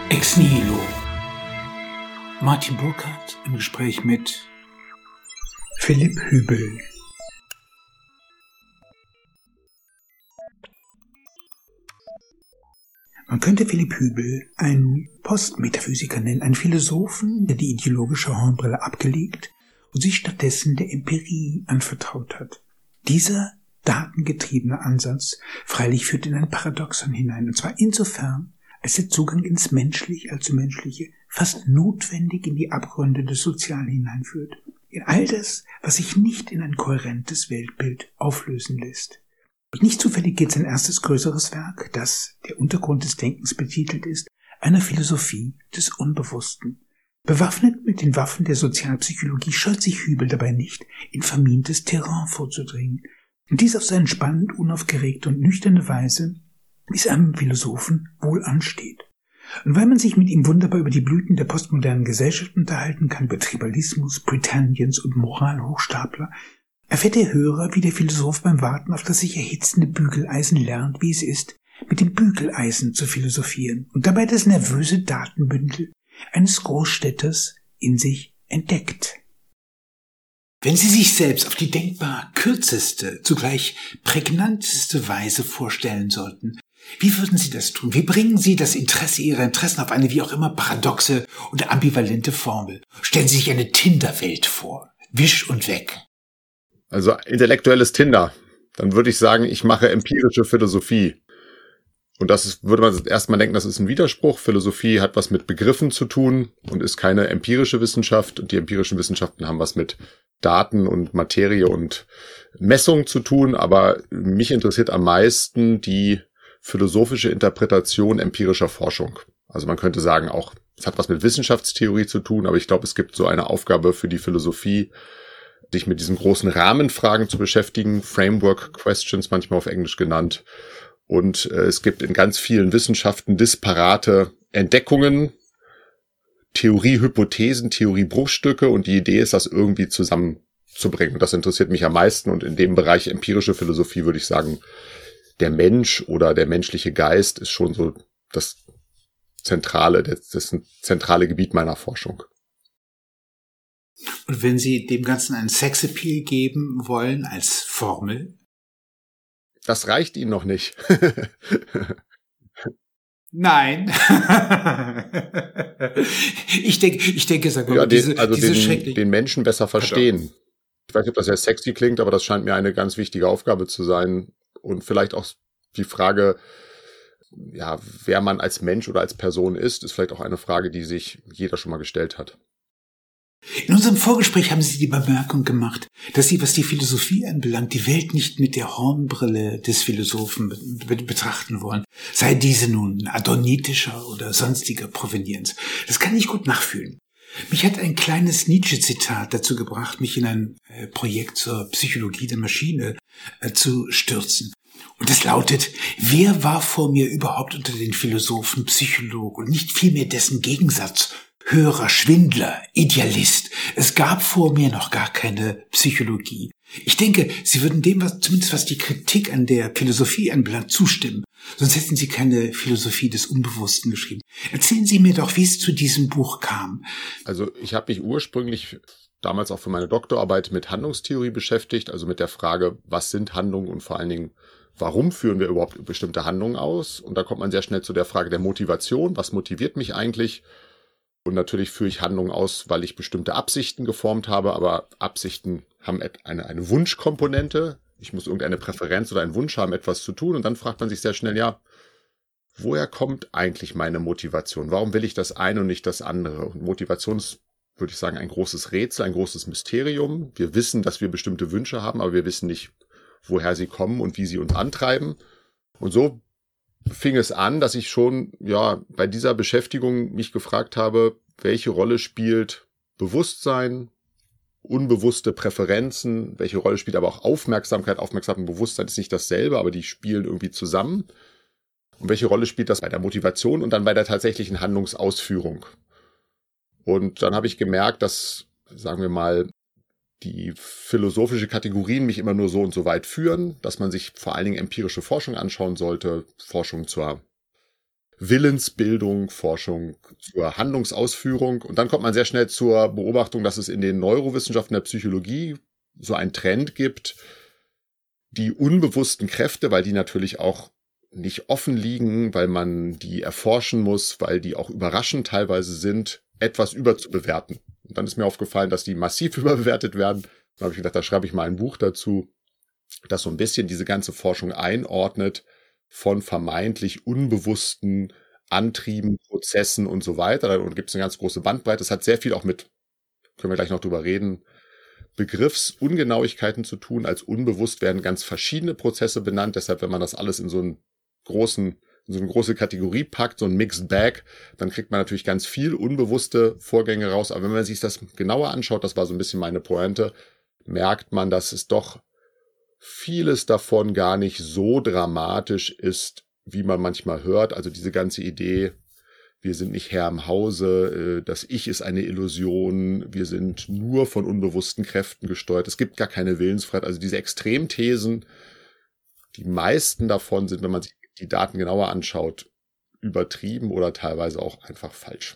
Ex Nihilo. Martin Burkhardt im Gespräch mit Philipp Hübel. Man könnte Philipp Hübel einen Postmetaphysiker nennen, einen Philosophen, der die ideologische Hornbrille abgelegt und sich stattdessen der Empirie anvertraut hat. Dieser datengetriebene Ansatz freilich führt in ein Paradoxon hinein, und zwar insofern, als der Zugang ins Menschliche, also Menschliche, fast notwendig in die Abgründe des Sozialen hineinführt. In all das, was sich nicht in ein kohärentes Weltbild auflösen lässt. Und nicht zufällig geht sein erstes größeres Werk, das der Untergrund des Denkens betitelt ist, einer Philosophie des Unbewussten. Bewaffnet mit den Waffen der Sozialpsychologie scheut sich Hübel dabei nicht, in vermintes Terrain vorzudringen. Und dies auf seine spannend, unaufgeregte und nüchterne Weise, wie es einem Philosophen wohl ansteht. Und weil man sich mit ihm wunderbar über die Blüten der postmodernen Gesellschaft unterhalten kann, über Tribalismus, Pretendians und Moralhochstapler, erfährt der Hörer, wie der Philosoph beim Warten auf das sich erhitzende Bügeleisen lernt, wie es ist, mit dem Bügeleisen zu philosophieren und dabei das nervöse Datenbündel eines Großstädters in sich entdeckt. Wenn Sie sich selbst auf die denkbar kürzeste, zugleich prägnanteste Weise vorstellen sollten, wie würden Sie das tun? Wie bringen Sie das Interesse Ihrer Interessen auf eine wie auch immer paradoxe oder ambivalente Formel? Stellen Sie sich eine Tinder-Welt vor. Wisch und weg. Also intellektuelles Tinder. Dann würde ich sagen, ich mache empirische Philosophie. Und würde man erstmal denken, das ist ein Widerspruch. Philosophie hat was mit Begriffen zu tun und ist keine empirische Wissenschaft. Und die empirischen Wissenschaften haben was mit Daten und Materie und Messung zu tun. Aber mich interessiert am meisten die philosophische Interpretation empirischer Forschung. Also man könnte sagen, auch es hat was mit Wissenschaftstheorie zu tun, aber ich glaube, es gibt so eine Aufgabe für die Philosophie, sich mit diesen großen Rahmenfragen zu beschäftigen, Framework Questions manchmal auf Englisch genannt. Und es gibt in ganz vielen Wissenschaften disparate Entdeckungen, Theorie-Hypothesen, Theorie-Bruchstücke, und die Idee ist, das irgendwie zusammenzubringen. Und das interessiert mich am meisten, und in dem Bereich empirische Philosophie würde ich sagen, der Mensch oder der menschliche Geist ist schon so das zentrale Gebiet meiner Forschung. Und wenn Sie dem Ganzen einen Sexappeal geben wollen als Formel? Das reicht Ihnen noch nicht. Nein. Ich denke, sag mal, ja, diese den Menschen besser verstehen. Ich weiß nicht, ob das sehr sexy klingt, aber das scheint mir eine ganz wichtige Aufgabe zu sein. Und vielleicht auch die Frage, ja, wer man als Mensch oder als Person ist vielleicht auch eine Frage, die sich jeder schon mal gestellt hat. In unserem Vorgespräch haben Sie die Bemerkung gemacht, dass Sie, was die Philosophie anbelangt, die Welt nicht mit der Hornbrille des Philosophen betrachten wollen, sei diese nun adonitischer oder sonstiger Provenienz. Das kann ich gut nachfühlen. Mich hat ein kleines Nietzsche-Zitat dazu gebracht, mich in ein Projekt zur Psychologie der Maschine zu stürzen. Und es lautet: Wer war vor mir überhaupt unter den Philosophen Psycholog und nicht vielmehr dessen Gegensatz? Hörer, Schwindler, Idealist. Es gab vor mir noch gar keine Psychologie. Ich denke, Sie würden dem, zumindest was die Kritik an der Philosophie anbelangt, zustimmen. Sonst hätten Sie keine Philosophie des Unbewussten geschrieben. Erzählen Sie mir doch, wie es zu diesem Buch kam. Also ich habe mich ursprünglich damals auch für meine Doktorarbeit mit Handlungstheorie beschäftigt, also mit der Frage, was sind Handlungen und vor allen Dingen, warum führen wir überhaupt bestimmte Handlungen aus? Und da kommt man sehr schnell zu der Frage der Motivation. Was motiviert mich eigentlich? Und natürlich führe ich Handlungen aus, weil ich bestimmte Absichten geformt habe, aber Absichten haben eine Wunschkomponente. Ich muss irgendeine Präferenz oder einen Wunsch haben, etwas zu tun. Und dann fragt man sich sehr schnell, ja, woher kommt eigentlich meine Motivation? Warum will ich das eine und nicht das andere? Und Motivation ist, würde ich sagen, ein großes Rätsel, ein großes Mysterium. Wir wissen, dass wir bestimmte Wünsche haben, aber wir wissen nicht, woher sie kommen und wie sie uns antreiben. Und so fing es an, dass ich schon bei dieser Beschäftigung mich gefragt habe, welche Rolle spielt Bewusstsein, unbewusste Präferenzen, welche Rolle spielt aber auch Aufmerksamkeit. Aufmerksamkeit und Bewusstsein ist nicht dasselbe, aber die spielen irgendwie zusammen. Und welche Rolle spielt das bei der Motivation und dann bei der tatsächlichen Handlungsausführung? Und dann habe ich gemerkt, dass, sagen wir mal, die philosophische Kategorien mich immer nur so und so weit führen, dass man sich vor allen Dingen empirische Forschung anschauen sollte, Forschung zur Willensbildung, Forschung zur Handlungsausführung. Und dann kommt man sehr schnell zur Beobachtung, dass es in den Neurowissenschaften der Psychologie so einen Trend gibt, die unbewussten Kräfte, weil die natürlich auch nicht offen liegen, weil man die erforschen muss, weil die auch überraschend teilweise sind, etwas überzubewerten. Und dann ist mir aufgefallen, dass die massiv überbewertet werden. Dann habe ich gedacht, da schreibe ich mal ein Buch dazu, das so ein bisschen diese ganze Forschung einordnet von vermeintlich unbewussten Antrieben, Prozessen und so weiter. Und gibt es eine ganz große Bandbreite. Das hat sehr viel auch mit, können wir gleich noch drüber reden, Begriffsungenauigkeiten zu tun. Als unbewusst werden ganz verschiedene Prozesse benannt. Deshalb, wenn man das alles in so eine große Kategorie packt, so ein Mixed Bag, dann kriegt man natürlich ganz viel unbewusste Vorgänge raus. Aber wenn man sich das genauer anschaut, das war so ein bisschen meine Pointe, merkt man, dass es doch vieles davon gar nicht so dramatisch ist, wie man manchmal hört. Also diese ganze Idee, wir sind nicht Herr im Hause, das Ich ist eine Illusion, wir sind nur von unbewussten Kräften gesteuert, es gibt gar keine Willensfreiheit. Also diese Extremthesen, die meisten davon sind, wenn man sich die Daten genauer anschaut, übertrieben oder teilweise auch einfach falsch.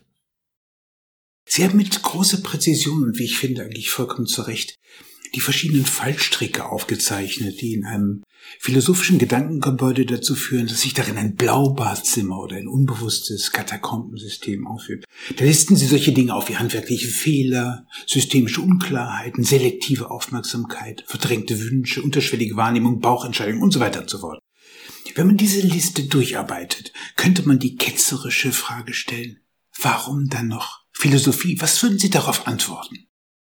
Sie haben mit großer Präzision und wie ich finde eigentlich vollkommen zu Recht die verschiedenen Fallstricke aufgezeichnet, die in einem philosophischen Gedankengebäude dazu führen, dass sich darin ein Blaubadzimmer oder ein unbewusstes Katakombensystem aufführt. Da listen Sie solche Dinge auf wie handwerkliche Fehler, systemische Unklarheiten, selektive Aufmerksamkeit, verdrängte Wünsche, unterschwellige Wahrnehmung, Bauchentscheidungen und so weiter und so fort. Wenn man diese Liste durcharbeitet, könnte man die ketzerische Frage stellen, warum dann noch Philosophie? Was würden Sie darauf antworten?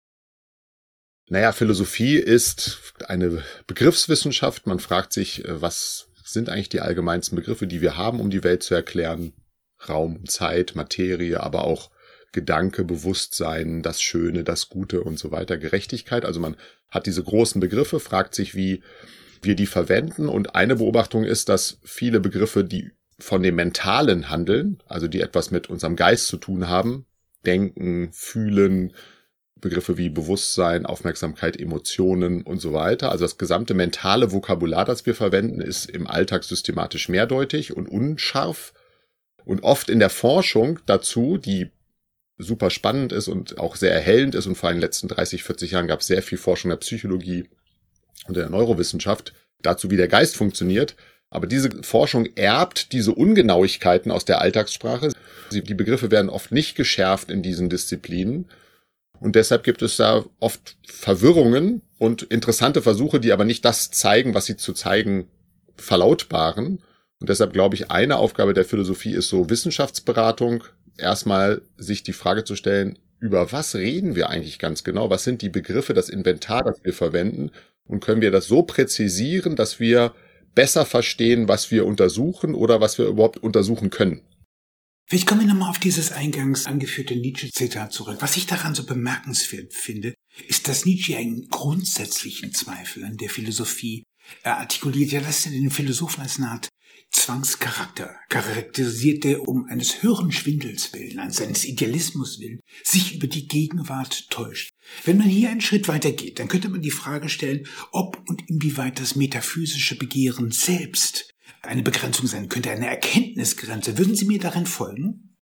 Naja, Philosophie ist eine Begriffswissenschaft. Man fragt sich, was sind eigentlich die allgemeinsten Begriffe, die wir haben, um die Welt zu erklären? Raum, Zeit, Materie, aber auch Gedanke, Bewusstsein, das Schöne, das Gute und so weiter, Gerechtigkeit. Also man hat diese großen Begriffe, fragt sich, wie wir die verwenden. Und eine Beobachtung ist, dass viele Begriffe, die von dem Mentalen handeln, also die etwas mit unserem Geist zu tun haben, Denken, Fühlen, Begriffe wie Bewusstsein, Aufmerksamkeit, Emotionen und so weiter. Also das gesamte mentale Vokabular, das wir verwenden, ist im Alltag systematisch mehrdeutig und unscharf. Und oft in der Forschung dazu, die super spannend ist und auch sehr erhellend ist, und vor allem in den letzten 30, 40 Jahren gab es sehr viel Forschung in der Psychologie und in der Neurowissenschaft dazu, wie der Geist funktioniert. Aber diese Forschung erbt diese Ungenauigkeiten aus der Alltagssprache. Die Begriffe werden oft nicht geschärft in diesen Disziplinen. Und deshalb gibt es da oft Verwirrungen und interessante Versuche, die aber nicht das zeigen, was sie zu zeigen verlautbaren. Und deshalb glaube ich, eine Aufgabe der Philosophie ist so Wissenschaftsberatung, erstmal sich die Frage zu stellen, über was reden wir eigentlich ganz genau? Was sind die Begriffe, das Inventar, das wir verwenden? Und können wir das so präzisieren, dass wir besser verstehen, was wir untersuchen oder was wir überhaupt untersuchen können? Vielleicht kommen wir nochmal auf dieses eingangs angeführte Nietzsche-Zitat zurück. Was ich daran so bemerkenswert finde, ist, dass Nietzsche einen grundsätzlichen Zweifel an der Philosophie artikuliert. Ja, das den Philosophen als eine Art Zwangscharakter charakterisierte, um eines höheren Schwindels willen, seines Idealismus willen, sich über die Gegenwart täuscht. Wenn man hier einen Schritt weiter geht, dann könnte man die Frage stellen, ob und inwieweit das metaphysische Begehren selbst eine Begrenzung sein könnte, eine Erkenntnisgrenze. Würden Sie mir darin folgen?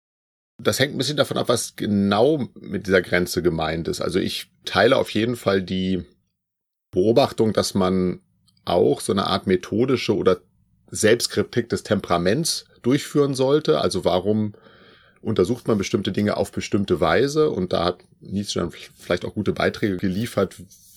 Das hängt ein bisschen davon ab, was genau mit dieser Grenze gemeint ist. Also ich teile auf jeden Fall die Beobachtung, dass man auch so eine Art methodische oder Selbstkritik des Temperaments durchführen sollte. Also warum untersucht man bestimmte Dinge auf bestimmte Weise? Und da hat Nietzsche dann vielleicht auch gute Beiträge geliefert,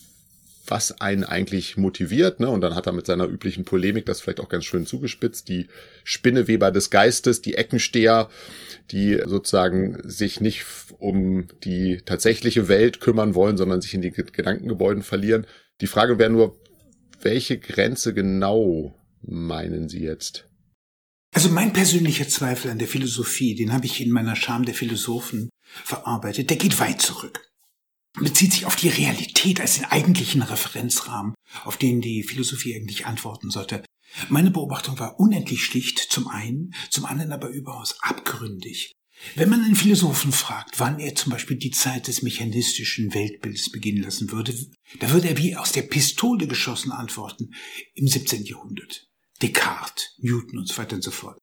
was einen eigentlich motiviert, ne? Und dann hat er mit seiner üblichen Polemik das vielleicht auch ganz schön zugespitzt, die Spinneweber des Geistes, die Eckensteher, die sozusagen sich nicht um die tatsächliche Welt kümmern wollen, sondern sich in die Gedankengebäuden verlieren. Die Frage wäre nur, welche Grenze genau meinen Sie jetzt? Also mein persönlicher Zweifel an der Philosophie, den habe ich in meiner Scham der Philosophen verarbeitet, der geht weit zurück. Bezieht sich auf die Realität als den eigentlichen Referenzrahmen, auf den die Philosophie eigentlich antworten sollte. Meine Beobachtung war unendlich schlicht, zum einen, zum anderen aber überaus abgründig. Wenn man einen Philosophen fragt, wann er zum Beispiel die Zeit des mechanistischen Weltbildes beginnen lassen würde, da würde er wie aus der Pistole geschossen antworten, im 17. Jahrhundert. Descartes, Newton und so weiter und so fort.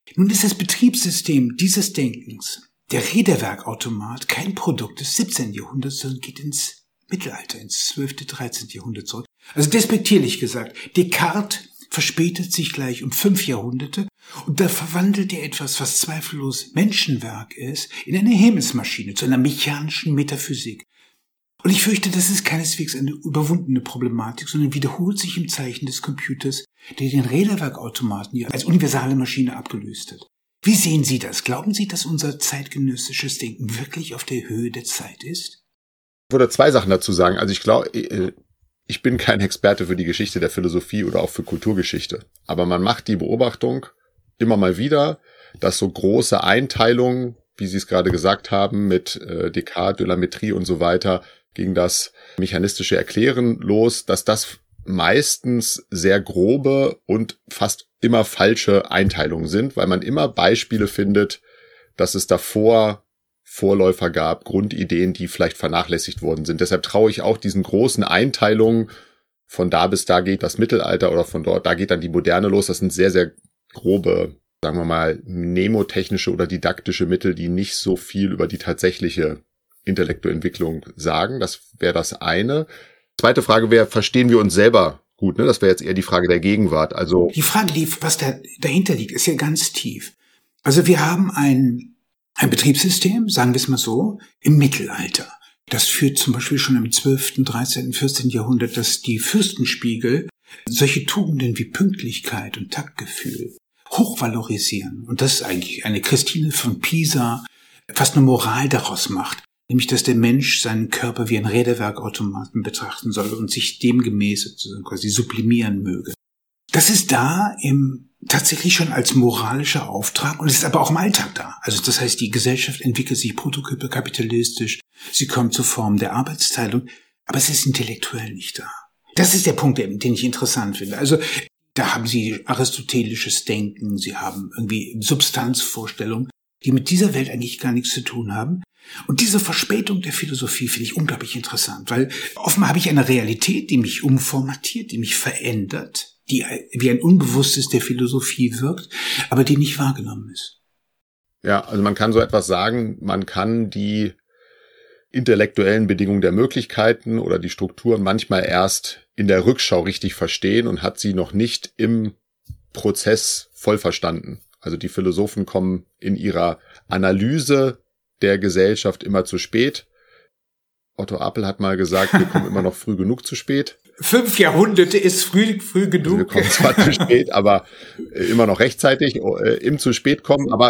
Nun ist das Betriebssystem dieses Denkens, der Räderwerkautomat, kein Produkt des 17. Jahrhunderts, sondern geht ins Mittelalter, ins 12., 13. Jahrhundert zurück. Also despektierlich gesagt, Descartes verspätet sich gleich um 5 Jahrhunderte und da verwandelt er etwas, was zweifellos Menschenwerk ist, in eine Himmelsmaschine, zu einer mechanischen Metaphysik. Und ich fürchte, das ist keineswegs eine überwundene Problematik, sondern wiederholt sich im Zeichen des Computers, der den Räderwerkautomaten als universale Maschine abgelöst hat. Wie sehen Sie das? Glauben Sie, dass unser zeitgenössisches Denken wirklich auf der Höhe der Zeit ist? Ich würde 2 Sachen dazu sagen. Also ich glaube, ich bin kein Experte für die Geschichte der Philosophie oder auch für Kulturgeschichte. Aber man macht die Beobachtung immer mal wieder, dass so große Einteilungen, wie Sie es gerade gesagt haben, mit Descartes, de la Métrie und so weiter, gegen das mechanistische Erklären los, dass das meistens sehr grobe und fast immer falsche Einteilungen sind, weil man immer Beispiele findet, dass es davor Vorläufer gab, Grundideen, die vielleicht vernachlässigt worden sind. Deshalb traue ich auch diesen großen Einteilungen, von da bis da geht das Mittelalter oder von dort, da geht dann die Moderne los. Das sind sehr, sehr grobe, sagen wir mal, mnemotechnische oder didaktische Mittel, die nicht so viel über die tatsächliche intellektuelle Entwicklung sagen. Das wäre das eine. Zweite Frage wäre, verstehen wir uns selber gut? Ne? Das wäre jetzt eher die Frage der Gegenwart. Also die Frage, was dahinter liegt, ist ja ganz tief. Also wir haben ein Betriebssystem, sagen wir es mal so, im Mittelalter. Das führt zum Beispiel schon im 12., 13., 14. Jahrhundert, dass die Fürstenspiegel solche Tugenden wie Pünktlichkeit und Taktgefühl hochvalorisieren. Und das ist eigentlich eine Christine von Pisa fast eine Moral daraus macht. Nämlich, dass der Mensch seinen Körper wie ein Räderwerkautomaten betrachten soll und sich demgemäß sozusagen quasi sublimieren möge. Das ist da tatsächlich schon als moralischer Auftrag und es ist aber auch im Alltag da. Also das heißt, die Gesellschaft entwickelt sich protokapitalistisch, sie kommt zur Form der Arbeitsteilung, aber es ist intellektuell nicht da. Das ist der Punkt, den ich interessant finde. Also da haben Sie aristotelisches Denken, Sie haben irgendwie Substanzvorstellungen, die mit dieser Welt eigentlich gar nichts zu tun haben. Und diese Verspätung der Philosophie finde ich unglaublich interessant, weil offenbar habe ich eine Realität, die mich umformatiert, die mich verändert, die wie ein Unbewusstes der Philosophie wirkt, aber die nicht wahrgenommen ist. Ja, also man kann so etwas sagen, man kann die intellektuellen Bedingungen der Möglichkeiten oder die Strukturen manchmal erst in der Rückschau richtig verstehen und hat sie noch nicht im Prozess voll verstanden. Also die Philosophen kommen in ihrer Analyse der Gesellschaft immer zu spät. Otto Apel hat mal gesagt, wir kommen immer noch früh genug zu spät. 5 Jahrhunderte ist früh genug. Also wir kommen zwar zu spät, aber immer noch rechtzeitig im zu spät kommen. Aber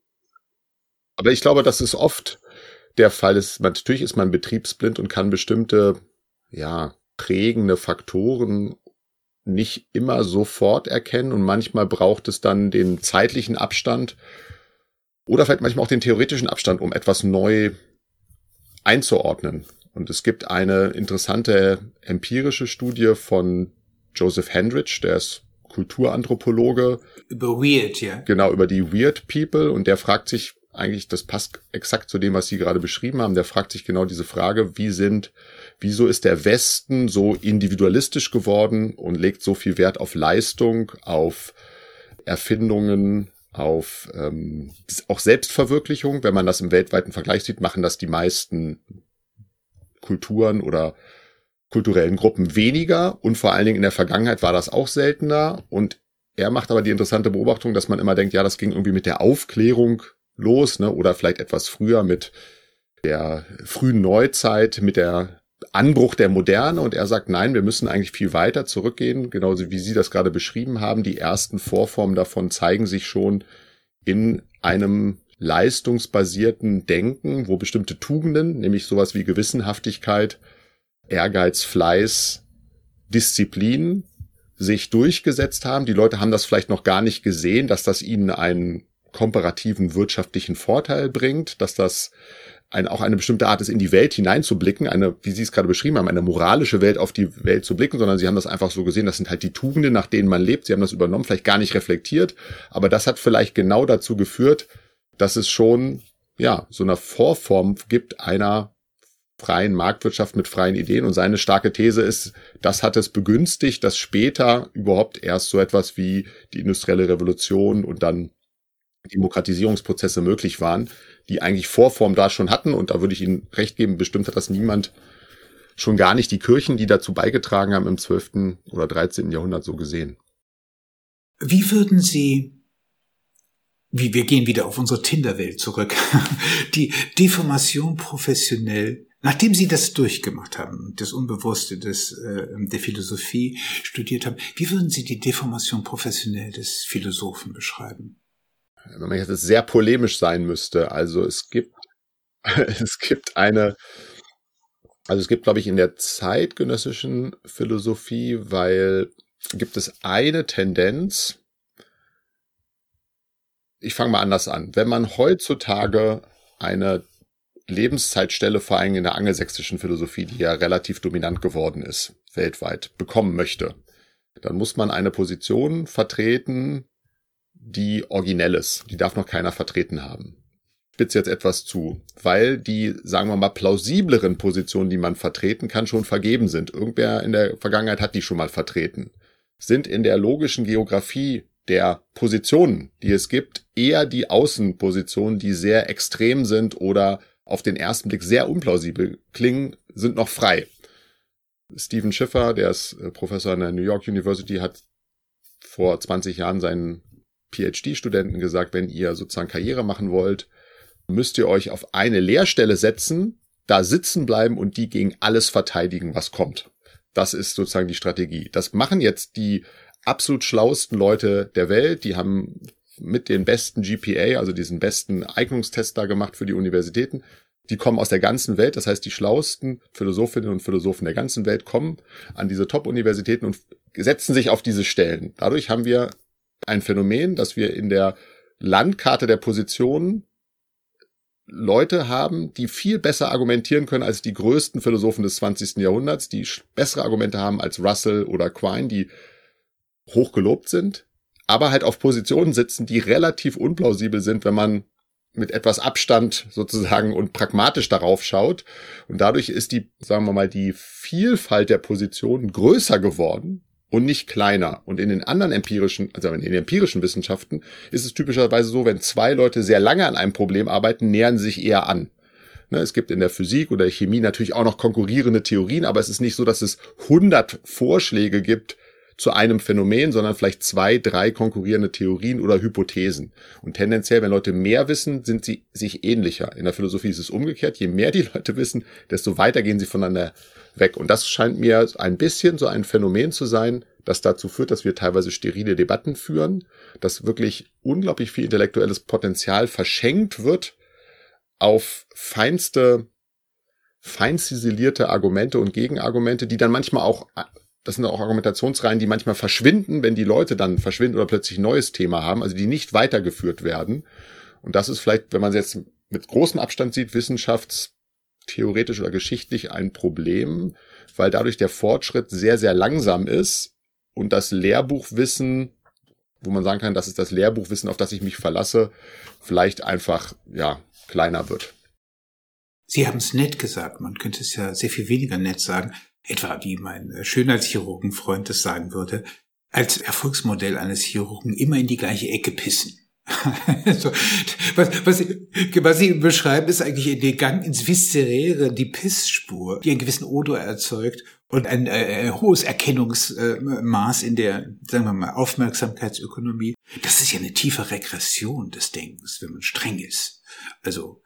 ich glaube, dass es oft der Fall ist. Natürlich ist man betriebsblind und kann bestimmte, prägende Faktoren nicht immer sofort erkennen und manchmal braucht es dann den zeitlichen Abstand oder vielleicht manchmal auch den theoretischen Abstand, um etwas neu einzuordnen. Und es gibt eine interessante empirische Studie von Joseph Hendrich, der ist Kulturanthropologe. Über Weird, ja. Genau, über die Weird People. Und der fragt sich eigentlich, das passt exakt zu dem, was Sie gerade beschrieben haben, der fragt sich genau diese Frage, wieso ist der Westen so individualistisch geworden und legt so viel Wert auf Leistung, auf Erfindungen, auf auch Selbstverwirklichung. Wenn man das im weltweiten Vergleich sieht, machen das die meisten Kulturen oder kulturellen Gruppen weniger und vor allen Dingen in der Vergangenheit war das auch seltener. Und er macht aber die interessante Beobachtung, dass man immer denkt, ja, das ging irgendwie mit der Aufklärung los, ne? Oder vielleicht etwas früher mit der frühen Neuzeit, mit der Anbruch der Moderne. Und er sagt, nein, wir müssen eigentlich viel weiter zurückgehen, genauso wie Sie das gerade beschrieben haben. Die ersten Vorformen davon zeigen sich schon in einem leistungsbasierten Denken, wo bestimmte Tugenden, nämlich sowas wie Gewissenhaftigkeit, Ehrgeiz, Fleiß, Disziplin sich durchgesetzt haben. Die Leute haben das vielleicht noch gar nicht gesehen, dass das ihnen einen komparativen wirtschaftlichen Vorteil bringt, dass das auch eine bestimmte Art ist, in die Welt hineinzublicken, wie Sie es gerade beschrieben haben, eine moralische Welt auf die Welt zu blicken, sondern sie haben das einfach so gesehen, das sind halt die Tugenden, nach denen man lebt. Sie haben das übernommen, vielleicht gar nicht reflektiert, aber das hat vielleicht genau dazu geführt, dass es schon, so eine Vorform gibt einer freien Marktwirtschaft mit freien Ideen. Und seine starke These ist, das hat es begünstigt, dass später überhaupt erst so etwas wie die industrielle Revolution und dann Demokratisierungsprozesse möglich waren, die eigentlich Vorform da schon hatten. Und da würde ich Ihnen recht geben, bestimmt hat das niemand, schon gar nicht die Kirchen, die dazu beigetragen haben, im 12. oder 13. Jahrhundert so gesehen. Wie würden Sie, wir gehen wieder auf unsere Tinder-Welt zurück, die Deformation professionell, nachdem Sie das durchgemacht haben, das Unbewusste der Philosophie studiert haben, wie würden Sie die Deformation professionell des Philosophen beschreiben? Wenn man jetzt sehr polemisch sein müsste, also es gibt, glaube ich, in der zeitgenössischen Philosophie, gibt es eine Tendenz. Ich fange mal anders an. Wenn man heutzutage eine Lebenszeitstelle, vor allem in der angelsächsischen Philosophie, die ja relativ dominant geworden ist, weltweit, bekommen möchte, dann muss man eine Position vertreten, die originell ist. Die darf noch keiner vertreten haben. Ich spitze jetzt etwas zu, weil die, sagen wir mal, plausibleren Positionen, die man vertreten kann, schon vergeben sind. Irgendwer in der Vergangenheit hat die schon mal vertreten. Sind in der logischen Geografie der Positionen, die es gibt, eher die Außenpositionen, die sehr extrem sind oder auf den ersten Blick sehr unplausibel klingen, sind noch frei. Stephen Schiffer, der ist Professor an der New York University, hat vor 20 Jahren seinen PhD-Studenten gesagt, wenn ihr sozusagen Karriere machen wollt, müsst ihr euch auf eine Lehrstelle setzen, da sitzen bleiben und die gegen alles verteidigen, was kommt. Das ist sozusagen die Strategie. Das machen jetzt die absolut schlauesten Leute der Welt. Die haben mit den besten GPA, also diesen besten Eignungstest da gemacht für die Universitäten. Die kommen aus der ganzen Welt. Das heißt, die schlauesten Philosophinnen und Philosophen der ganzen Welt kommen an diese Top-Universitäten und setzen sich auf diese Stellen. Dadurch haben wir ein Phänomen, dass wir in der Landkarte der Positionen Leute haben, die viel besser argumentieren können als die größten Philosophen des 20. Jahrhunderts, die bessere Argumente haben als Russell oder Quine, die hochgelobt sind, aber halt auf Positionen sitzen, die relativ unplausibel sind, wenn man mit etwas Abstand sozusagen und pragmatisch darauf schaut. Und dadurch ist die, sagen wir mal, die Vielfalt der Positionen größer geworden und nicht kleiner. Und in den anderen empirischen, also in den empirischen Wissenschaften ist es typischerweise so, wenn zwei Leute sehr lange an einem Problem arbeiten, nähern sie sich eher an. Es gibt in der Physik oder der Chemie natürlich auch noch konkurrierende Theorien, aber es ist nicht so, dass es 100 Vorschläge gibt zu einem Phänomen, sondern vielleicht 2, 3 konkurrierende Theorien oder Hypothesen. Und tendenziell, wenn Leute mehr wissen, sind sie sich ähnlicher. In der Philosophie ist es umgekehrt. Je mehr die Leute wissen, desto weiter gehen sie voneinander weg. Und das scheint mir ein bisschen so ein Phänomen zu sein, das dazu führt, dass wir teilweise sterile Debatten führen, dass wirklich unglaublich viel intellektuelles Potenzial verschenkt wird auf fein ziselierte Argumente und Gegenargumente, die dann manchmal auch, das sind auch Argumentationsreihen, die manchmal verschwinden, wenn die Leute dann verschwinden oder plötzlich ein neues Thema haben, also die nicht weitergeführt werden. Und das ist vielleicht, wenn man es jetzt mit großem Abstand sieht, wissenschaftstheoretisch oder geschichtlich ein Problem, weil dadurch der Fortschritt sehr, sehr langsam ist und das Lehrbuchwissen, wo man sagen kann, das ist das Lehrbuchwissen, auf das ich mich verlasse, vielleicht einfach, kleiner wird. Sie haben es nett gesagt, man könnte es ja sehr viel weniger nett sagen, etwa wie mein Schönheitschirurgenfreund das sagen würde, als Erfolgsmodell eines Chirurgen immer in die gleiche Ecke pissen. Also, was Sie beschreiben, ist eigentlich der Gang ins Viszeräre, die Pissspur, die einen gewissen Odor erzeugt und ein hohes Erkennungsmaß in der, sagen wir mal, Aufmerksamkeitsökonomie. Das ist ja eine tiefe Regression des Denkens, wenn man streng ist. Also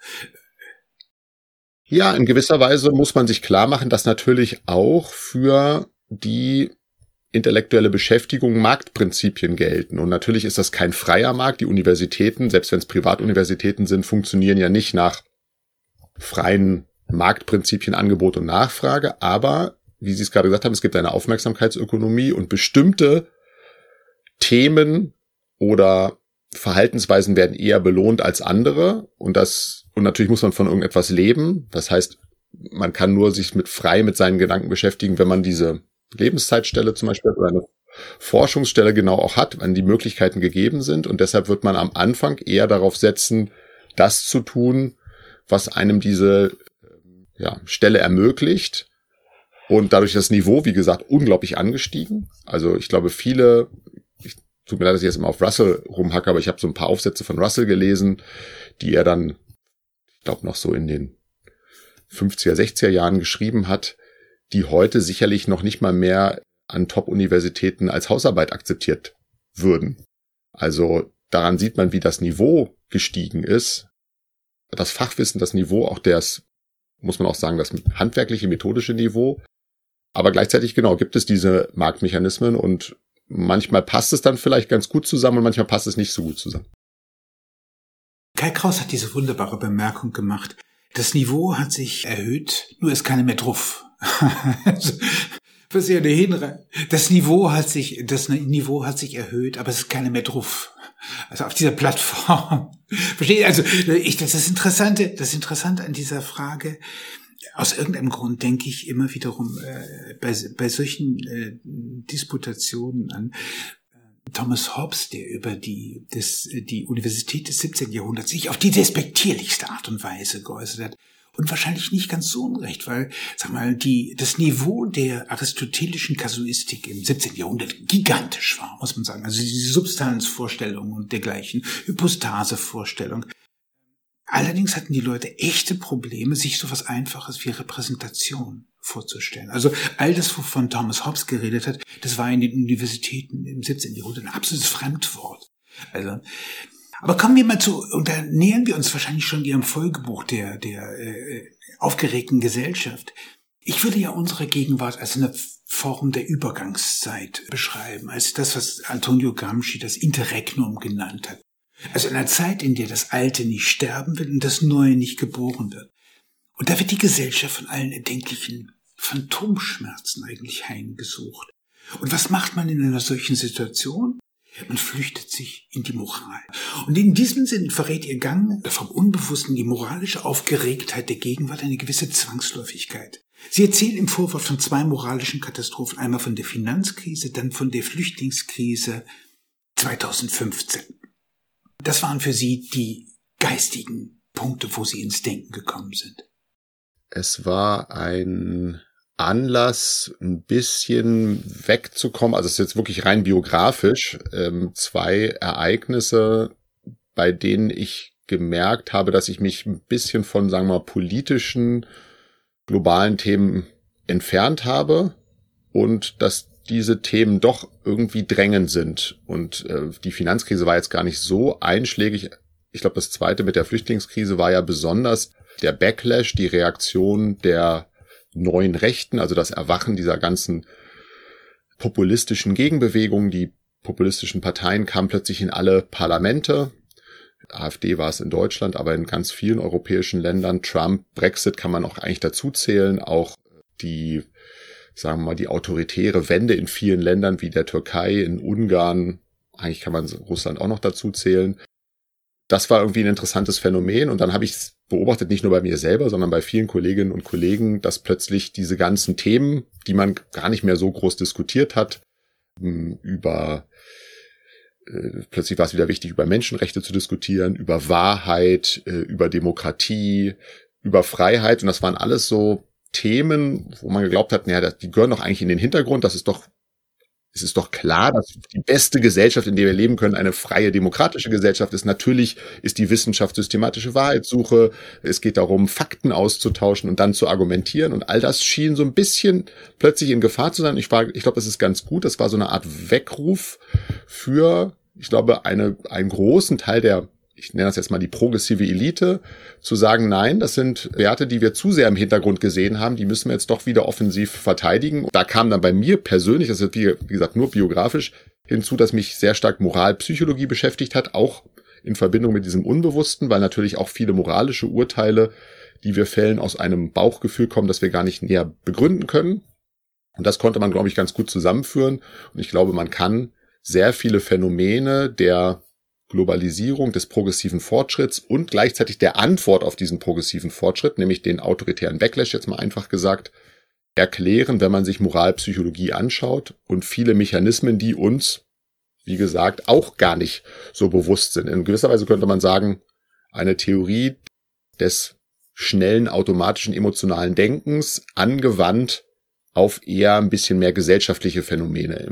ja, in gewisser Weise muss man sich klar machen, dass natürlich auch für die intellektuelle Beschäftigung Marktprinzipien gelten. Und natürlich ist das kein freier Markt. Die Universitäten, selbst wenn es Privatuniversitäten sind, funktionieren ja nicht nach freien Marktprinzipien Angebot und Nachfrage. Aber, wie Sie es gerade gesagt haben, es gibt eine Aufmerksamkeitsökonomie und bestimmte Themen oder Verhaltensweisen werden eher belohnt als andere. Und natürlich muss man von irgendetwas leben. Das heißt, man kann nur sich frei mit seinen Gedanken beschäftigen, wenn man diese Lebenszeitstelle zum Beispiel oder eine Forschungsstelle genau auch hat, wenn die Möglichkeiten gegeben sind. Und deshalb wird man am Anfang eher darauf setzen, das zu tun, was einem diese Stelle ermöglicht. Und dadurch das Niveau, wie gesagt, unglaublich angestiegen. Also ich glaube, tut mir leid, dass ich jetzt immer auf Russell rumhacke, aber ich habe so ein paar Aufsätze von Russell gelesen, die er dann, ich glaube, noch so in den 50er, 60er Jahren geschrieben hat, die heute sicherlich noch nicht mal mehr an Top-Universitäten als Hausarbeit akzeptiert würden. Also daran sieht man, wie das Niveau gestiegen ist. Das Fachwissen, das Niveau, auch muss man auch sagen, das handwerkliche, methodische Niveau. Aber gleichzeitig, genau, gibt es diese Marktmechanismen und manchmal passt es dann vielleicht ganz gut zusammen und manchmal passt es nicht so gut zusammen. Kai Kraus hat diese wunderbare Bemerkung gemacht. Das Niveau hat sich erhöht, nur ist keine mehr drauf. Das Niveau hat sich erhöht, aber es ist keine mehr drauf. Also auf dieser Plattform. Versteht? Also das Interessante an dieser Frage, aus irgendeinem Grund denke ich immer wiederum bei solchen Disputationen an Thomas Hobbes, der über die Universität des 17. Jahrhunderts sich auf die despektierlichste Art und Weise geäußert hat. Und wahrscheinlich nicht ganz so unrecht, weil, das Niveau der aristotelischen Kasuistik im 17. Jahrhundert gigantisch war, muss man sagen. Also die Substanzvorstellung und dergleichen, Hypostasevorstellung. Allerdings hatten die Leute echte Probleme, sich so was Einfaches wie Repräsentation vorzustellen. Also all das, wovon Thomas Hobbes geredet hat, das war in den Universitäten im 17. Jahrhundert ein absolutes Fremdwort. Also, aber kommen wir mal und da nähern wir uns wahrscheinlich schon Ihrem Folgebuch der aufgeregten Gesellschaft. Ich würde ja unsere Gegenwart als eine Form der Übergangszeit beschreiben, als das, was Antonio Gramsci das Interregnum genannt hat. Also in einer Zeit, in der das Alte nicht sterben will und das Neue nicht geboren wird. Und da wird die Gesellschaft von allen erdenklichen Phantomschmerzen eigentlich heimgesucht. Und was macht man in einer solchen Situation? Man flüchtet sich in die Moral. Und in diesem Sinn verrät ihr Gang vom Unbewussten die moralische Aufgeregtheit der Gegenwart eine gewisse Zwangsläufigkeit. Sie erzählt im Vorwort von 2 moralischen Katastrophen, einmal von der Finanzkrise, dann von der Flüchtlingskrise 2015. Das waren für Sie die geistigen Punkte, wo Sie ins Denken gekommen sind. Es war ein Anlass, ein bisschen wegzukommen, also es ist jetzt wirklich rein biografisch, 2 Ereignisse, bei denen ich gemerkt habe, dass ich mich ein bisschen von, sagen wir mal, politischen, globalen Themen entfernt habe und dass diese Themen doch irgendwie drängend sind. Und die Finanzkrise war jetzt gar nicht so einschlägig. Ich glaube, das zweite mit der Flüchtlingskrise war ja besonders der Backlash, die Reaktion der neuen Rechten, also das Erwachen dieser ganzen populistischen Gegenbewegungen. Die populistischen Parteien kamen plötzlich in alle Parlamente. AfD war es in Deutschland, aber in ganz vielen europäischen Ländern. Trump, Brexit kann man auch eigentlich dazu zählen. Auch die, sagen wir mal, die autoritäre Wende in vielen Ländern wie der Türkei, in Ungarn. Eigentlich kann man Russland auch noch dazu zählen. Das war irgendwie ein interessantes Phänomen. Und dann habe ich es beobachtet, nicht nur bei mir selber, sondern bei vielen Kolleginnen und Kollegen, dass plötzlich diese ganzen Themen, die man gar nicht mehr so groß diskutiert hat, plötzlich war es wieder wichtig, über Menschenrechte zu diskutieren, über Wahrheit, über Demokratie, über Freiheit. Und das waren alles so Themen, wo man geglaubt hat, naja, die gehören doch eigentlich in den Hintergrund. Es ist doch klar, dass die beste Gesellschaft, in der wir leben können, eine freie, demokratische Gesellschaft ist. Natürlich ist die Wissenschaft systematische Wahrheitssuche. Es geht darum, Fakten auszutauschen und dann zu argumentieren. Und all das schien so ein bisschen plötzlich in Gefahr zu sein. Ich glaube, das ist ganz gut. Das war so eine Art Weckruf für, ich glaube, einen großen Teil der, ich nenne das jetzt mal die progressive Elite, zu sagen, nein, das sind Werte, die wir zu sehr im Hintergrund gesehen haben, die müssen wir jetzt doch wieder offensiv verteidigen. Da kam dann bei mir persönlich, das ist wie gesagt nur biografisch, hinzu, dass mich sehr stark Moralpsychologie beschäftigt hat, auch in Verbindung mit diesem Unbewussten, weil natürlich auch viele moralische Urteile, die wir fällen, aus einem Bauchgefühl kommen, das wir gar nicht näher begründen können. Und das konnte man, glaube ich, ganz gut zusammenführen. Und ich glaube, man kann sehr viele Phänomene der Globalisierung, des progressiven Fortschritts und gleichzeitig der Antwort auf diesen progressiven Fortschritt, nämlich den autoritären Backlash, jetzt mal einfach gesagt, erklären, wenn man sich Moralpsychologie anschaut und viele Mechanismen, die uns, wie gesagt, auch gar nicht so bewusst sind. In gewisser Weise könnte man sagen, eine Theorie des schnellen, automatischen, emotionalen Denkens angewandt auf eher ein bisschen mehr gesellschaftliche Phänomene. Im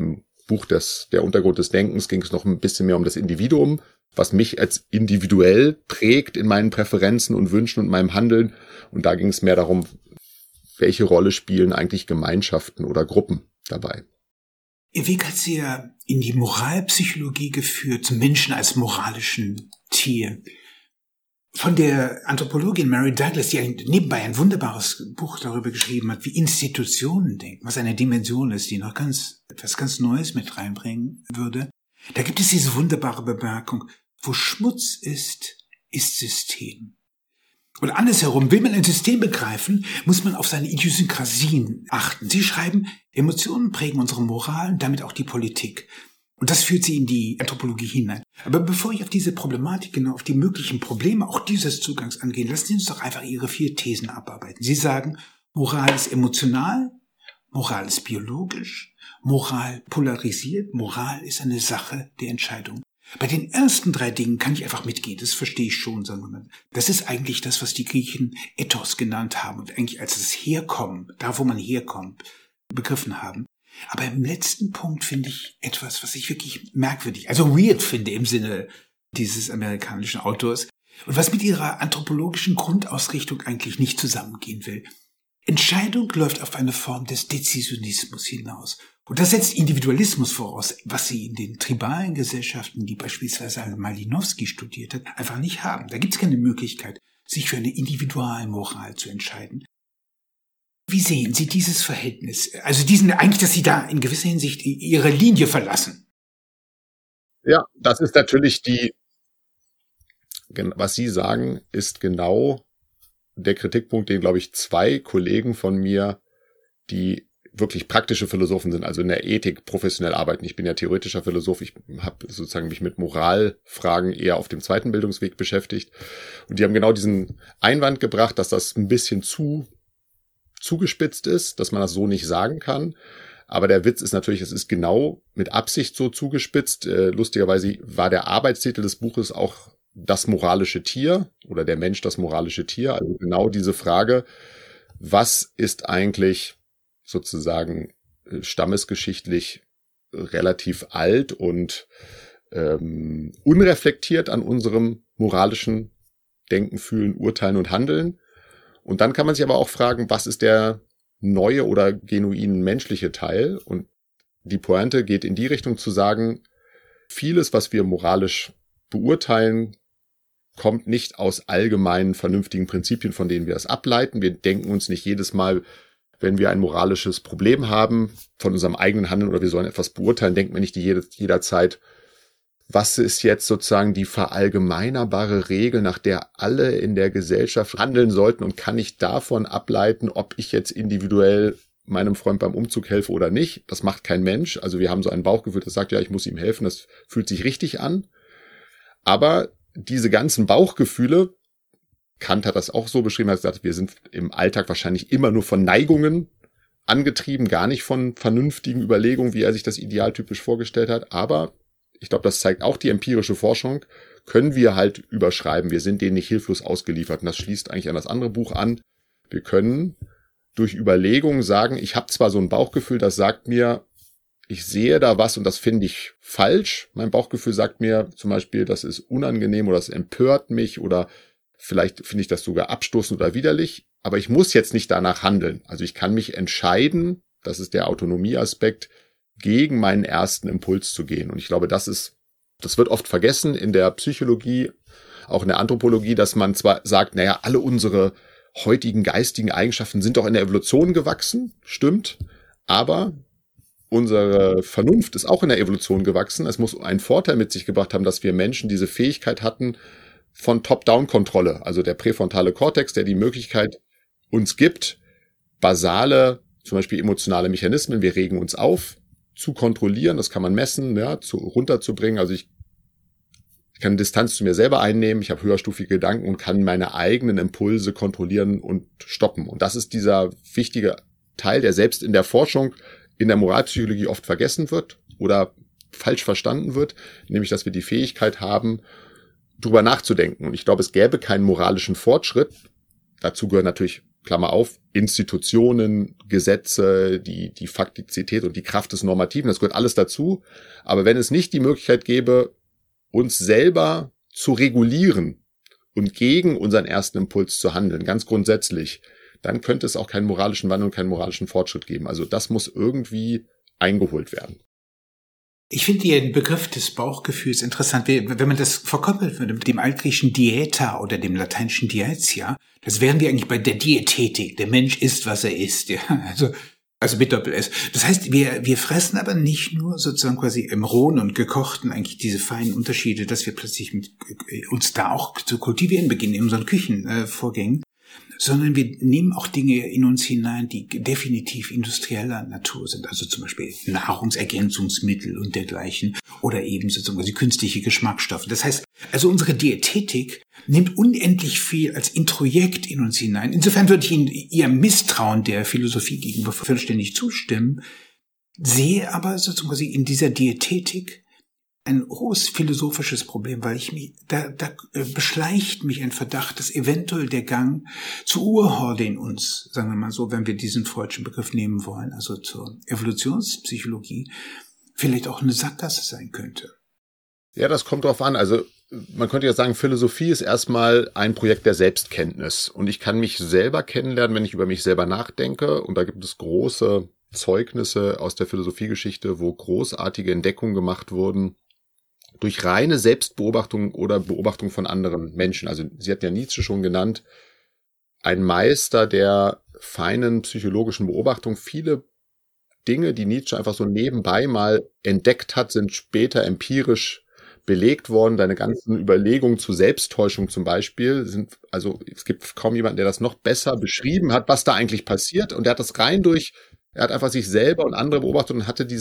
Buch der Untergrund des Denkens ging es noch ein bisschen mehr um das Individuum, was mich als individuell prägt in meinen Präferenzen und Wünschen und meinem Handeln. Und da ging es mehr darum, welche Rolle spielen eigentlich Gemeinschaften oder Gruppen dabei. Ihr Weg hat Sie ja in die Moralpsychologie geführt, zum Menschen als moralischen Tier. Von der Anthropologin Mary Douglas, die nebenbei ein wunderbares Buch darüber geschrieben hat, wie Institutionen denken, was eine Dimension ist, die noch etwas ganz Neues mit reinbringen würde. Da gibt es diese wunderbare Bemerkung, wo Schmutz ist, ist System. Und andersherum, will man ein System begreifen, muss man auf seine Idiosynkrasien achten. Sie schreiben, Emotionen prägen unsere Moral und damit auch die Politik. Und das führt Sie in die Anthropologie hinein. Aber bevor ich auf diese Problematik, genau auf die möglichen Probleme auch dieses Zugangs angehe, lassen Sie uns doch einfach Ihre 4 Thesen abarbeiten. Sie sagen, Moral ist emotional, Moral ist biologisch, Moral polarisiert, Moral ist eine Sache der Entscheidung. Bei den ersten 3 Dingen kann ich einfach mitgehen, das verstehe ich schon, sagen wir mal. Das ist eigentlich das, was die Griechen Ethos genannt haben und eigentlich als das Herkommen, da wo man herkommt, begriffen haben. Aber im letzten Punkt finde ich etwas, was ich wirklich merkwürdig, also weird finde im Sinne dieses amerikanischen Autors und was mit ihrer anthropologischen Grundausrichtung eigentlich nicht zusammengehen will. Entscheidung läuft auf eine Form des Dezisionismus hinaus. Und das setzt Individualismus voraus, was sie in den tribalen Gesellschaften, die beispielsweise Malinowski studiert hat, einfach nicht haben. Da gibt es keine Möglichkeit, sich für eine Individualmoral zu entscheiden. Wie sehen Sie dieses Verhältnis? Also eigentlich, dass Sie da in gewisser Hinsicht Ihre Linie verlassen. Ja, das ist natürlich was Sie sagen, ist genau der Kritikpunkt, den, glaube ich, 2 Kollegen von mir, die wirklich praktische Philosophen sind, also in der Ethik professionell arbeiten. Ich bin ja theoretischer Philosoph, ich habe sozusagen mich mit Moralfragen eher auf dem 2. Bildungsweg beschäftigt. Und die haben genau diesen Einwand gebracht, dass das ein bisschen zugespitzt ist, dass man das so nicht sagen kann. Aber der Witz ist natürlich, es ist genau mit Absicht so zugespitzt. Lustigerweise war der Arbeitstitel des Buches auch das moralische Tier oder der Mensch das moralische Tier. Also genau diese Frage, was ist eigentlich sozusagen stammesgeschichtlich relativ alt und unreflektiert an unserem moralischen Denken, Fühlen, Urteilen und Handeln. Und dann kann man sich aber auch fragen, was ist der neue oder genuin menschliche Teil? Und die Pointe geht in die Richtung zu sagen, vieles, was wir moralisch beurteilen, kommt nicht aus allgemeinen, vernünftigen Prinzipien, von denen wir das ableiten. Wir denken uns nicht jedes Mal, wenn wir ein moralisches Problem haben von unserem eigenen Handeln oder wir sollen etwas beurteilen, denken wir nicht jederzeit, was ist jetzt sozusagen die verallgemeinerbare Regel, nach der alle in der Gesellschaft handeln sollten und kann ich davon ableiten, ob ich jetzt individuell meinem Freund beim Umzug helfe oder nicht. Das macht kein Mensch. Also wir haben so ein Bauchgefühl, das sagt, ja, ich muss ihm helfen, das fühlt sich richtig an. Aber diese ganzen Bauchgefühle, Kant hat das auch so beschrieben, er hat gesagt, wir sind im Alltag wahrscheinlich immer nur von Neigungen angetrieben, gar nicht von vernünftigen Überlegungen, wie er sich das idealtypisch vorgestellt hat. Aber ich glaube, das zeigt auch die empirische Forschung, können wir halt überschreiben. Wir sind denen nicht hilflos ausgeliefert. Und das schließt eigentlich an das andere Buch an. Wir können durch Überlegungen sagen, ich habe zwar so ein Bauchgefühl, das sagt mir, ich sehe da was und das finde ich falsch. Mein Bauchgefühl sagt mir zum Beispiel, das ist unangenehm oder das empört mich oder vielleicht finde ich das sogar abstoßend oder widerlich. Aber ich muss jetzt nicht danach handeln. Also ich kann mich entscheiden, das ist der Autonomieaspekt, gegen meinen ersten Impuls zu gehen. Und ich glaube, das wird oft vergessen in der Psychologie, auch in der Anthropologie, dass man zwar sagt, naja, alle unsere heutigen geistigen Eigenschaften sind doch in der Evolution gewachsen, stimmt, aber unsere Vernunft ist auch in der Evolution gewachsen. Es muss einen Vorteil mit sich gebracht haben, dass wir Menschen diese Fähigkeit hatten von Top-Down-Kontrolle, also der präfrontale Kortex, der die Möglichkeit uns gibt, basale, zum Beispiel emotionale Mechanismen, wir regen uns auf, zu kontrollieren, das kann man messen, ja, runterzubringen. Also ich kann Distanz zu mir selber einnehmen, ich habe höherstufige Gedanken und kann meine eigenen Impulse kontrollieren und stoppen. Und das ist dieser wichtige Teil, der selbst in der Forschung, in der Moralpsychologie oft vergessen wird oder falsch verstanden wird, nämlich, dass wir die Fähigkeit haben, drüber nachzudenken. Und ich glaube, es gäbe keinen moralischen Fortschritt. Dazu gehören natürlich Klammer auf, Institutionen, Gesetze, die Faktizität und die Kraft des Normativen, das gehört alles dazu. Aber wenn es nicht die Möglichkeit gäbe, uns selber zu regulieren und gegen unseren ersten Impuls zu handeln, ganz grundsätzlich, dann könnte es auch keinen moralischen Wandel und keinen moralischen Fortschritt geben. Also das muss irgendwie eingeholt werden. Ich finde den Begriff des Bauchgefühls interessant, wenn man das verkoppelt würde mit dem altgriechischen Dieta oder dem lateinischen Diaetia, das wären wir eigentlich bei der Diätetik. Der Mensch isst, was er isst, ja. Also mit Doppel-S. Das heißt, wir fressen aber nicht nur sozusagen quasi im Rohen und Gekochten eigentlich diese feinen Unterschiede, dass wir plötzlich mit uns da auch zu kultivieren beginnen in unseren Küchenvorgängen, sondern wir nehmen auch Dinge in uns hinein, die definitiv industrieller Natur sind, also zum Beispiel Nahrungsergänzungsmittel und dergleichen oder eben sozusagen die künstliche Geschmacksstoffe. Das heißt, also unsere Diätetik nimmt unendlich viel als Introjekt in uns hinein. Insofern würde ich Ihnen Ihrem Misstrauen der Philosophie gegenüber vollständig zustimmen, sehe aber sozusagen in dieser Diätetik ein hohes philosophisches Problem, weil da beschleicht mich ein Verdacht, dass eventuell der Gang zur Urhorde in uns, sagen wir mal so, wenn wir diesen freudschen Begriff nehmen wollen, also zur Evolutionspsychologie, vielleicht auch eine Sackgasse sein könnte. Ja, das kommt drauf an. Also man könnte ja sagen, Philosophie ist erstmal ein Projekt der Selbstkenntnis. Und ich kann mich selber kennenlernen, wenn ich über mich selber nachdenke. Und da gibt es große Zeugnisse aus der Philosophiegeschichte, wo großartige Entdeckungen gemacht wurden durch reine Selbstbeobachtung oder Beobachtung von anderen Menschen. Also Sie hatten ja Nietzsche schon genannt, ein Meister der feinen psychologischen Beobachtung. Viele Dinge, die Nietzsche einfach so nebenbei mal entdeckt hat, sind später empirisch belegt worden. Deine ganzen Überlegungen zu Selbsttäuschung zum Beispiel sind, also es gibt kaum jemanden, der das noch besser beschrieben hat, was da eigentlich passiert. Und er hat das er hat einfach sich selber und andere beobachtet und hatte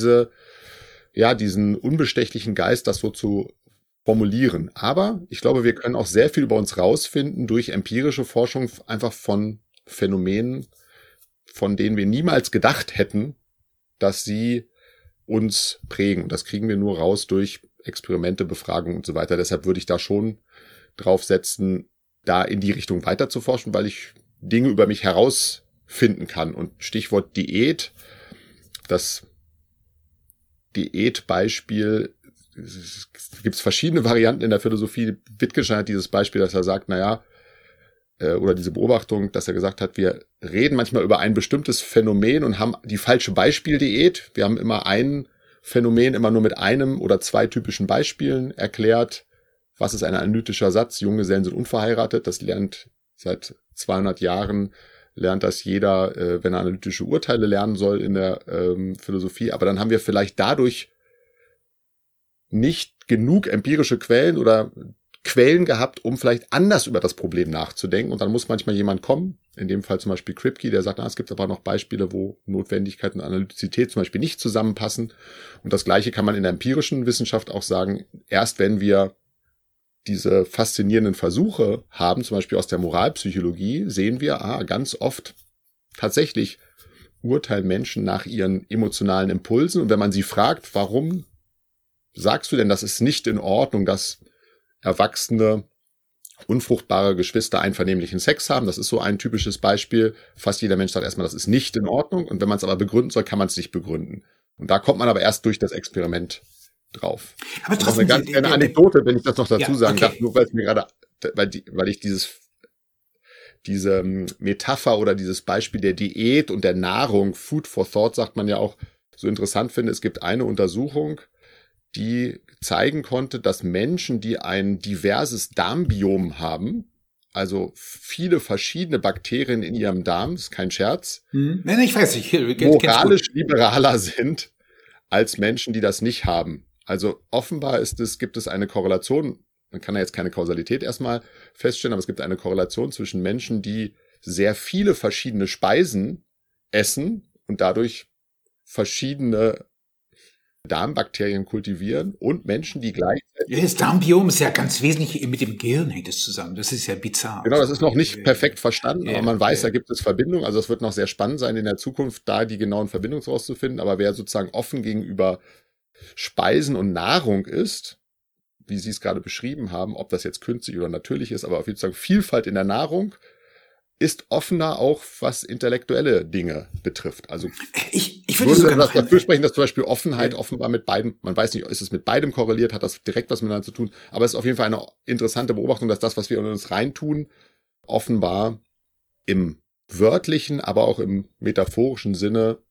diesen unbestechlichen Geist, das so zu formulieren. Aber ich glaube, wir können auch sehr viel über uns rausfinden durch empirische Forschung, einfach von Phänomenen, von denen wir niemals gedacht hätten, dass sie uns prägen. Das kriegen wir nur raus durch Experimente, Befragungen und so weiter. Deshalb würde ich da schon drauf setzen, da in die Richtung weiter zu forschen, weil ich Dinge über mich herausfinden kann. Und Stichwort Diät, das Diätbeispiel, es gibt verschiedene Varianten in der Philosophie. Wittgenstein hat dieses Beispiel, dass er sagt, oder diese Beobachtung, dass er gesagt hat, wir reden manchmal über ein bestimmtes Phänomen und haben die falsche Beispieldiät. Wir haben immer ein Phänomen immer nur mit einem oder zwei typischen Beispielen erklärt. Was ist ein analytischer Satz? Junggesellen sind unverheiratet. Das lernt seit 200 Jahren, lernt das jeder, wenn er analytische Urteile lernen soll in der Philosophie. Aber dann haben wir vielleicht dadurch nicht genug empirische Quellen oder Quellen gehabt, um vielleicht anders über das Problem nachzudenken. Und dann muss manchmal jemand kommen, in dem Fall zum Beispiel Kripke, der sagt, es gibt aber noch Beispiele, wo Notwendigkeit und Analytizität zum Beispiel nicht zusammenpassen. Und das Gleiche kann man in der empirischen Wissenschaft auch sagen. Erst wenn wir diese faszinierenden Versuche haben, zum Beispiel aus der Moralpsychologie, sehen wir, ganz oft tatsächlich urteilen Menschen nach ihren emotionalen Impulsen. Und wenn man sie fragt, warum sagst du denn, das ist nicht in Ordnung, dass erwachsene, unfruchtbare Geschwister einvernehmlichen Sex haben? Das ist so ein typisches Beispiel. Fast jeder Mensch sagt erstmal, das ist nicht in Ordnung. Und wenn man es aber begründen soll, kann man es nicht begründen. Und da kommt man aber erst durch das Experiment drauf. Aber trotzdem, noch eine ganz kleine Anekdote, wenn ich das noch dazu sagen darf, nur weil es mir gerade, weil ich diese Metapher oder dieses Beispiel der Diät und der Nahrung, Food for Thought sagt man ja auch, so interessant finde. Es gibt eine Untersuchung, die zeigen konnte, dass Menschen, die ein diverses Darmbiom haben, also viele verschiedene Bakterien in ihrem Darm, ist kein Scherz, ich weiß nicht, moralisch liberaler sind als Menschen, die das nicht haben. Also offenbar gibt es eine Korrelation, man kann ja jetzt keine Kausalität erstmal feststellen, aber es gibt eine Korrelation zwischen Menschen, die sehr viele verschiedene Speisen essen und dadurch verschiedene Darmbakterien kultivieren und Menschen, die gleichzeitig... Das Darmbiom ist ja ganz wesentlich, mit dem Gehirn hängt es zusammen. Das ist ja bizarr. Genau, das ist noch nicht perfekt verstanden, aber man weiß, da gibt es Verbindungen. Also es wird noch sehr spannend sein, in der Zukunft da die genauen Verbindungen rauszufinden. Aber wer sozusagen offen gegenüber Speisen und Nahrung ist, wie Sie es gerade beschrieben haben, ob das jetzt künstlich oder natürlich ist, aber auf jeden Fall Vielfalt in der Nahrung, ist offener auch, was intellektuelle Dinge betrifft. Also ich würde sogar noch dafür sprechen, dass zum Beispiel Offenheit offenbar mit beidem, man weiß nicht, ist es mit beidem korreliert, hat das direkt was miteinander zu tun, aber es ist auf jeden Fall eine interessante Beobachtung, dass das, was wir in uns reintun, offenbar im wörtlichen, aber auch im metaphorischen Sinne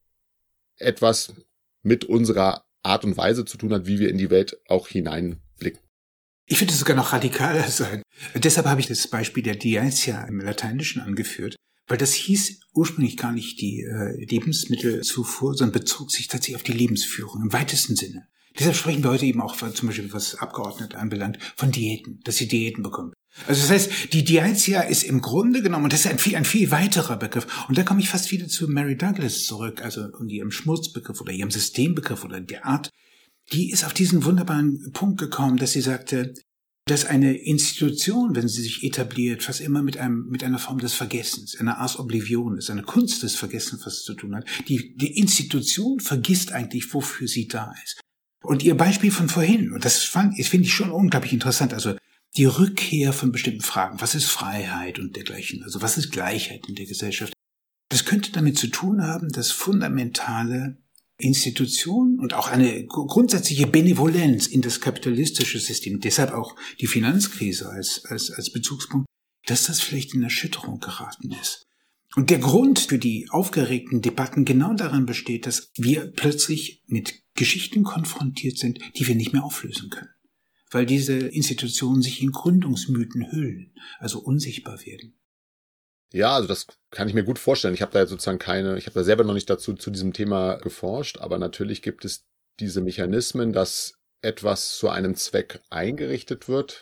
etwas mit unserer Art und Weise zu tun hat, wie wir in die Welt auch hineinblicken. Ich würde sogar noch radikaler sein. Deshalb habe ich das Beispiel der Diaetia im Lateinischen angeführt, weil das hieß ursprünglich gar nicht die Lebensmittelzufuhr, sondern bezog sich tatsächlich auf die Lebensführung im weitesten Sinne. Deshalb sprechen wir heute eben auch, zum Beispiel was Abgeordnete anbelangt, von Diäten, dass sie Diäten bekommen. Also das heißt, die Diaetia ist im Grunde genommen, und das ist ein viel weiterer Begriff, und da komme ich fast wieder zu Mary Douglas zurück, also und ihrem Schmutzbegriff oder ihrem Systembegriff oder der Art, die ist auf diesen wunderbaren Punkt gekommen, dass sie sagte, dass eine Institution, wenn sie sich etabliert, fast immer mit einer Form des Vergessens, einer Ars Oblivion ist, eine Kunst des Vergessens, was zu tun hat. Die Institution vergisst eigentlich, wofür sie da ist. Und ihr Beispiel von vorhin, und das finde ich schon unglaublich interessant, also die Rückkehr von bestimmten Fragen, was ist Freiheit und dergleichen, also was ist Gleichheit in der Gesellschaft, das könnte damit zu tun haben, dass fundamentale Institutionen und auch eine grundsätzliche Benevolenz in das kapitalistische System, deshalb auch die Finanzkrise als Bezugspunkt, dass das vielleicht in Erschütterung geraten ist. Und der Grund für die aufgeregten Debatten genau darin besteht, dass wir plötzlich mit Geschichten konfrontiert sind, die wir nicht mehr auflösen können, weil diese Institutionen sich in Gründungsmythen hüllen, also unsichtbar werden. Ja, also das kann ich mir gut vorstellen. Ich habe da jetzt sozusagen ich habe da selber noch nicht zu diesem Thema geforscht, aber natürlich gibt es diese Mechanismen, dass etwas zu einem Zweck eingerichtet wird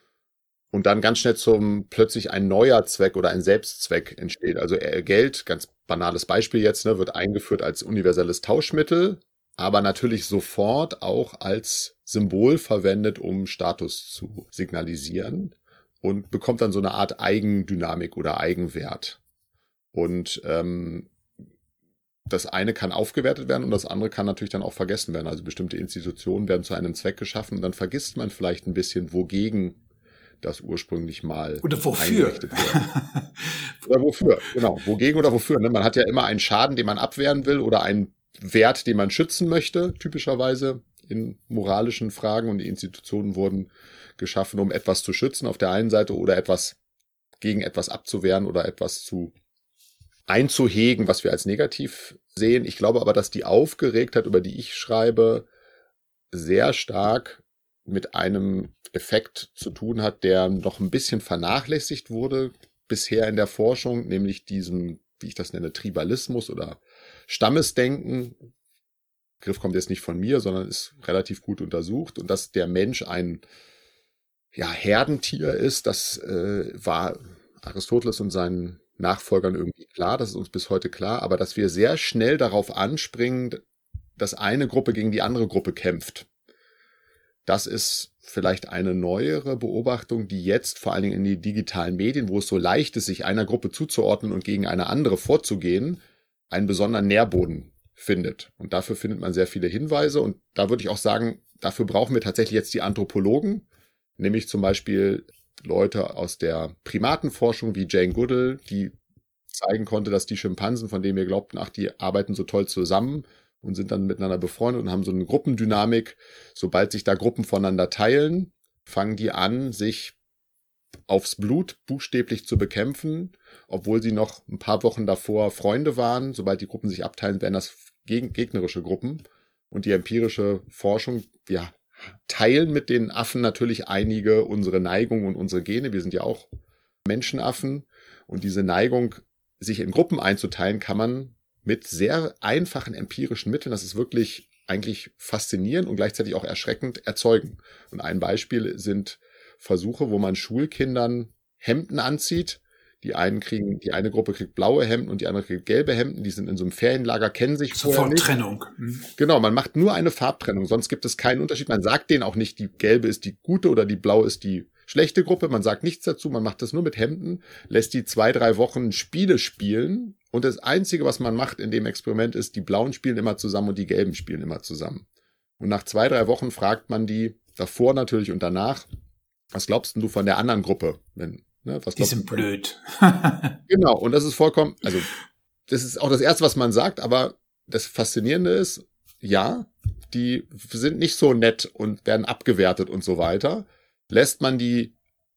und dann ganz schnell plötzlich ein neuer Zweck oder ein Selbstzweck entsteht. Also Geld, ganz banales Beispiel jetzt, ne, wird eingeführt als universelles Tauschmittel, aber natürlich sofort auch als Symbol verwendet, um Status zu signalisieren. Und bekommt dann so eine Art Eigendynamik oder Eigenwert. Und das eine kann aufgewertet werden und das andere kann natürlich dann auch vergessen werden. Also bestimmte Institutionen werden zu einem Zweck geschaffen und dann vergisst man vielleicht ein bisschen, wogegen das ursprünglich mal eingerichtet wurde. Oder wofür, genau. Wogegen oder wofür. Ne? Man hat ja immer einen Schaden, den man abwehren will oder einen Wert, den man schützen möchte, typischerweise in moralischen Fragen, und die Institutionen wurden geschaffen, um etwas zu schützen auf der einen Seite oder etwas gegen etwas abzuwehren oder etwas einzuhegen, was wir als negativ sehen. Ich glaube aber, dass die Aufgeregtheit, über die ich schreibe, sehr stark mit einem Effekt zu tun hat, der noch ein bisschen vernachlässigt wurde bisher in der Forschung, nämlich diesem, wie ich das nenne, Tribalismus oder Stammesdenken. Der Begriff kommt jetzt nicht von mir, sondern ist relativ gut untersucht, und dass der Mensch ein Herdentier ist, das war Aristoteles und seinen Nachfolgern irgendwie klar, das ist uns bis heute klar, aber dass wir sehr schnell darauf anspringen, dass eine Gruppe gegen die andere Gruppe kämpft. Das ist vielleicht eine neuere Beobachtung, die jetzt vor allen Dingen in die digitalen Medien, wo es so leicht ist, sich einer Gruppe zuzuordnen und gegen eine andere vorzugehen, einen besonderen Nährboden findet. Und dafür findet man sehr viele Hinweise, und da würde ich auch sagen, dafür brauchen wir tatsächlich jetzt die Anthropologen, nämlich zum Beispiel Leute aus der Primatenforschung wie Jane Goodall, die zeigen konnte, dass die Schimpansen, von denen wir glaubten, die arbeiten so toll zusammen und sind dann miteinander befreundet und haben so eine Gruppendynamik. Sobald sich da Gruppen voneinander teilen, fangen die an, sich aufs Blut buchstäblich zu bekämpfen, obwohl sie noch ein paar Wochen davor Freunde waren. Sobald die Gruppen sich abteilen, werden das gegnerische Gruppen. Und die empirische Forschung, teilen mit den Affen natürlich einige unsere Neigungen und unsere Gene. Wir sind ja auch Menschenaffen. Und diese Neigung, sich in Gruppen einzuteilen, kann man mit sehr einfachen empirischen Mitteln, das ist wirklich eigentlich faszinierend und gleichzeitig auch erschreckend, erzeugen. Und ein Beispiel sind Versuche, wo man Schulkindern Hemden anzieht. Die eine Gruppe kriegt blaue Hemden und die andere kriegt gelbe Hemden. Die sind in so einem Ferienlager, kennen sich vorher nicht. Trennung. Genau, man macht nur eine Farbtrennung, sonst gibt es keinen Unterschied. Man sagt denen auch nicht, die gelbe ist die gute oder die blaue ist die schlechte Gruppe. Man sagt nichts dazu, man macht das nur mit Hemden, lässt die 2-3 Wochen Spiele spielen. Und das Einzige, was man macht in dem Experiment, ist, die Blauen spielen immer zusammen und die Gelben spielen immer zusammen. Und nach 2-3 Wochen fragt man die, davor natürlich und danach, was glaubst du von der anderen Gruppe, wenn Ne, die sind blöd. Genau, und das ist vollkommen, also das ist auch das Erste, was man sagt, aber das Faszinierende ist, ja, die sind nicht so nett und werden abgewertet und so weiter. Lässt man die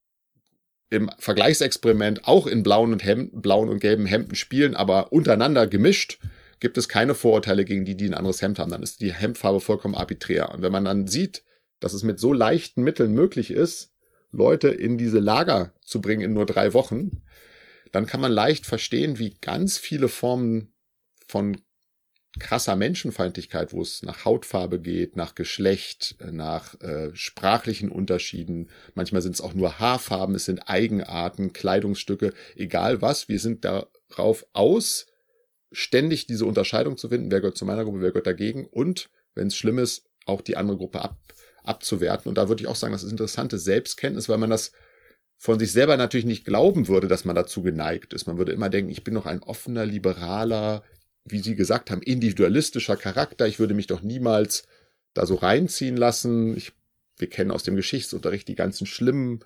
im Vergleichsexperiment auch in blauen und gelben Hemden spielen, aber untereinander gemischt, gibt es keine Vorurteile gegen die, die ein anderes Hemd haben. Dann ist die Hemdfarbe vollkommen arbiträr. Und wenn man dann sieht, dass es mit so leichten Mitteln möglich ist, Leute in diese Lager zu bringen in nur 3 Wochen, dann kann man leicht verstehen, wie ganz viele Formen von krasser Menschenfeindlichkeit, wo es nach Hautfarbe geht, nach Geschlecht, nach sprachlichen Unterschieden. Manchmal sind es auch nur Haarfarben, es sind Eigenarten, Kleidungsstücke, egal was. Wir sind darauf aus, ständig diese Unterscheidung zu finden, wer gehört zu meiner Gruppe, wer gehört dagegen und, wenn es schlimm ist, auch die andere Gruppe abzuwerten. Und da würde ich auch sagen, das ist interessante Selbstkenntnis, weil man das von sich selber natürlich nicht glauben würde, dass man dazu geneigt ist. Man würde immer denken, ich bin doch ein offener, liberaler, wie Sie gesagt haben, individualistischer Charakter. Ich würde mich doch niemals da so reinziehen lassen. Wir kennen aus dem Geschichtsunterricht die ganzen schlimmen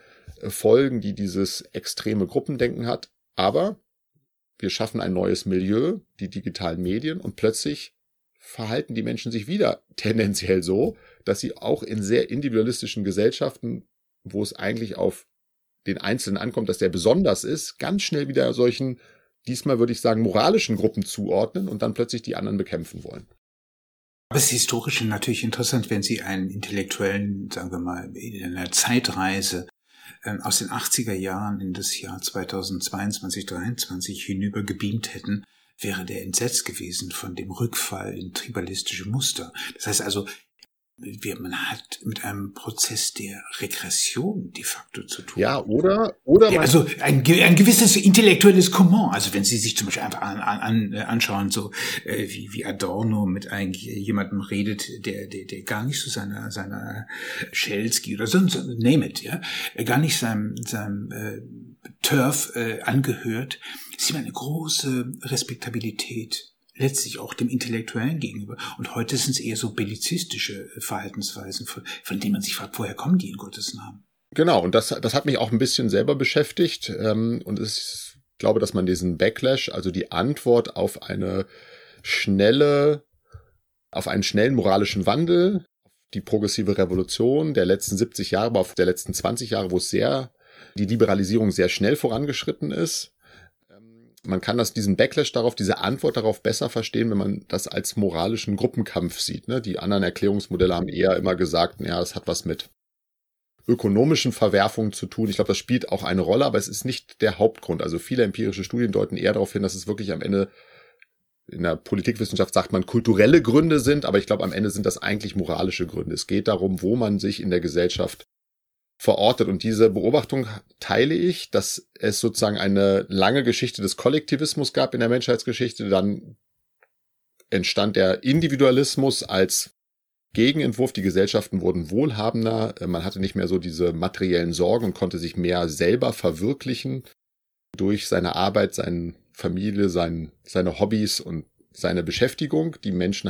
Folgen, die dieses extreme Gruppendenken hat. Aber wir schaffen ein neues Milieu, die digitalen Medien, und plötzlich verhalten die Menschen sich wieder tendenziell so, dass sie auch in sehr individualistischen Gesellschaften, wo es eigentlich auf den Einzelnen ankommt, dass der besonders ist, ganz schnell wieder solchen, diesmal würde ich sagen, moralischen Gruppen zuordnen und dann plötzlich die anderen bekämpfen wollen. Aber es ist historisch natürlich interessant, wenn Sie einen Intellektuellen, sagen wir mal, in einer Zeitreise aus den 80er Jahren in das Jahr 2022, 2023 hinüber gebeamt hätten, wäre der entsetzt gewesen von dem Rückfall in tribalistische Muster. Das heißt also, man hat mit einem Prozess der Regression de facto zu tun. Ja, oder ja, also ein gewisses intellektuelles Comment. Also wenn Sie sich zum Beispiel einfach anschauen, so wie Adorno mit jemandem redet, der gar nicht so seiner Schelsky oder sonst name it, ja, gar nicht seinem Turf angehört, sieht man eine große Respektabilität letztlich auch dem Intellektuellen gegenüber. Und heute sind es eher so bellizistische Verhaltensweisen, von denen man sich fragt, woher kommen die in Gottes Namen? Genau, und das hat mich auch ein bisschen selber beschäftigt. Und ich glaube, dass man diesen Backlash, also die Antwort auf einen schnellen moralischen Wandel, die progressive Revolution der letzten 70 Jahre, aber auch der letzten 20 Jahre, wo die Liberalisierung sehr schnell vorangeschritten ist. Man kann diesen Backlash darauf, diese Antwort darauf besser verstehen, wenn man das als moralischen Gruppenkampf sieht. Ne? Die anderen Erklärungsmodelle haben eher immer gesagt, ja, das hat was mit ökonomischen Verwerfungen zu tun. Ich glaube, das spielt auch eine Rolle, aber es ist nicht der Hauptgrund. Also viele empirische Studien deuten eher darauf hin, dass es wirklich am Ende, in der Politikwissenschaft sagt man, kulturelle Gründe sind, aber ich glaube, am Ende sind das eigentlich moralische Gründe. Es geht darum, wo man sich in der Gesellschaft verortet. Und diese Beobachtung teile ich, dass es sozusagen eine lange Geschichte des Kollektivismus gab in der Menschheitsgeschichte. Dann entstand der Individualismus als Gegenentwurf. Die Gesellschaften wurden wohlhabender. Man hatte nicht mehr so diese materiellen Sorgen und konnte sich mehr selber verwirklichen durch seine Arbeit, seine Familie, seine Hobbys und seine Beschäftigung. Die Menschen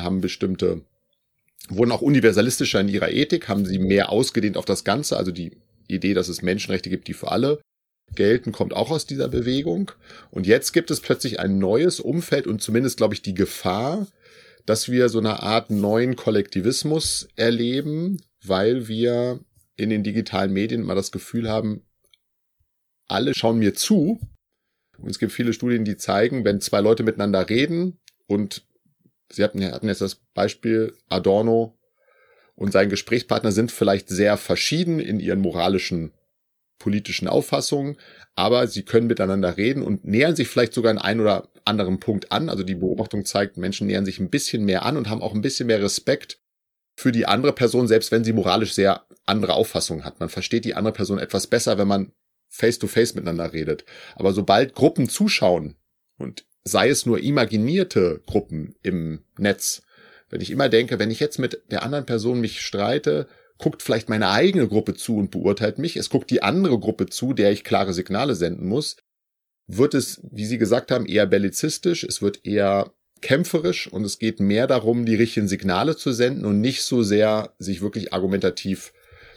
wurden auch universalistischer in ihrer Ethik, haben sie mehr ausgedehnt auf das Ganze. Also die Idee, dass es Menschenrechte gibt, die für alle gelten, kommt auch aus dieser Bewegung. Und jetzt gibt es plötzlich ein neues Umfeld und zumindest, glaube ich, die Gefahr, dass wir so eine Art neuen Kollektivismus erleben, weil wir in den digitalen Medien mal das Gefühl haben, alle schauen mir zu. Und es gibt viele Studien, die zeigen, wenn 2 Leute miteinander reden und Sie hatten jetzt das Beispiel, Adorno und sein Gesprächspartner sind vielleicht sehr verschieden in ihren moralischen, politischen Auffassungen, aber sie können miteinander reden und nähern sich vielleicht sogar an einen oder anderen Punkt an. Also die Beobachtung zeigt, Menschen nähern sich ein bisschen mehr an und haben auch ein bisschen mehr Respekt für die andere Person, selbst wenn sie moralisch sehr andere Auffassungen hat. Man versteht die andere Person etwas besser, wenn man face-to-face miteinander redet. Aber sobald Gruppen zuschauen und sei es nur imaginierte Gruppen im Netz. Wenn ich immer denke, wenn ich jetzt mit der anderen Person mich streite, guckt vielleicht meine eigene Gruppe zu und beurteilt mich. Es guckt die andere Gruppe zu, der ich klare Signale senden muss. Wird es, wie Sie gesagt haben, eher bellizistisch, es wird eher kämpferisch und es geht mehr darum, die richtigen Signale zu senden und nicht so sehr, sich wirklich argumentativ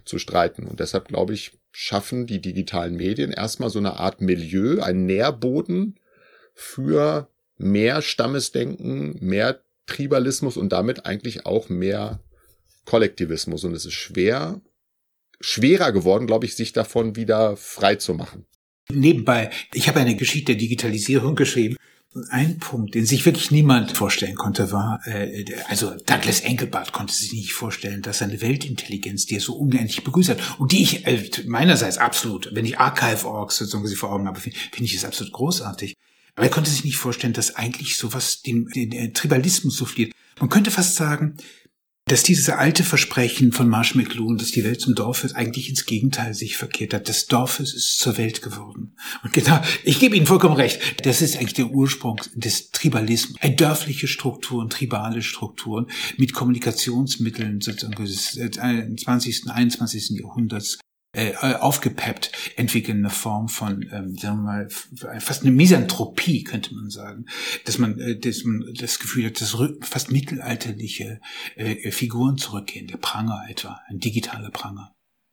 zu streiten. Und deshalb, glaube ich, schaffen die digitalen Medien erstmal so eine Art Milieu, einen Nährboden für mehr Stammesdenken, mehr Tribalismus und damit eigentlich auch mehr Kollektivismus. Und es ist schwerer geworden, glaube ich, sich davon wieder frei zu machen. Nebenbei, ich habe eine Geschichte der Digitalisierung geschrieben. Und ein Punkt, den sich wirklich niemand vorstellen konnte, war, also Douglas Engelbart konnte sich nicht vorstellen, dass eine Weltintelligenz, die er so unendlich begrüßt hat und die ich meinerseits absolut, wenn ich Archive.org sozusagen sie vor Augen habe, finde ich es absolut großartig. Aber er konnte sich nicht vorstellen, dass eigentlich sowas den Tribalismus so flieht. Man könnte fast sagen, dass dieses alte Versprechen von Marsh McLuhan, dass die Welt zum Dorf wird, eigentlich ins Gegenteil sich verkehrt hat. Das Dorf ist zur Welt geworden. Und genau, ich gebe Ihnen vollkommen recht. Das ist eigentlich der Ursprung des Tribalismus. Dörfliche Strukturen, tribale Strukturen mit Kommunikationsmitteln sozusagen des 20., 21. Jahrhunderts aufgepeppt, entwickeln eine Form von, sagen wir mal, fast eine Misanthropie, könnte man sagen, dass man das Gefühl hat, dass fast mittelalterliche Figuren zurückgehen, der Pranger etwa, ein digitaler Pranger.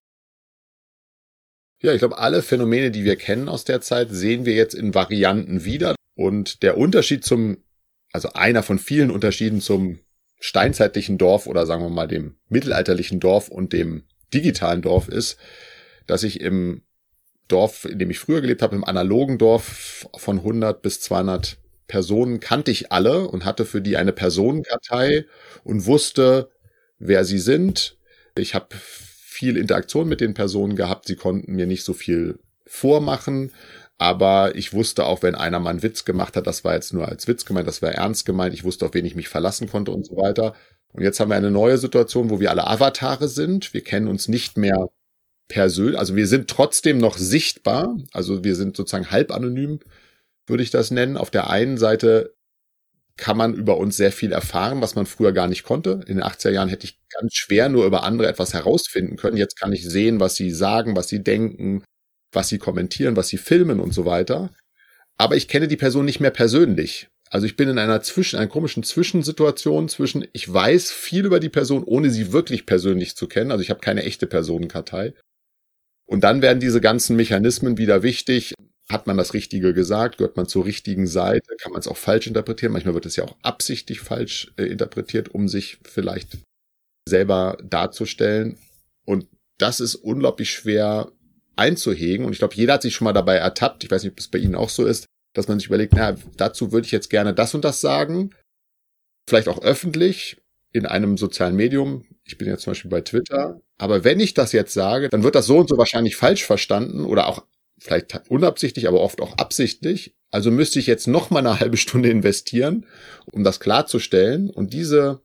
Ja, ich glaube, alle Phänomene, die wir kennen aus der Zeit, sehen wir jetzt in Varianten wieder. Und der Unterschied also einer von vielen Unterschieden zum steinzeitlichen Dorf oder sagen wir mal dem mittelalterlichen Dorf und dem digitalen Dorf ist, dass ich im Dorf, in dem ich früher gelebt habe, im analogen Dorf von 100 bis 200 Personen, kannte ich alle und hatte für die eine Personenkartei und wusste, wer sie sind. Ich habe viel Interaktion mit den Personen gehabt. Sie konnten mir nicht so viel vormachen, aber ich wusste auch, wenn einer mal einen Witz gemacht hat, das war jetzt nur als Witz gemeint, das war ernst gemeint. Ich wusste, auf wen ich mich verlassen konnte und so weiter. Und jetzt haben wir eine neue Situation, wo wir alle Avatare sind. Wir kennen uns nicht mehr persönlich, also wir sind trotzdem noch sichtbar. Also wir sind sozusagen halb anonym, würde ich das nennen. Auf der einen Seite kann man über uns sehr viel erfahren, was man früher gar nicht konnte. In den 80er Jahren hätte ich ganz schwer nur über andere etwas herausfinden können. Jetzt kann ich sehen, was sie sagen, was sie denken, was sie kommentieren, was sie filmen und so weiter. Aber ich kenne die Person nicht mehr persönlich. Also ich bin in einer komischen Zwischensituation zwischen, ich weiß viel über die Person, ohne sie wirklich persönlich zu kennen. Also ich habe keine echte Personenkartei. Und dann werden diese ganzen Mechanismen wieder wichtig. Hat man das Richtige gesagt? Gehört man zur richtigen Seite? Kann man es auch falsch interpretieren? Manchmal wird es ja auch absichtlich falsch interpretiert, um sich vielleicht selber darzustellen. Und das ist unglaublich schwer einzuhegen. Und ich glaube, jeder hat sich schon mal dabei ertappt. Ich weiß nicht, ob es bei Ihnen auch so ist, dass man sich überlegt, dazu würde ich jetzt gerne das und das sagen. Vielleicht auch öffentlich in einem sozialen Medium. Ich bin jetzt zum Beispiel bei Twitter. Aber wenn ich das jetzt sage, dann wird das so und so wahrscheinlich falsch verstanden oder auch vielleicht unabsichtlich, aber oft auch absichtlich. Also müsste ich jetzt noch mal eine halbe Stunde investieren, um das klarzustellen. Und dieses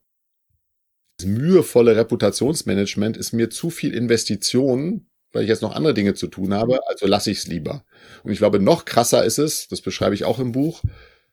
mühevolle Reputationsmanagement ist mir zu viel Investition, weil ich jetzt noch andere Dinge zu tun habe, also lasse ich es lieber. Und ich glaube, noch krasser ist es, das beschreibe ich auch im Buch,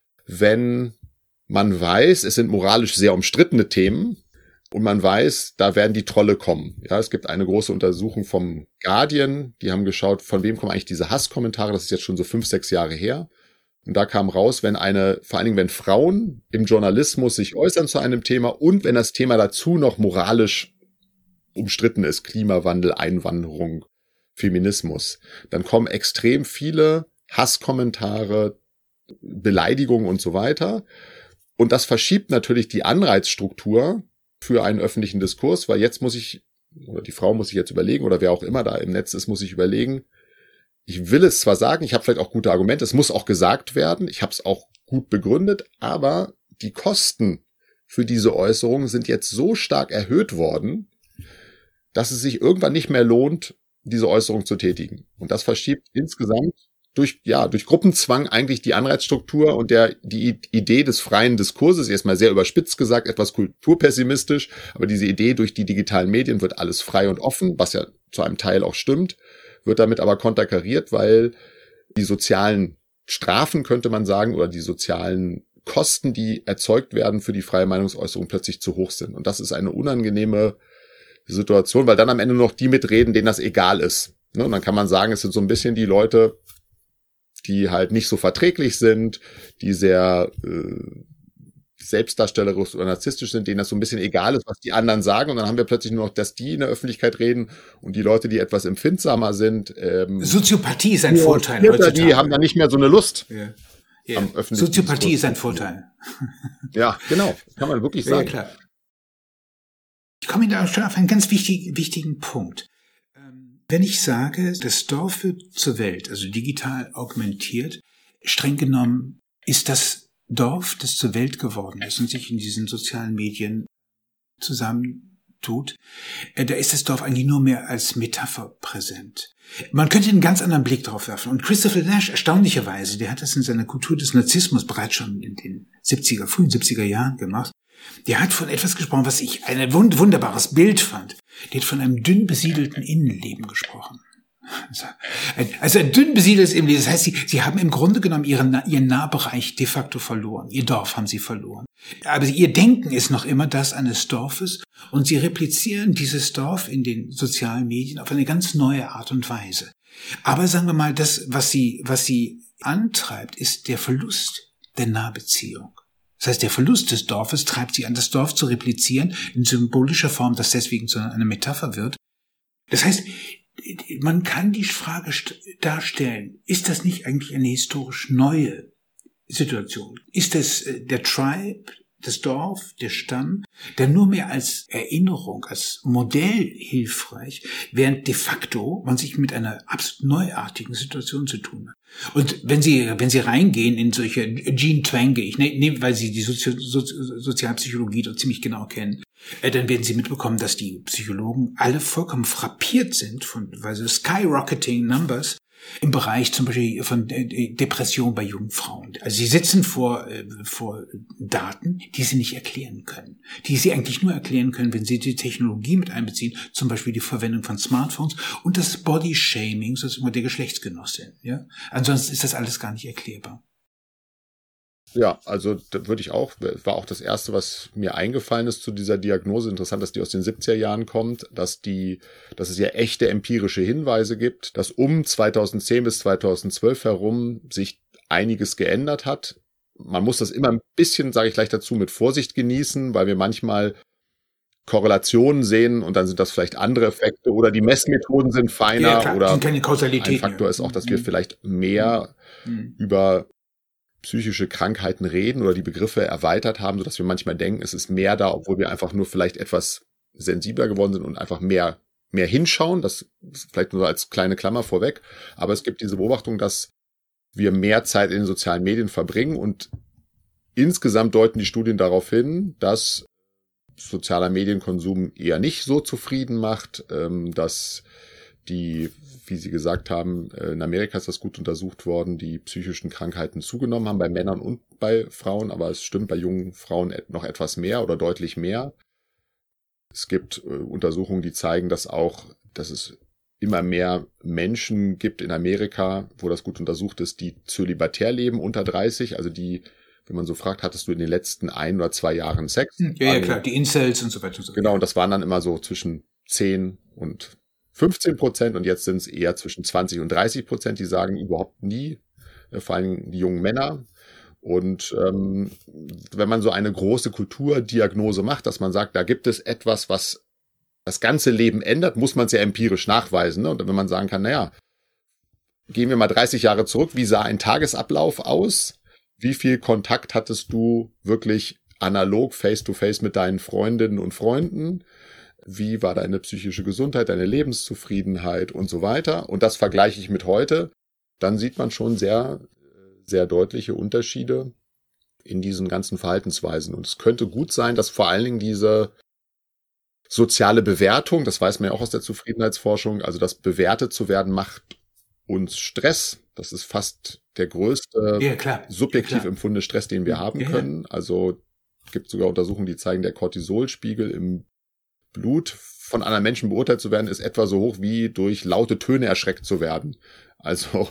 wenn man weiß, es sind moralisch sehr umstrittene Themen und man weiß, da werden die Trolle kommen. Ja, es gibt eine große Untersuchung vom Guardian, die haben geschaut, von wem kommen eigentlich diese Hasskommentare, das ist jetzt schon so 5, 6 Jahre her. Und da kam raus, vor allen Dingen, wenn Frauen im Journalismus sich äußern zu einem Thema und wenn das Thema dazu noch moralisch umstritten ist, Klimawandel, Einwanderung, Feminismus, dann kommen extrem viele Hasskommentare, Beleidigungen und so weiter. Und das verschiebt natürlich die Anreizstruktur für einen öffentlichen Diskurs, weil jetzt oder die Frau muss sich jetzt überlegen, oder wer auch immer da im Netz ist, muss sich überlegen, ich will es zwar sagen, ich habe vielleicht auch gute Argumente, es muss auch gesagt werden, ich habe es auch gut begründet, aber die Kosten für diese Äußerungen sind jetzt so stark erhöht worden, dass es sich irgendwann nicht mehr lohnt, diese Äußerung zu tätigen. Und das verschiebt insgesamt durch Gruppenzwang eigentlich die Anreizstruktur und die Idee des freien Diskurses, erstmal sehr überspitzt gesagt, etwas kulturpessimistisch, aber diese Idee durch die digitalen Medien wird alles frei und offen, was ja zu einem Teil auch stimmt, wird damit aber konterkariert, weil die sozialen Strafen, könnte man sagen, oder die sozialen Kosten, die erzeugt werden für die freie Meinungsäußerung, plötzlich zu hoch sind. Und das ist eine unangenehme Situation, weil dann am Ende noch die mitreden, denen das egal ist. Und dann kann man sagen, es sind so ein bisschen die Leute, die halt nicht so verträglich sind, die sehr selbstdarstellerisch oder narzisstisch sind, denen das so ein bisschen egal ist, was die anderen sagen. Und dann haben wir plötzlich nur noch, dass die in der Öffentlichkeit reden und die Leute, die etwas empfindsamer sind. Soziopathie ist ein Vorteil heutzutage. Die haben dann nicht mehr so eine Lust. Ja. Soziopathie ist ein Vorteil. Ja, genau. Kann man wirklich sagen. Ja, klar. Ich komme da schon auf einen ganz wichtigen Punkt. Wenn ich sage, das Dorf wird zur Welt, also digital augmentiert, streng genommen ist das Dorf, das zur Welt geworden ist und sich in diesen sozialen Medien zusammentut, da ist das Dorf eigentlich nur mehr als Metapher präsent. Man könnte einen ganz anderen Blick drauf werfen. Und Christopher Lasch, erstaunlicherweise, der hat das in seiner Kultur des Narzissmus bereits schon in den frühen 70er Jahren gemacht. Der hat von etwas gesprochen, was ich ein wunderbares Bild fand. Der hat von einem dünn besiedelten Innenleben gesprochen. Also ein dünn besiedeltes Innenleben. Das heißt, sie haben im Grunde genommen ihren Nahbereich de facto verloren. Ihr Dorf haben sie verloren. Aber ihr Denken ist noch immer das eines Dorfes und sie replizieren dieses Dorf in den sozialen Medien auf eine ganz neue Art und Weise. Aber sagen wir mal, das, was sie antreibt, ist der Verlust der Nahbeziehung. Das heißt, der Verlust des Dorfes treibt sie an, das Dorf zu replizieren in symbolischer Form, das deswegen zu einer Metapher wird. Das heißt, man kann die Frage darstellen, ist das nicht eigentlich eine historisch neue Situation? Ist das der Tribe, das Dorf, der Stamm, der nur mehr als Erinnerung, als Modell hilfreich, während de facto man sich mit einer absolut neuartigen Situation zu tun hat. Und wenn Sie reingehen in solche Jean Twenge, ich nehme, weil Sie die Sozialpsychologie dort ziemlich genau kennen, dann werden Sie mitbekommen, dass die Psychologen alle vollkommen frappiert sind weil so skyrocketing Numbers im Bereich zum Beispiel von Depression bei jungen Frauen. Also sie sitzen vor Daten, die sie nicht erklären können. Die sie eigentlich nur erklären können, wenn sie die Technologie mit einbeziehen, zum Beispiel die Verwendung von Smartphones und das Body-Shaming, sozusagen der Geschlechtsgenossin. Ja? Ansonsten ist das alles gar nicht erklärbar. Ja, also da war auch das Erste, was mir eingefallen ist zu dieser Diagnose. Interessant, dass die aus den 70er Jahren kommt, dass es ja echte empirische Hinweise gibt, dass um 2010 bis 2012 herum sich einiges geändert hat. Man muss das immer ein bisschen, sage ich gleich dazu, mit Vorsicht genießen, weil wir manchmal Korrelationen sehen und dann sind das vielleicht andere Effekte oder die Messmethoden sind feiner ja, klar, oder keine Kausalität. Ein Faktor ist auch, dass wir vielleicht mehr über psychische Krankheiten reden oder die Begriffe erweitert haben, sodass wir manchmal denken, es ist mehr da, obwohl wir einfach nur vielleicht etwas sensibler geworden sind und einfach mehr hinschauen. Das ist vielleicht nur als kleine Klammer vorweg. Aber es gibt diese Beobachtung, dass wir mehr Zeit in den sozialen Medien verbringen und insgesamt deuten die Studien darauf hin, dass sozialer Medienkonsum eher nicht so zufrieden macht, dass wie Sie gesagt haben, in Amerika ist das gut untersucht worden, die psychischen Krankheiten zugenommen haben, bei Männern und bei Frauen, aber es stimmt bei jungen Frauen noch etwas mehr oder deutlich mehr. Es gibt Untersuchungen, die zeigen, dass es immer mehr Menschen gibt in Amerika, wo das gut untersucht ist, die zölibatär leben unter 30, also die, wenn man so fragt, hattest du in den letzten 1 oder 2 Jahren Sex? Ja, klar, die Incels und so weiter und so. Genau, und das waren dann immer so zwischen 10 und 15% und jetzt sind es eher zwischen 20 und 30%, die sagen überhaupt nie, vor allem die jungen Männer. Und wenn man so eine große Kulturdiagnose macht, dass man sagt, da gibt es etwas, was das ganze Leben ändert, muss man es ja empirisch nachweisen. Ne? Und wenn man sagen kann, naja, gehen wir mal 30 Jahre zurück, wie sah ein Tagesablauf aus? Wie viel Kontakt hattest du wirklich analog, face-to-face mit deinen Freundinnen und Freunden? Wie war deine psychische Gesundheit, deine Lebenszufriedenheit und so weiter? Und das vergleiche ich mit heute. Dann sieht man schon sehr, sehr deutliche Unterschiede in diesen ganzen Verhaltensweisen. Und es könnte gut sein, dass vor allen Dingen diese soziale Bewertung, das weiß man ja auch aus der Zufriedenheitsforschung, also das bewertet zu werden, macht uns Stress. Das ist fast der größte subjektiv empfundene Stress, den wir haben können. Also es gibt sogar Untersuchungen, die zeigen, der Cortisolspiegel im Blut von anderen Menschen beurteilt zu werden, ist etwa so hoch wie durch laute Töne erschreckt zu werden. Also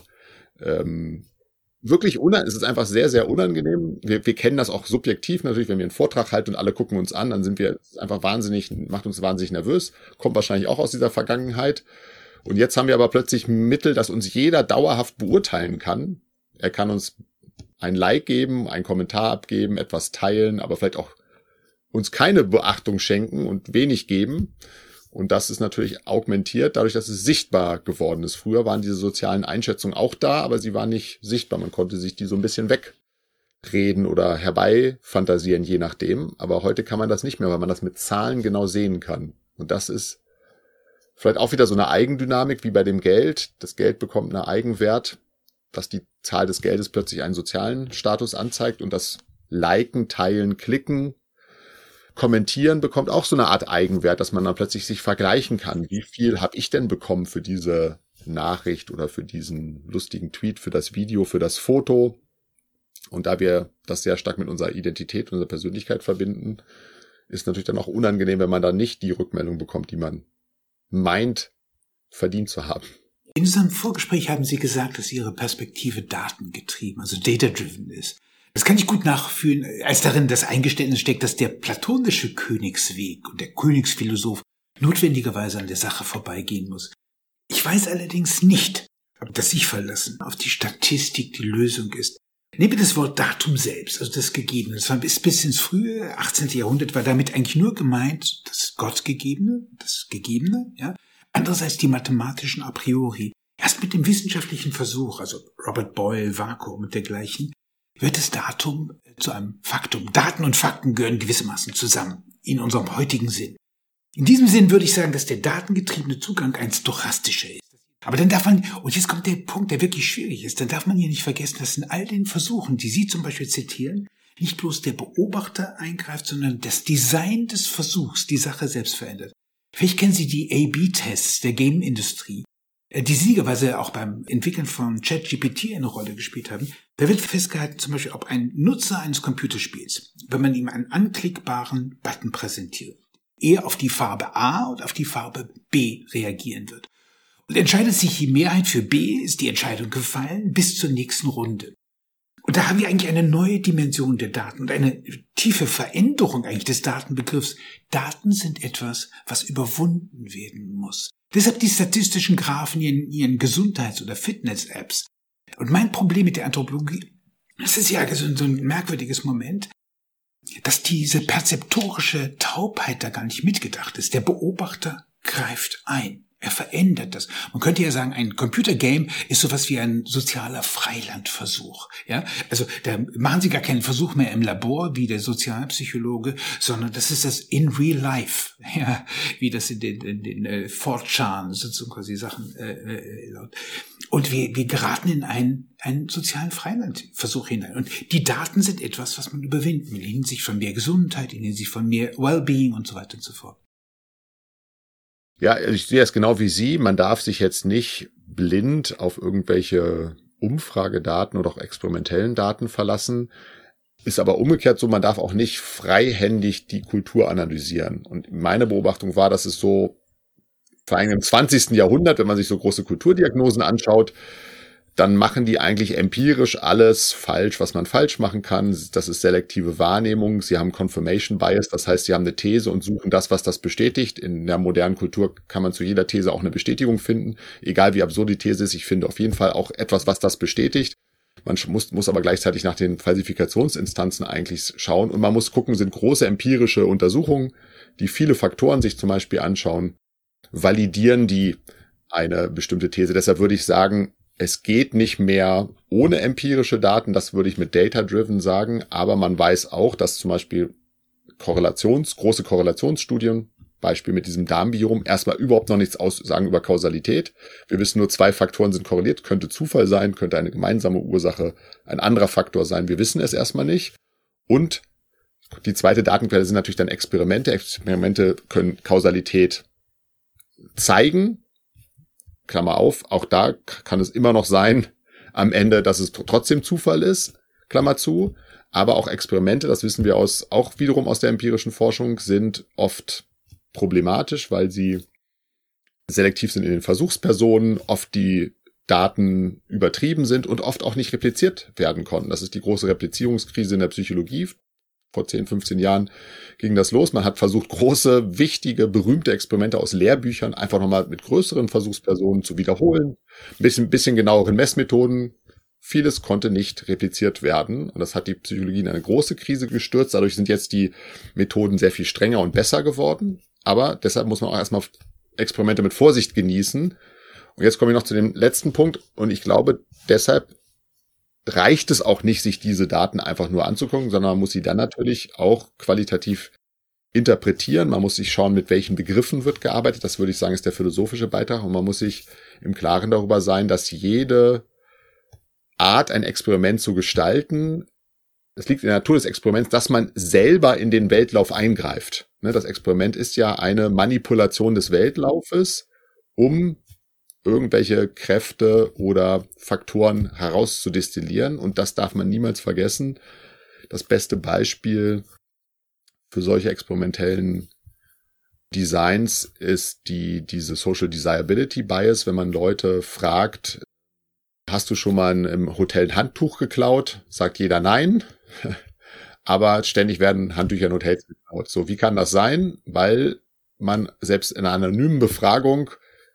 wirklich es ist einfach sehr, sehr unangenehm. Wir kennen das auch subjektiv natürlich, wenn wir einen Vortrag halten und alle gucken uns an, dann sind wir einfach macht uns wahnsinnig nervös, kommt wahrscheinlich auch aus dieser Vergangenheit. Und jetzt haben wir aber plötzlich Mittel, dass uns jeder dauerhaft beurteilen kann. Er kann uns ein Like geben, einen Kommentar abgeben, etwas teilen, aber vielleicht auch uns keine Beachtung schenken und wenig geben. Und das ist natürlich augmentiert, dadurch, dass es sichtbar geworden ist. Früher waren diese sozialen Einschätzungen auch da, aber sie waren nicht sichtbar. Man konnte sich die so ein bisschen wegreden oder herbeifantasieren, je nachdem. Aber heute kann man das nicht mehr, weil man das mit Zahlen genau sehen kann. Und das ist vielleicht auch wieder so eine Eigendynamik wie bei dem Geld. Das Geld bekommt einen Eigenwert, dass die Zahl des Geldes plötzlich einen sozialen Status anzeigt und das Liken, Teilen, Klicken, Kommentieren bekommt auch so eine Art Eigenwert, dass man dann plötzlich sich vergleichen kann. Wie viel habe ich denn bekommen für diese Nachricht oder für diesen lustigen Tweet, für das Video, für das Foto? Und da wir das sehr stark mit unserer Identität, unserer Persönlichkeit verbinden, ist natürlich dann auch unangenehm, wenn man dann nicht die Rückmeldung bekommt, die man meint, verdient zu haben. In unserem Vorgespräch haben Sie gesagt, dass Ihre Perspektive datengetrieben, also data-driven ist. Das kann ich gut nachfühlen, als darin das Eingeständnis steckt, dass der platonische Königsweg und der Königsphilosoph notwendigerweise an der Sache vorbeigehen muss. Ich weiß allerdings nicht, ob das sich verlassen auf die Statistik die Lösung ist. Nehmen wir das Wort Datum selbst, also das Gegebene. Das war bis ins frühe 18. Jahrhundert war damit eigentlich nur gemeint das Gottgegebene, das Gegebene, ja. Andererseits die mathematischen a priori. Erst mit dem wissenschaftlichen Versuch, also Robert Boyle, Vakuum und dergleichen, wird das Datum zu einem Faktum. Daten und Fakten gehören gewissermaßen zusammen, in unserem heutigen Sinn. In diesem Sinn würde ich sagen, dass der datengetriebene Zugang ein stochastischer ist. Aber dann darf man, und jetzt kommt der Punkt, der wirklich schwierig ist, dann darf man hier nicht vergessen, dass in all den Versuchen, die Sie zum Beispiel zitieren, nicht bloß der Beobachter eingreift, sondern das Design des Versuchs die Sache selbst verändert. Vielleicht kennen Sie die A/B-Tests der Game-Industrie, die siegerweise auch beim Entwickeln von ChatGPT eine Rolle gespielt haben. Da wird festgehalten, zum Beispiel, ob ein Nutzer eines Computerspiels, wenn man ihm einen anklickbaren Button präsentiert, eher auf die Farbe A oder auf die Farbe B reagieren wird. Und entscheidet sich die Mehrheit für B, ist die Entscheidung gefallen bis zur nächsten Runde. Und da haben wir eigentlich eine neue Dimension der Daten und eine tiefe Veränderung eigentlich des Datenbegriffs. Daten sind etwas, was überwunden werden muss. Deshalb die statistischen Graphen in ihren Gesundheits- oder Fitness-Apps. Und mein Problem mit der Anthropologie, das ist ja so ein merkwürdiges Moment, dass diese perzeptorische Taubheit da gar nicht mitgedacht ist. Der Beobachter greift ein. Er verändert das. Man könnte ja sagen, ein Computergame ist sowas wie ein sozialer Freilandversuch. Ja, also da machen Sie gar keinen Versuch mehr im Labor wie der Sozialpsychologe, sondern das ist das in real life. Ja, wie das in den 4chan so quasi Sachen laut. Und wir geraten in einen sozialen Freilandversuch hinein. Und die Daten sind etwas, was man überwinden will, in Hinsicht von mehr Gesundheit, in Hinsicht von mehr Wellbeing und so weiter und so fort. Ja, ich sehe es genau wie Sie. Man darf sich jetzt nicht blind auf irgendwelche Umfragedaten oder auch experimentellen Daten verlassen. Ist aber umgekehrt so, man darf auch nicht freihändig die Kultur analysieren. Und meine Beobachtung war, dass es so, vor allem im 20. Jahrhundert, wenn man sich so große Kulturdiagnosen anschaut, dann machen die eigentlich empirisch alles falsch, was man falsch machen kann. Das ist selektive Wahrnehmung. Sie haben Confirmation Bias, das heißt, sie haben eine These und suchen das, was das bestätigt. In der modernen Kultur kann man zu jeder These auch eine Bestätigung finden, egal wie absurd die These ist. Ich finde auf jeden Fall auch etwas, was das bestätigt. Man muss aber gleichzeitig nach den Falsifikationsinstanzen eigentlich schauen und man muss gucken, sind große empirische Untersuchungen, die viele Faktoren sich zum Beispiel anschauen, validieren die eine bestimmte These. Deshalb würde ich sagen, es geht nicht mehr ohne empirische Daten, das würde ich mit Data-Driven sagen, aber man weiß auch, dass zum Beispiel große Korrelationsstudien, Beispiel mit diesem Darmbiom, erstmal überhaupt noch nichts aussagen über Kausalität. Wir wissen nur, 2 Faktoren sind korreliert, könnte Zufall sein, könnte eine gemeinsame Ursache ein anderer Faktor sein, wir wissen es erstmal nicht. Und die zweite Datenquelle sind natürlich dann Experimente. Experimente können Kausalität zeigen, Klammer auf, auch da kann es immer noch sein, am Ende, dass es trotzdem Zufall ist, Klammer zu, aber auch Experimente, das wissen wir auch wiederum aus der empirischen Forschung, sind oft problematisch, weil sie selektiv sind in den Versuchspersonen, oft die Daten übertrieben sind und oft auch nicht repliziert werden konnten. Das ist die große Replizierungskrise in der Psychologie. Vor 10, 15 Jahren ging das los. Man hat versucht, große, wichtige, berühmte Experimente aus Lehrbüchern einfach nochmal mit größeren Versuchspersonen zu wiederholen. Ein bisschen genaueren Messmethoden vieles konnte nicht repliziert werden. Und das hat die Psychologie in eine große Krise gestürzt. Dadurch sind jetzt die Methoden sehr viel strenger und besser geworden. Aber deshalb muss man auch erstmal Experimente mit Vorsicht genießen. Und jetzt komme ich noch zu dem letzten Punkt. Und ich glaube, deshalb reicht es auch nicht, sich diese Daten einfach nur anzugucken, sondern man muss sie dann natürlich auch qualitativ interpretieren. Man muss sich schauen, mit welchen Begriffen wird gearbeitet. Das würde ich sagen, ist der philosophische Beitrag. Und man muss sich im Klaren darüber sein, dass jede Art, ein Experiment zu gestalten, es liegt in der Natur des Experiments, dass man selber in den Weltlauf eingreift. Das Experiment ist ja eine Manipulation des Weltlaufes, um irgendwelche Kräfte oder Faktoren herauszudestillieren. Und das darf man niemals vergessen. Das beste Beispiel für solche experimentellen Designs ist diese Social Desirability Bias, wenn man Leute fragt, hast du schon mal im Hotel ein Handtuch geklaut? Sagt jeder nein. Aber ständig werden Handtücher in Hotels geklaut. So, wie kann das sein? Weil man selbst in einer anonymen Befragung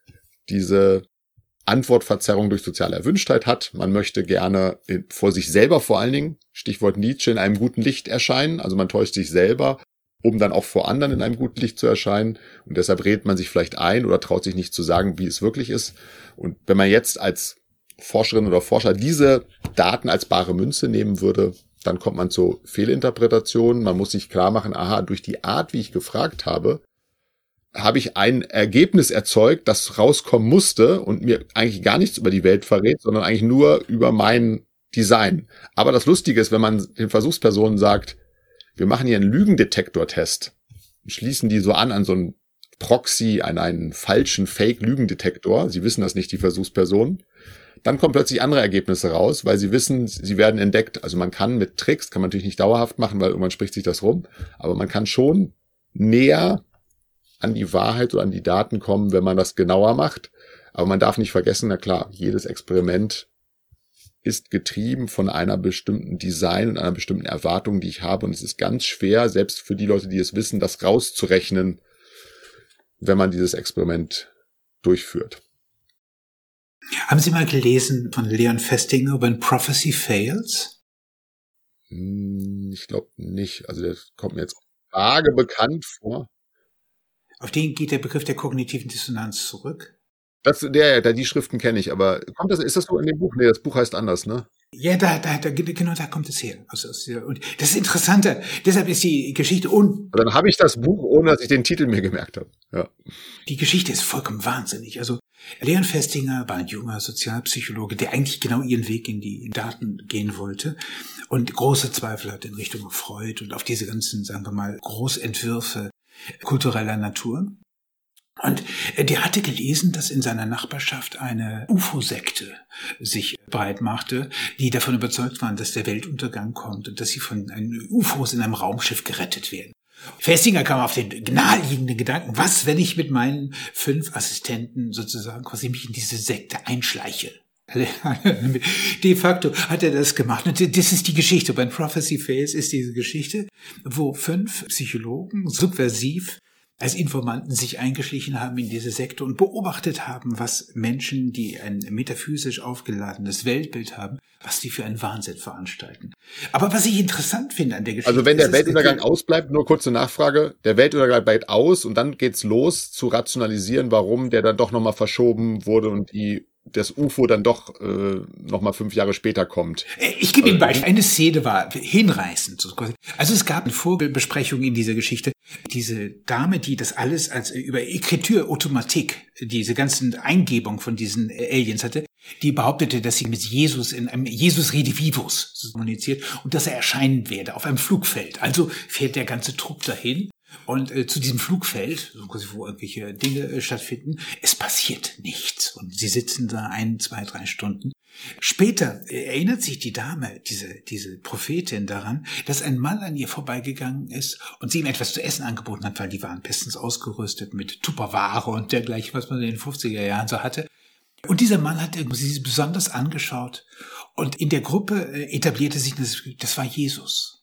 diese Antwortverzerrung durch soziale Erwünschtheit hat. Man möchte gerne vor sich selber vor allen Dingen, Stichwort Nietzsche, in einem guten Licht erscheinen. Also man täuscht sich selber, um dann auch vor anderen in einem guten Licht zu erscheinen. Und deshalb redet man sich vielleicht ein oder traut sich nicht zu sagen, wie es wirklich ist. Und wenn man jetzt als Forscherin oder Forscher diese Daten als bare Münze nehmen würde, dann kommt man zu Fehlinterpretationen. Man muss sich klar machen, aha, durch die Art, wie ich gefragt habe ich ein Ergebnis erzeugt, das rauskommen musste und mir eigentlich gar nichts über die Welt verrät, sondern eigentlich nur über mein Design. Aber das Lustige ist, wenn man den Versuchspersonen sagt, wir machen hier einen Lügendetektor-Test, schließen die so an so einen Proxy, an einen falschen Fake-Lügendetektor, sie wissen das nicht, die Versuchspersonen, dann kommen plötzlich andere Ergebnisse raus, weil sie wissen, sie werden entdeckt. Also man kann mit Tricks, kann man natürlich nicht dauerhaft machen, weil irgendwann spricht sich das rum, aber man kann schon näher an die Wahrheit oder an die Daten kommen, wenn man das genauer macht. Aber man darf nicht vergessen, na klar, jedes Experiment ist getrieben von einer bestimmten Design und einer bestimmten Erwartung, die ich habe. Und es ist ganz schwer, selbst für die Leute, die es wissen, das rauszurechnen, wenn man dieses Experiment durchführt. Haben Sie mal gelesen von Leon Festinger, When Prophecy Fails? Ich glaube nicht. Also das kommt mir jetzt vage bekannt vor. Auf den geht der Begriff der kognitiven Dissonanz zurück. Die Schriften kenne ich, aber ist das so in dem Buch? Nee, das Buch heißt anders, ne? Ja, genau da kommt es her. Und das ist interessanter. Deshalb ist die Geschichte Dann habe ich das Buch, ohne dass ich den Titel mir gemerkt habe. Ja. Die Geschichte ist vollkommen wahnsinnig. Also Leon Festinger war ein junger Sozialpsychologe, der eigentlich genau ihren Weg in die Daten gehen wollte und große Zweifel hat in Richtung Freud und auf diese ganzen, sagen wir mal, Großentwürfe kultureller Natur. Und der hatte gelesen, dass in seiner Nachbarschaft eine UFO-Sekte sich breit machte, die davon überzeugt waren, dass der Weltuntergang kommt und dass sie von UFOs in einem Raumschiff gerettet werden. Festinger kam auf den naheliegenden Gedanken, was, wenn ich mit meinen 5 Assistenten sozusagen quasi mich in diese Sekte einschleiche? De facto hat er das gemacht. Und das ist die Geschichte. Bei Prophecy Fails ist diese Geschichte, wo 5 Psychologen subversiv als Informanten sich eingeschlichen haben in diese Sekte und beobachtet haben, was Menschen, die ein metaphysisch aufgeladenes Weltbild haben, was die für einen Wahnsinn veranstalten. Aber was ich interessant finde an der Geschichte... Also wenn der Weltuntergang ausbleibt, nur kurze Nachfrage, der Weltuntergang bleibt aus und dann geht's los zu rationalisieren, warum der dann doch nochmal verschoben wurde und das UFO dann doch nochmal 5 Jahre später kommt. Ich gebe Ihnen ein Beispiel. Eine Szene war hinreißend. Also es gab eine Vorbesprechung in dieser Geschichte. Diese Dame, die das alles als über Écriture automatique, diese ganzen Eingebungen von diesen Aliens hatte, die behauptete, dass sie mit Jesus in einem Jesus Redivivus kommuniziert und dass er erscheinen werde auf einem Flugfeld. Also fährt der ganze Trupp dahin. Und zu diesem Flugfeld, wo irgendwelche Dinge stattfinden, es passiert nichts. Und sie sitzen da 1, 2, 3 Stunden. Später erinnert sich die Dame, diese Prophetin, daran, dass ein Mann an ihr vorbeigegangen ist und sie ihm etwas zu essen angeboten hat, weil die waren bestens ausgerüstet mit Tupperware und dergleichen, was man in den 50er Jahren so hatte. Und dieser Mann hat sie besonders angeschaut und in der Gruppe etablierte sich, das war Jesus.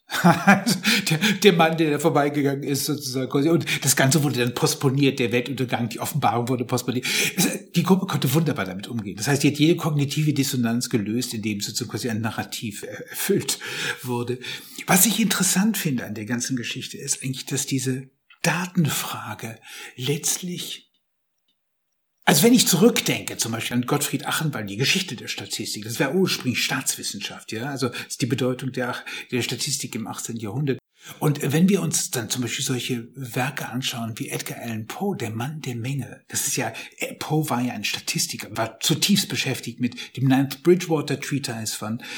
der Mann, der da vorbeigegangen ist, sozusagen. Und das Ganze wurde dann postponiert, der Weltuntergang, die Offenbarung wurde postponiert. Die Gruppe konnte wunderbar damit umgehen. Das heißt, die hat jede kognitive Dissonanz gelöst, indem sozusagen quasi ein Narrativ erfüllt wurde. Was ich interessant finde an der ganzen Geschichte ist eigentlich, dass diese Datenfrage letztlich, also wenn ich zurückdenke, zum Beispiel an Gottfried Achenball, die Geschichte der Statistik, das war ursprünglich Staatswissenschaft, ja, also das ist die Bedeutung der Statistik im 18. Jahrhundert. Und wenn wir uns dann zum Beispiel solche Werke anschauen wie Edgar Allan Poe, der Mann der Menge, das ist ja, Poe war ja ein Statistiker, war zutiefst beschäftigt mit dem Ninth Bridgewater Treatise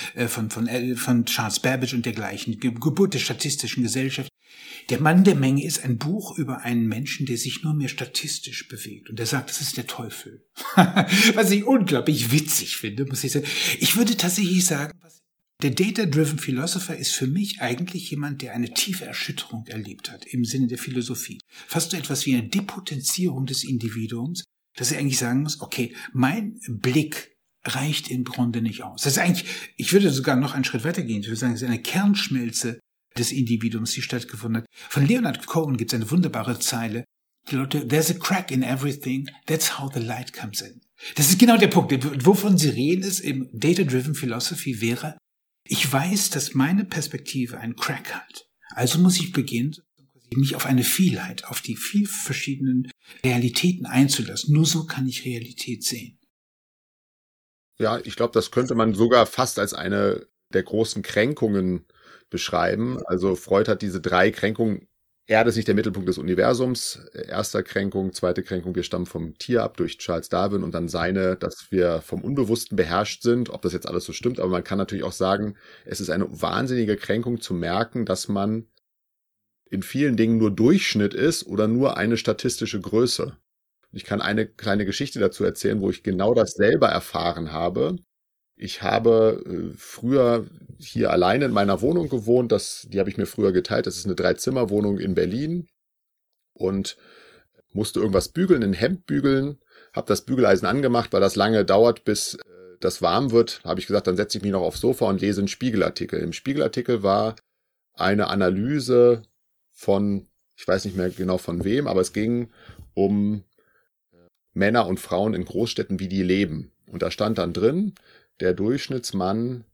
von Charles Babbage und dergleichen, Geburt der statistischen Gesellschaft. Der Mann der Menge ist ein Buch über einen Menschen, der sich nur mehr statistisch bewegt. Und der sagt, das ist der Teufel. Was ich unglaublich witzig finde, muss ich sagen. Ich würde tatsächlich sagen, der Data-Driven Philosopher ist für mich eigentlich jemand, der eine tiefe Erschütterung erlebt hat im Sinne der Philosophie. Fast so etwas wie eine Depotenzierung des Individuums, dass er eigentlich sagen muss, okay, mein Blick reicht im Grunde nicht aus. Das ist eigentlich, ich würde sogar noch einen Schritt weiter gehen. Ich würde sagen, es ist eine Kernschmelze des Individuums, die stattgefunden hat. Von Leonard Cohen gibt es eine wunderbare Zeile, die Leute, there's a crack in everything, that's how the light comes in. Das ist genau der Punkt. Wovon Sie reden, ist im Data-Driven Philosophy wäre, ich weiß, dass meine Perspektive einen Crack hat. Also muss ich beginnen, mich auf eine Vielheit, auf die viel verschiedenen Realitäten einzulassen. Nur so kann ich Realität sehen. Ja, ich glaube, das könnte man sogar fast als eine der großen Kränkungen beschreiben. Also Freud hat diese 3 Kränkungen. Erde ist nicht der Mittelpunkt des Universums. Erste Kränkung, zweite Kränkung, wir stammen vom Tier ab durch Charles Darwin und dann seine, dass wir vom Unbewussten beherrscht sind. Ob das jetzt alles so stimmt, aber man kann natürlich auch sagen, es ist eine wahnsinnige Kränkung zu merken, dass man in vielen Dingen nur Durchschnitt ist oder nur eine statistische Größe. Ich kann eine kleine Geschichte dazu erzählen, wo ich genau das selber erfahren habe. Ich habe früher hier alleine in meiner Wohnung gewohnt, die habe ich mir früher geteilt, das ist eine 3-Zimmer-Wohnung in Berlin und musste irgendwas bügeln, ein Hemd bügeln, habe das Bügeleisen angemacht, weil das lange dauert, bis das warm wird, habe ich gesagt, dann setze ich mich noch aufs Sofa und lese einen Spiegelartikel. Im Spiegelartikel war eine Analyse von, ich weiß nicht mehr genau von wem, aber es ging um Männer und Frauen in Großstädten, wie die leben. Und da stand dann drin, der Durchschnittsmann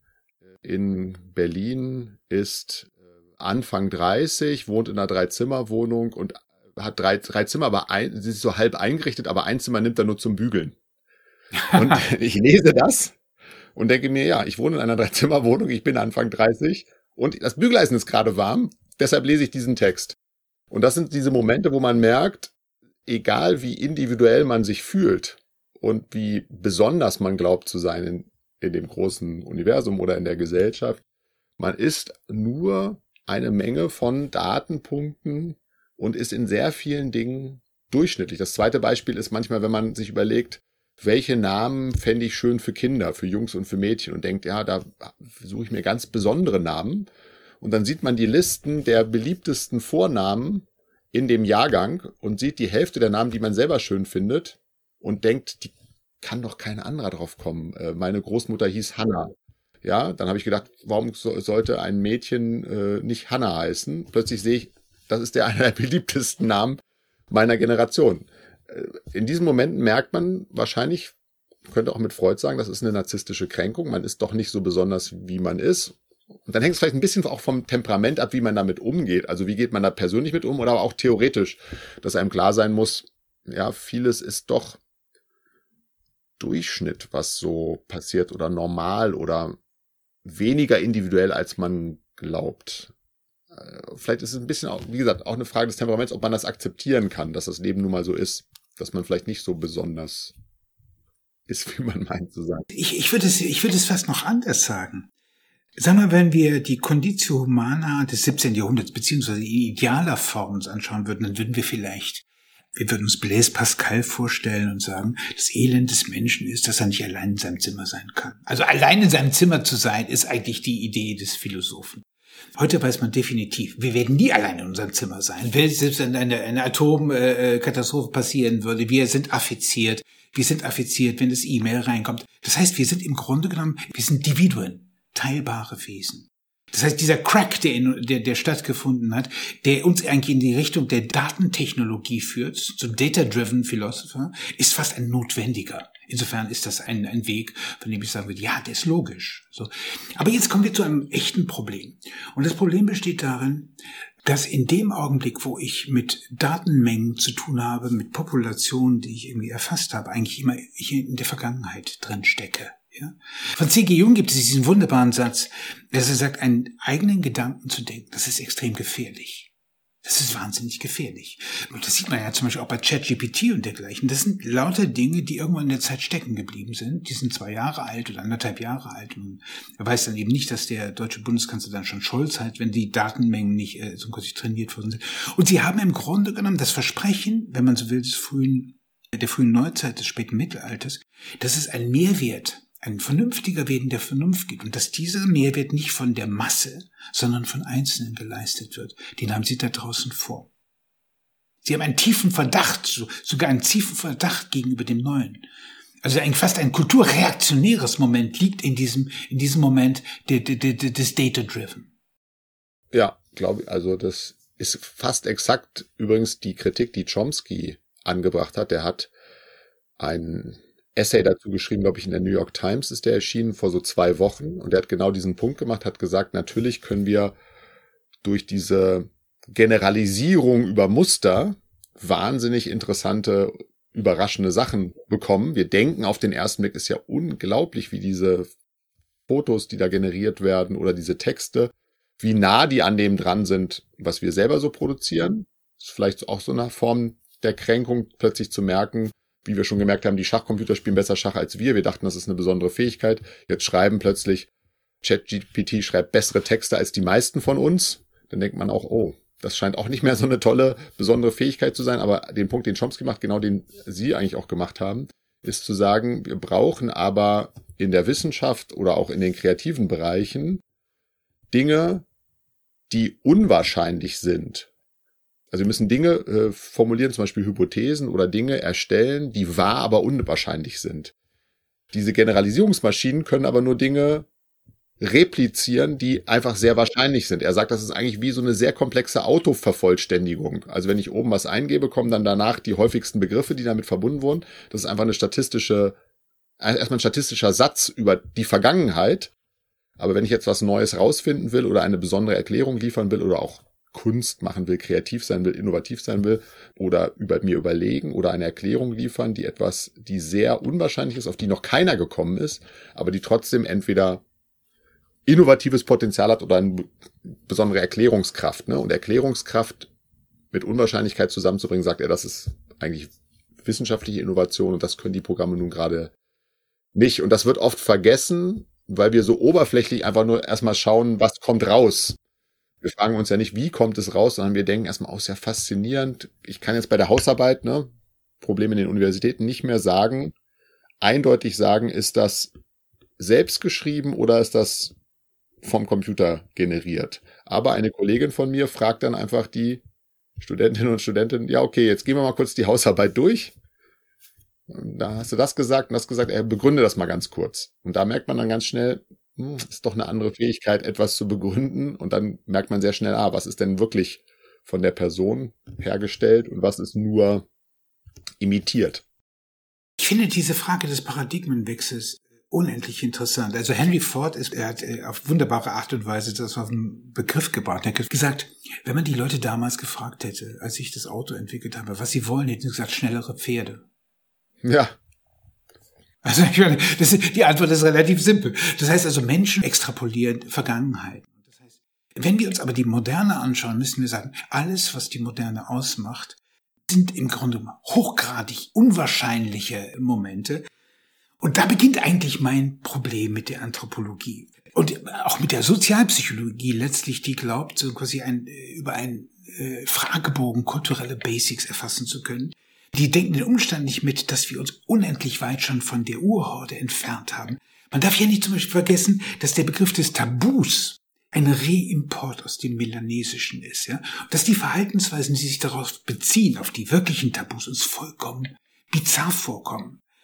in Berlin ist Anfang 30, wohnt in einer 3-Zimmer-Wohnung und hat drei Zimmer, aber sie ist so halb eingerichtet, aber ein Zimmer nimmt er nur zum Bügeln. Und ich lese das und denke mir, ja, ich wohne in einer 3-Zimmer-Wohnung, ich bin Anfang 30 und das Bügeleisen ist gerade warm, deshalb lese ich diesen Text. Und das sind diese Momente, wo man merkt, egal wie individuell man sich fühlt und wie besonders man glaubt zu sein in dem großen Universum oder in der Gesellschaft, man ist nur eine Menge von Datenpunkten und ist in sehr vielen Dingen durchschnittlich. Das zweite Beispiel ist manchmal, wenn man sich überlegt, welche Namen fände ich schön für Kinder, für Jungs und für Mädchen und denkt, ja, da suche ich mir ganz besondere Namen. Und dann sieht man die Listen der beliebtesten Vornamen in dem Jahrgang und sieht die Hälfte der Namen, die man selber schön findet und denkt, die kann doch kein anderer drauf kommen. Meine Großmutter hieß Hanna. Ja, dann habe ich gedacht, warum sollte ein Mädchen nicht Hanna heißen? Plötzlich sehe ich, das ist einer der beliebtesten Namen meiner Generation. In diesen Momenten merkt man wahrscheinlich, könnte auch mit Freud sagen, das ist eine narzisstische Kränkung. Man ist doch nicht so besonders, wie man ist. Und dann hängt es vielleicht ein bisschen auch vom Temperament ab, wie man damit umgeht. Also wie geht man da persönlich mit um oder aber auch theoretisch, dass einem klar sein muss, ja, vieles ist doch Durchschnitt, was so passiert oder normal oder weniger individuell, als man glaubt. Vielleicht ist es ein bisschen auch, wie gesagt, auch eine Frage des Temperaments, ob man das akzeptieren kann, dass das Leben nun mal so ist, dass man vielleicht nicht so besonders ist, wie man meint zu sein. Ich würde es fast noch anders sagen. Sag mal, wenn wir die Conditio Humana des 17. Jahrhunderts beziehungsweise in idealer Form uns anschauen würden, dann würden wir würden uns Blaise Pascal vorstellen und sagen, das Elend des Menschen ist, dass er nicht allein in seinem Zimmer sein kann. Also allein in seinem Zimmer zu sein, ist eigentlich die Idee des Philosophen. Heute weiß man definitiv, wir werden nie allein in unserem Zimmer sein. Wenn selbst eine Atomkatastrophe passieren würde, wir sind affiziert, wenn das E-Mail reinkommt. Das heißt, wir sind im Grunde genommen, wir sind Individuen, teilbare Wesen. Das heißt, dieser Crack, der stattgefunden hat, der uns eigentlich in die Richtung der Datentechnologie führt, zum Data-Driven Philosopher, ist fast ein notwendiger. Insofern ist das ein Weg, von dem ich sagen würde, ja, der ist logisch. So. Aber jetzt kommen wir zu einem echten Problem. Und das Problem besteht darin, dass in dem Augenblick, wo ich mit Datenmengen zu tun habe, mit Populationen, die ich irgendwie erfasst habe, eigentlich immer ich in der Vergangenheit drin stecke. Ja? Von C.G. Jung gibt es diesen wunderbaren Satz, dass er sagt, einen eigenen Gedanken zu denken, das ist extrem gefährlich. Das ist wahnsinnig gefährlich. Und das sieht man ja zum Beispiel auch bei ChatGPT und dergleichen. Das sind lauter Dinge, die irgendwann in der Zeit stecken geblieben sind. Die sind 2 Jahre alt oder 1,5 Jahre alt. Und er weiß dann eben nicht, dass der deutsche Bundeskanzler dann schon Scholz hat, wenn die Datenmengen nicht so quasi trainiert worden sind. Und sie haben im Grunde genommen das Versprechen, wenn man so will, der frühen Neuzeit, des späten Mittelalters, dass es einen Mehrwert, ein vernünftiger Wesen der Vernunft gibt und dass dieser Mehrwert nicht von der Masse, sondern von Einzelnen geleistet wird. Den haben sie da draußen vor. Sie haben einen tiefen Verdacht, sogar einen tiefen Verdacht gegenüber dem Neuen. Also eigentlich fast ein kulturreaktionäres Moment liegt in diesem Moment des Data-Driven. Ja, glaube ich, also das ist fast exakt übrigens die Kritik, die Chomsky angebracht hat. Der hat ein Essay dazu geschrieben, glaube ich, in der New York Times ist der erschienen vor so 2 Wochen. Und er hat genau diesen Punkt gemacht, hat gesagt, natürlich können wir durch diese Generalisierung über Muster wahnsinnig interessante, überraschende Sachen bekommen. Wir denken auf den ersten Blick, ist ja unglaublich, wie diese Fotos, die da generiert werden oder diese Texte, wie nah die an dem dran sind, was wir selber so produzieren. Das ist vielleicht auch so eine Form der Kränkung, plötzlich zu merken, wie wir schon gemerkt haben, die Schachcomputer spielen besser Schach als wir. Wir dachten, das ist eine besondere Fähigkeit. Jetzt schreiben plötzlich, ChatGPT schreibt bessere Texte als die meisten von uns. Dann denkt man auch, oh, das scheint auch nicht mehr so eine tolle, besondere Fähigkeit zu sein. Aber den Punkt, den Chomsky macht, genau den Sie eigentlich auch gemacht haben, ist zu sagen, wir brauchen aber in der Wissenschaft oder auch in den kreativen Bereichen Dinge, die unwahrscheinlich sind. Also wir müssen Dinge formulieren, zum Beispiel Hypothesen oder Dinge erstellen, die wahr, aber unwahrscheinlich sind. Diese Generalisierungsmaschinen können aber nur Dinge replizieren, die einfach sehr wahrscheinlich sind. Er sagt, das ist eigentlich wie so eine sehr komplexe Autovervollständigung. Also wenn ich oben was eingebe, kommen dann danach die häufigsten Begriffe, die damit verbunden wurden. Das ist einfach erstmal ein statistischer Satz über die Vergangenheit. Aber wenn ich jetzt was Neues rausfinden will oder eine besondere Erklärung liefern will oder auch Kunst machen will, kreativ sein will, innovativ sein will oder mir überlegen oder eine Erklärung liefern, die sehr unwahrscheinlich ist, auf die noch keiner gekommen ist, aber die trotzdem entweder innovatives Potenzial hat oder eine besondere Erklärungskraft. Ne? Und Erklärungskraft mit Unwahrscheinlichkeit zusammenzubringen, sagt er, das ist eigentlich wissenschaftliche Innovation und das können die Programme nun gerade nicht. Und das wird oft vergessen, weil wir so oberflächlich einfach nur erstmal schauen, was kommt raus. Wir fragen uns ja nicht, wie kommt es raus, sondern wir denken erstmal, ist ja faszinierend. Ich kann jetzt bei der Hausarbeit, Problem in den Universitäten, nicht mehr eindeutig sagen, ist das selbst geschrieben oder ist das vom Computer generiert. Aber eine Kollegin von mir fragt dann einfach die Studentinnen und Studenten, ja okay, jetzt gehen wir mal kurz die Hausarbeit durch. Und da hast du das gesagt und das gesagt, begründe das mal ganz kurz. Und da merkt man dann ganz schnell, ist doch eine andere Fähigkeit, etwas zu begründen. Und dann merkt man sehr schnell, was ist denn wirklich von der Person hergestellt und was ist nur imitiert. Ich finde diese Frage des Paradigmenwechsels unendlich interessant. Also Henry Ford hat auf wunderbare Art und Weise das auf einen Begriff gebracht. Er hat gesagt, wenn man die Leute damals gefragt hätte, als ich das Auto entwickelt habe, was sie wollen, hätten sie gesagt, schnellere Pferde. Ja. Also ich meine, die Antwort ist relativ simpel. Das heißt also, Menschen extrapolieren Vergangenheit. Das heißt, wenn wir uns aber die Moderne anschauen, müssen wir sagen, alles, was die Moderne ausmacht, sind im Grunde hochgradig unwahrscheinliche Momente. Und da beginnt eigentlich mein Problem mit der Anthropologie. Und auch mit der Sozialpsychologie letztlich, die glaubt, so quasi über einen Fragebogen kulturelle Basics erfassen zu können. Die denken den Umstand nicht mit, dass wir uns unendlich weit schon von der Urhorde entfernt haben. Man darf ja nicht zum Beispiel vergessen, dass der Begriff des Tabus ein Reimport aus dem Melanesischen ist, ja, und dass die Verhaltensweisen, die sich darauf beziehen, auf die wirklichen Tabus, uns vollkommen bizarr vorkommen.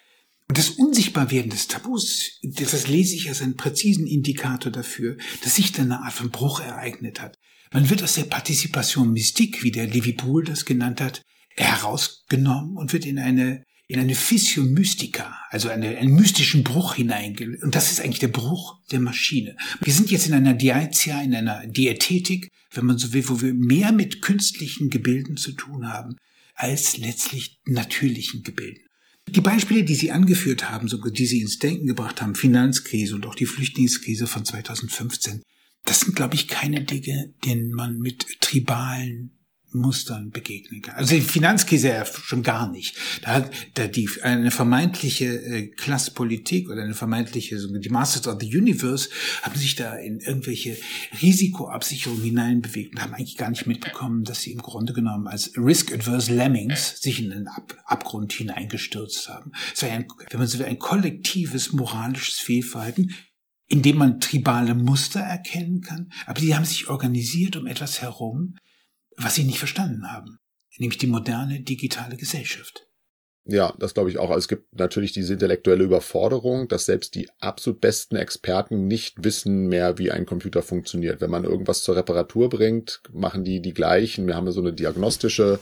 Und das Unsichtbarwerden des Tabus, das lese ich als einen präzisen Indikator dafür, dass sich da eine Art von Bruch ereignet hat. Man wird aus der Partizipation Mystique, wie der Levi Bruhl das genannt hat, herausgenommen und wird in eine Fissio Mystica, also einen mystischen Bruch hineingelegt. Und das ist eigentlich der Bruch der Maschine. Wir sind jetzt in einer Diaetia, in einer Diätetik, wenn man so will, wo wir mehr mit künstlichen Gebilden zu tun haben, als letztlich natürlichen Gebilden. Die Beispiele, die Sie angeführt haben, die Sie ins Denken gebracht haben, Finanzkrise und auch die Flüchtlingskrise von 2015, das sind, glaube ich, keine Dinge, denen man mit tribalen Mustern begegnen kann. Also die Finanzkrise ja schon gar nicht. Da hat eine vermeintliche Klasspolitik oder eine vermeintliche, die Masters of the Universe haben sich da in irgendwelche Risikoabsicherungen hineinbewegt und haben eigentlich gar nicht mitbekommen, dass sie im Grunde genommen als risk-adverse Lemmings sich in einen Abgrund hineingestürzt haben. Es war wenn man so will, ein kollektives moralisches Fehlverhalten, in dem man tribale Muster erkennen kann, aber die haben sich organisiert um etwas herum, was sie nicht verstanden haben, nämlich die moderne digitale Gesellschaft. Ja, das glaube ich auch. Also es gibt natürlich diese intellektuelle Überforderung, dass selbst die absolut besten Experten nicht wissen mehr, wie ein Computer funktioniert. Wenn man irgendwas zur Reparatur bringt, machen die gleichen. Wir haben ja so eine diagnostische,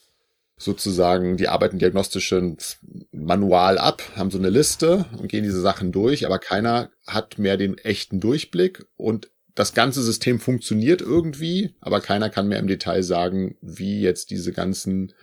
sozusagen, die arbeiten diagnostischen Manual ab, haben so eine Liste und gehen diese Sachen durch, aber keiner hat mehr den echten Durchblick und das ganze System funktioniert irgendwie, aber keiner kann mehr im Detail sagen, wie jetzt diese ganzen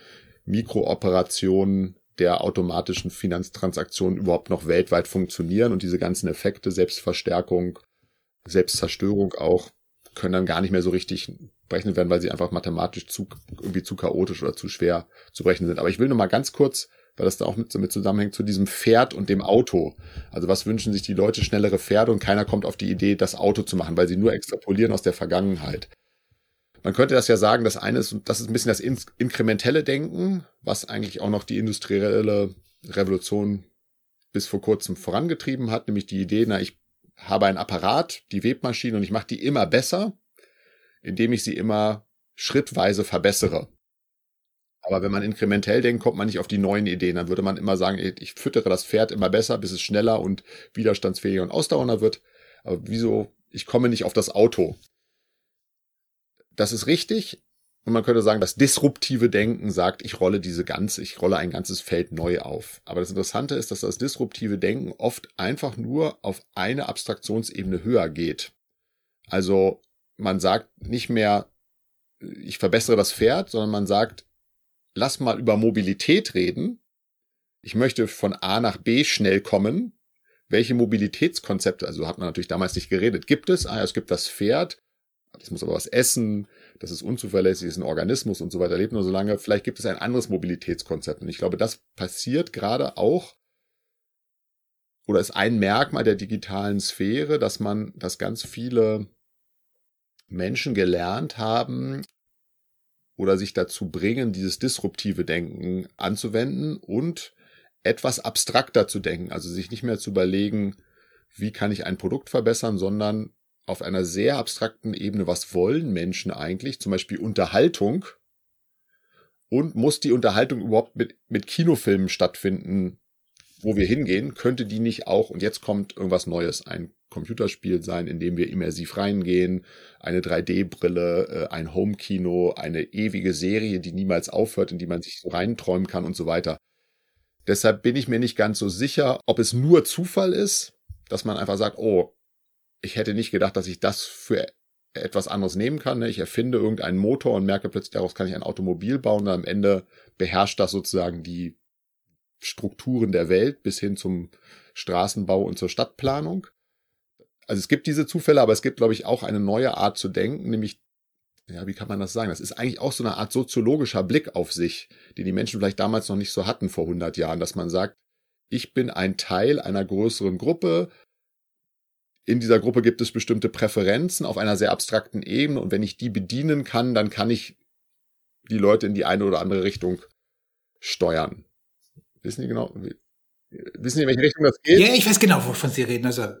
Mikrooperationen der automatischen Finanztransaktionen überhaupt noch weltweit funktionieren und diese ganzen Effekte, Selbstverstärkung, Selbstzerstörung auch, können dann gar nicht mehr so richtig berechnet werden, weil sie einfach mathematisch irgendwie zu chaotisch oder zu schwer zu berechnen sind. Aber ich will noch mal ganz kurz, weil das da auch mit zusammenhängt, zu diesem Pferd und dem Auto. Also was wünschen sich die Leute? Schnellere Pferde und keiner kommt auf die Idee, das Auto zu machen, weil sie nur extrapolieren aus der Vergangenheit. Man könnte das ja sagen, das eine ist, das ist ein bisschen das inkrementelle Denken, was eigentlich auch noch die industrielle Revolution bis vor kurzem vorangetrieben hat, nämlich die Idee, ich habe einen Apparat, die Webmaschine, und ich mache die immer besser, indem ich sie immer schrittweise verbessere. Aber wenn man inkrementell denkt, kommt man nicht auf die neuen Ideen. Dann würde man immer sagen, ich füttere das Pferd immer besser, bis es schneller und widerstandsfähiger und ausdauernder wird. Aber wieso? Ich komme nicht auf das Auto. Das ist richtig. Und man könnte sagen, das disruptive Denken sagt, ich rolle ein ganzes Feld neu auf. Aber das Interessante ist, dass das disruptive Denken oft einfach nur auf eine Abstraktionsebene höher geht. Also man sagt nicht mehr, ich verbessere das Pferd, sondern man sagt, lass mal über Mobilität reden. Ich möchte von A nach B schnell kommen. Welche Mobilitätskonzepte, also hat man natürlich damals nicht geredet, gibt es? Es gibt das Pferd, das muss aber was essen, das ist unzuverlässig, ist ein Organismus und so weiter, lebt nur so lange. Vielleicht gibt es ein anderes Mobilitätskonzept. Und ich glaube, das passiert gerade auch, oder ist ein Merkmal der digitalen Sphäre, dass ganz viele Menschen gelernt haben, oder sich dazu bringen, dieses disruptive Denken anzuwenden und etwas abstrakter zu denken. Also sich nicht mehr zu überlegen, wie kann ich ein Produkt verbessern, sondern auf einer sehr abstrakten Ebene, was wollen Menschen eigentlich? Zum Beispiel Unterhaltung. Und muss die Unterhaltung überhaupt mit Kinofilmen stattfinden, wo wir hingehen? Könnte die nicht auch, und jetzt kommt irgendwas Neues, ein Computerspiel sein, in dem wir immersiv reingehen, eine 3D-Brille, ein Home-Kino, eine ewige Serie, die niemals aufhört, in die man sich so reinträumen kann und so weiter. Deshalb bin ich mir nicht ganz so sicher, ob es nur Zufall ist, dass man einfach sagt, ich hätte nicht gedacht, dass ich das für etwas anderes nehmen kann. Ich erfinde irgendeinen Motor und merke plötzlich, daraus kann ich ein Automobil bauen und am Ende beherrscht das sozusagen die Strukturen der Welt bis hin zum Straßenbau und zur Stadtplanung. Also es gibt diese Zufälle, aber es gibt, glaube ich, auch eine neue Art zu denken, nämlich, wie kann man das sagen? Das ist eigentlich auch so eine Art soziologischer Blick auf sich, den die Menschen vielleicht damals noch nicht so hatten vor 100 Jahren, dass man sagt, ich bin ein Teil einer größeren Gruppe. In dieser Gruppe gibt es bestimmte Präferenzen auf einer sehr abstrakten Ebene und wenn ich die bedienen kann, dann kann ich die Leute in die eine oder andere Richtung steuern. Wissen Sie, in welche Richtung das geht? Ja, ich weiß genau, wovon Sie reden. Also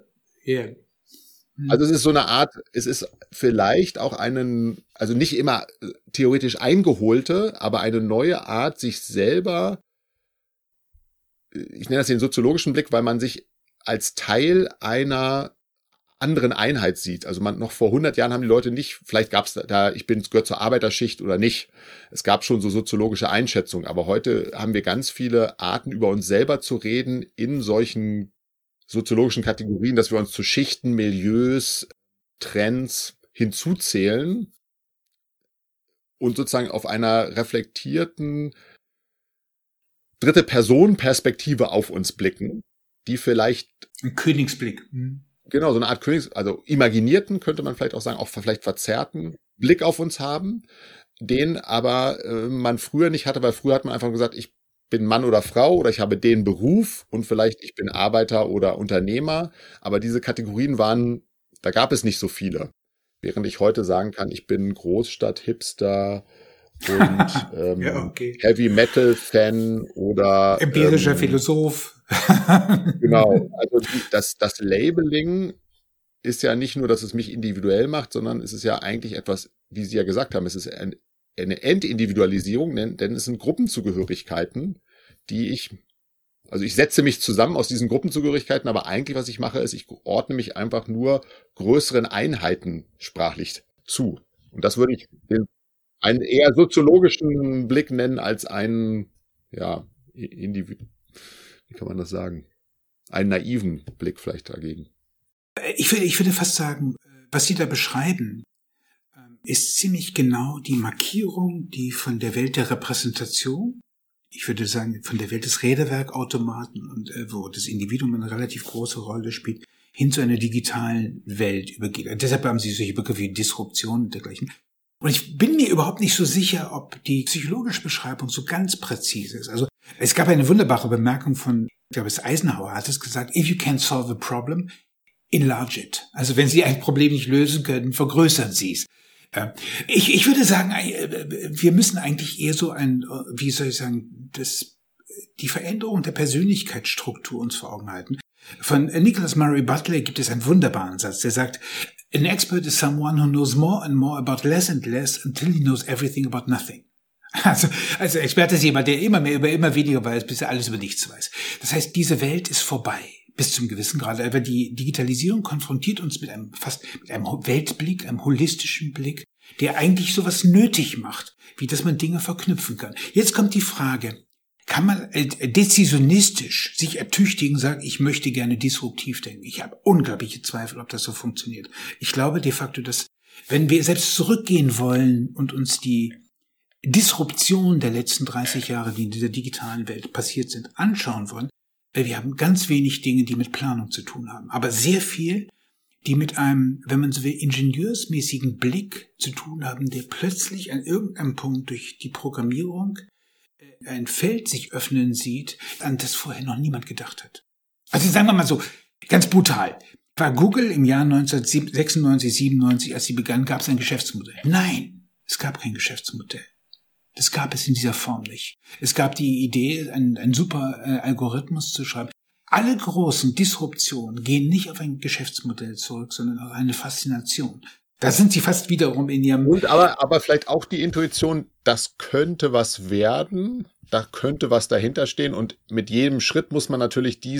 es ist so eine Art, es ist vielleicht auch also nicht immer theoretisch eingeholte, aber eine neue Art, sich selber ich nenne das den soziologischen Blick, weil man sich als Teil einer anderen Einheit sieht. Also noch vor 100 Jahren haben die Leute nicht, vielleicht gab es da, gehört zur Arbeiterschicht oder nicht. Es gab schon so soziologische Einschätzungen, aber heute haben wir ganz viele Arten, über uns selber zu reden in solchen soziologischen Kategorien, dass wir uns zu Schichten, Milieus, Trends hinzuzählen und sozusagen auf einer reflektierten dritte Person Perspektive auf uns blicken, die vielleicht ein Königsblick. Genau, so eine Art also imaginierten, könnte man vielleicht auch sagen, auch vielleicht verzerrten Blick auf uns haben, den aber man früher nicht hatte, weil früher hat man einfach gesagt, ich bin Mann oder Frau oder ich habe den Beruf und vielleicht ich bin Arbeiter oder Unternehmer, aber diese Kategorien da gab es nicht so viele. Während ich heute sagen kann, ich bin Großstadt-Hipster und Heavy-Metal-Fan oder empirischer Philosoph. Genau, also das Labeling ist ja nicht nur, dass es mich individuell macht, sondern es ist ja eigentlich etwas, wie Sie ja gesagt haben, es ist eine Entindividualisierung, denn es sind Gruppenzugehörigkeiten, also ich setze mich zusammen aus diesen Gruppenzugehörigkeiten, aber eigentlich, was ich mache, ist, ich ordne mich einfach nur größeren Einheiten sprachlich zu. Und das würde ich einen eher soziologischen Blick nennen als einen, wie kann man das sagen? Einen naiven Blick vielleicht dagegen. Ich würde fast sagen, was Sie da beschreiben, ist ziemlich genau die Markierung, die von der Welt der Repräsentation, ich würde sagen, von der Welt des Räderwerkautomaten und wo das Individuum eine relativ große Rolle spielt, hin zu einer digitalen Welt übergeht. Und deshalb haben Sie solche Begriffe wie Disruption und dergleichen. Und ich bin mir überhaupt nicht so sicher, ob die psychologische Beschreibung so ganz präzise ist. Also es gab eine wunderbare Bemerkung von, ich glaube, Eisenhower hat es gesagt, if you can't solve a problem, enlarge it. Also wenn Sie ein Problem nicht lösen können, vergrößern Sie es. Ich würde sagen, wir müssen eigentlich eher so die Veränderung der Persönlichkeitsstruktur uns vor Augen halten. Von Nicholas Murray Butler gibt es einen wunderbaren Satz, der sagt, an expert is someone who knows more and more about less and less until he knows everything about nothing. Also Experte ist jemand, der immer mehr über immer weniger weiß, bis er alles über nichts weiß. Das heißt, diese Welt ist vorbei. Bis zum gewissen Grad. Aber die Digitalisierung konfrontiert uns mit einem Weltblick, einem holistischen Blick, der eigentlich sowas nötig macht, wie dass man Dinge verknüpfen kann. Jetzt kommt die Frage, kann man dezisionistisch sich ertüchtigen, sagen, ich möchte gerne disruptiv denken? Ich habe unglaubliche Zweifel, ob das so funktioniert. Ich glaube de facto, dass, wenn wir selbst zurückgehen wollen und uns die Disruption der letzten 30 Jahre, die in dieser digitalen Welt passiert sind, anschauen wollen, wir haben ganz wenig Dinge, die mit Planung zu tun haben, aber sehr viel, die mit einem, wenn man so will, ingenieursmäßigen Blick zu tun haben, der plötzlich an irgendeinem Punkt durch die Programmierung ein Feld sich öffnen sieht, an das vorher noch niemand gedacht hat. Also sagen wir mal so, ganz brutal. War Google im Jahr 1996, 97, als sie begann, gab es ein Geschäftsmodell? Nein, es gab kein Geschäftsmodell. Das gab es in dieser Form nicht. Es gab die Idee, einen super Algorithmus zu schreiben. Alle großen Disruptionen gehen nicht auf ein Geschäftsmodell zurück, sondern auf eine Faszination. Da sind sie fast wiederum in ihrem... Und aber vielleicht auch die Intuition, das könnte was werden, da könnte was dahinter stehen und mit jedem Schritt muss man das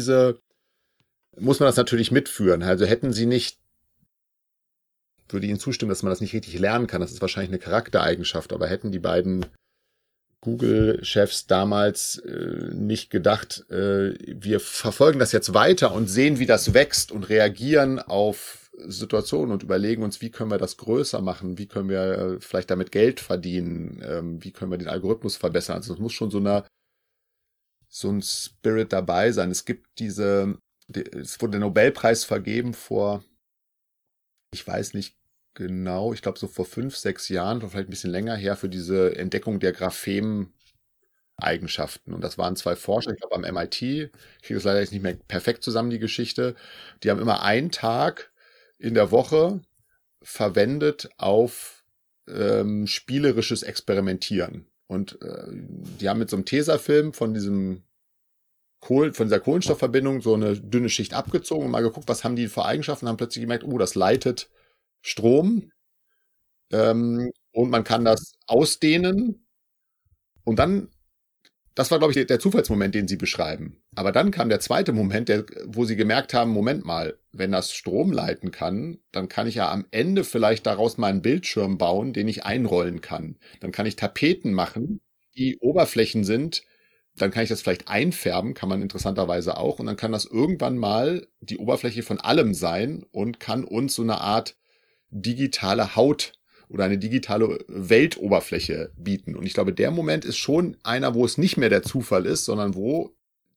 natürlich mitführen. Also hätten sie nicht, würde Ihnen zustimmen, dass man das nicht richtig lernen kann. Das ist wahrscheinlich eine Charaktereigenschaft, aber hätten die beiden Google-Chefs damals nicht gedacht, wir verfolgen das jetzt weiter und sehen, wie das wächst und reagieren auf Situationen und überlegen uns, wie können wir das größer machen, wie können wir vielleicht damit Geld verdienen, wie können wir den Algorithmus verbessern. Also es muss schon so ein Spirit dabei sein. Es wurde der Nobelpreis vergeben vor, ich weiß nicht genau, ich glaube so vor 5, 6 Jahren, vielleicht ein bisschen länger her, für diese Entdeckung der Graphem-Eigenschaften. Und das waren 2 Forscher, ich glaube am MIT, ich kriege das leider jetzt nicht mehr perfekt zusammen, die Geschichte. Die haben immer einen Tag in der Woche verwendet auf spielerisches Experimentieren. Und die haben mit so einem Tesafilm von dieser Kohlenstoffverbindung so eine dünne Schicht abgezogen und mal geguckt, was haben die für Eigenschaften, haben plötzlich gemerkt, das leitet Strom und man kann das ausdehnen und dann Das war, glaube ich, der Zufallsmoment, den Sie beschreiben. Aber dann kam der zweite Moment, wo Sie gemerkt haben, Moment mal, wenn das Strom leiten kann, dann kann ich ja am Ende vielleicht daraus mal einen Bildschirm bauen, den ich einrollen kann. Dann kann ich Tapeten machen, die Oberflächen sind. Dann kann ich das vielleicht einfärben, kann man interessanterweise auch. Und dann kann das irgendwann mal die Oberfläche von allem sein und kann uns so eine Art digitale Haut oder eine digitale Weltoberfläche bieten. Und ich glaube, der Moment ist schon einer, wo es nicht mehr der Zufall ist, sondern wo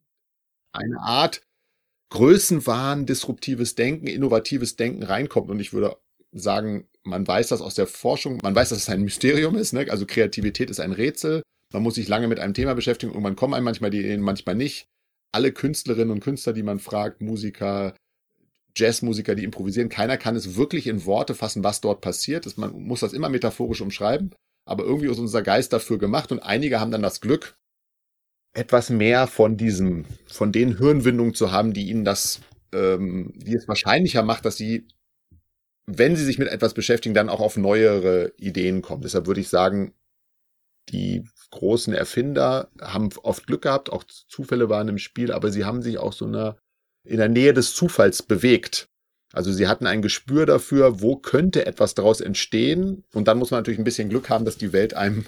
eine Art Größenwahn, disruptives Denken, innovatives Denken reinkommt. Und ich würde sagen, man weiß das aus der Forschung, man weiß, dass es ein Mysterium ist, ne? Also Kreativität ist ein Rätsel. Man muss sich lange mit einem Thema beschäftigen. Irgendwann kommen einem manchmal die Ideen, manchmal nicht. Alle Künstlerinnen und Künstler, die man fragt, Musiker, Jazzmusiker, die improvisieren, keiner kann es wirklich in Worte fassen, was dort passiert. Man muss das immer metaphorisch umschreiben, aber irgendwie ist unser Geist dafür gemacht und einige haben dann das Glück, etwas mehr von den Hirnwindungen zu haben, die ihnen die es wahrscheinlicher macht, dass sie, wenn sie sich mit etwas beschäftigen, dann auch auf neuere Ideen kommen. Deshalb würde ich sagen, die großen Erfinder haben oft Glück gehabt, auch Zufälle waren im Spiel, aber sie haben sich auch in der Nähe des Zufalls bewegt. Also sie hatten ein Gespür dafür, wo könnte etwas daraus entstehen. Und dann muss man natürlich ein bisschen Glück haben, dass die Welt einem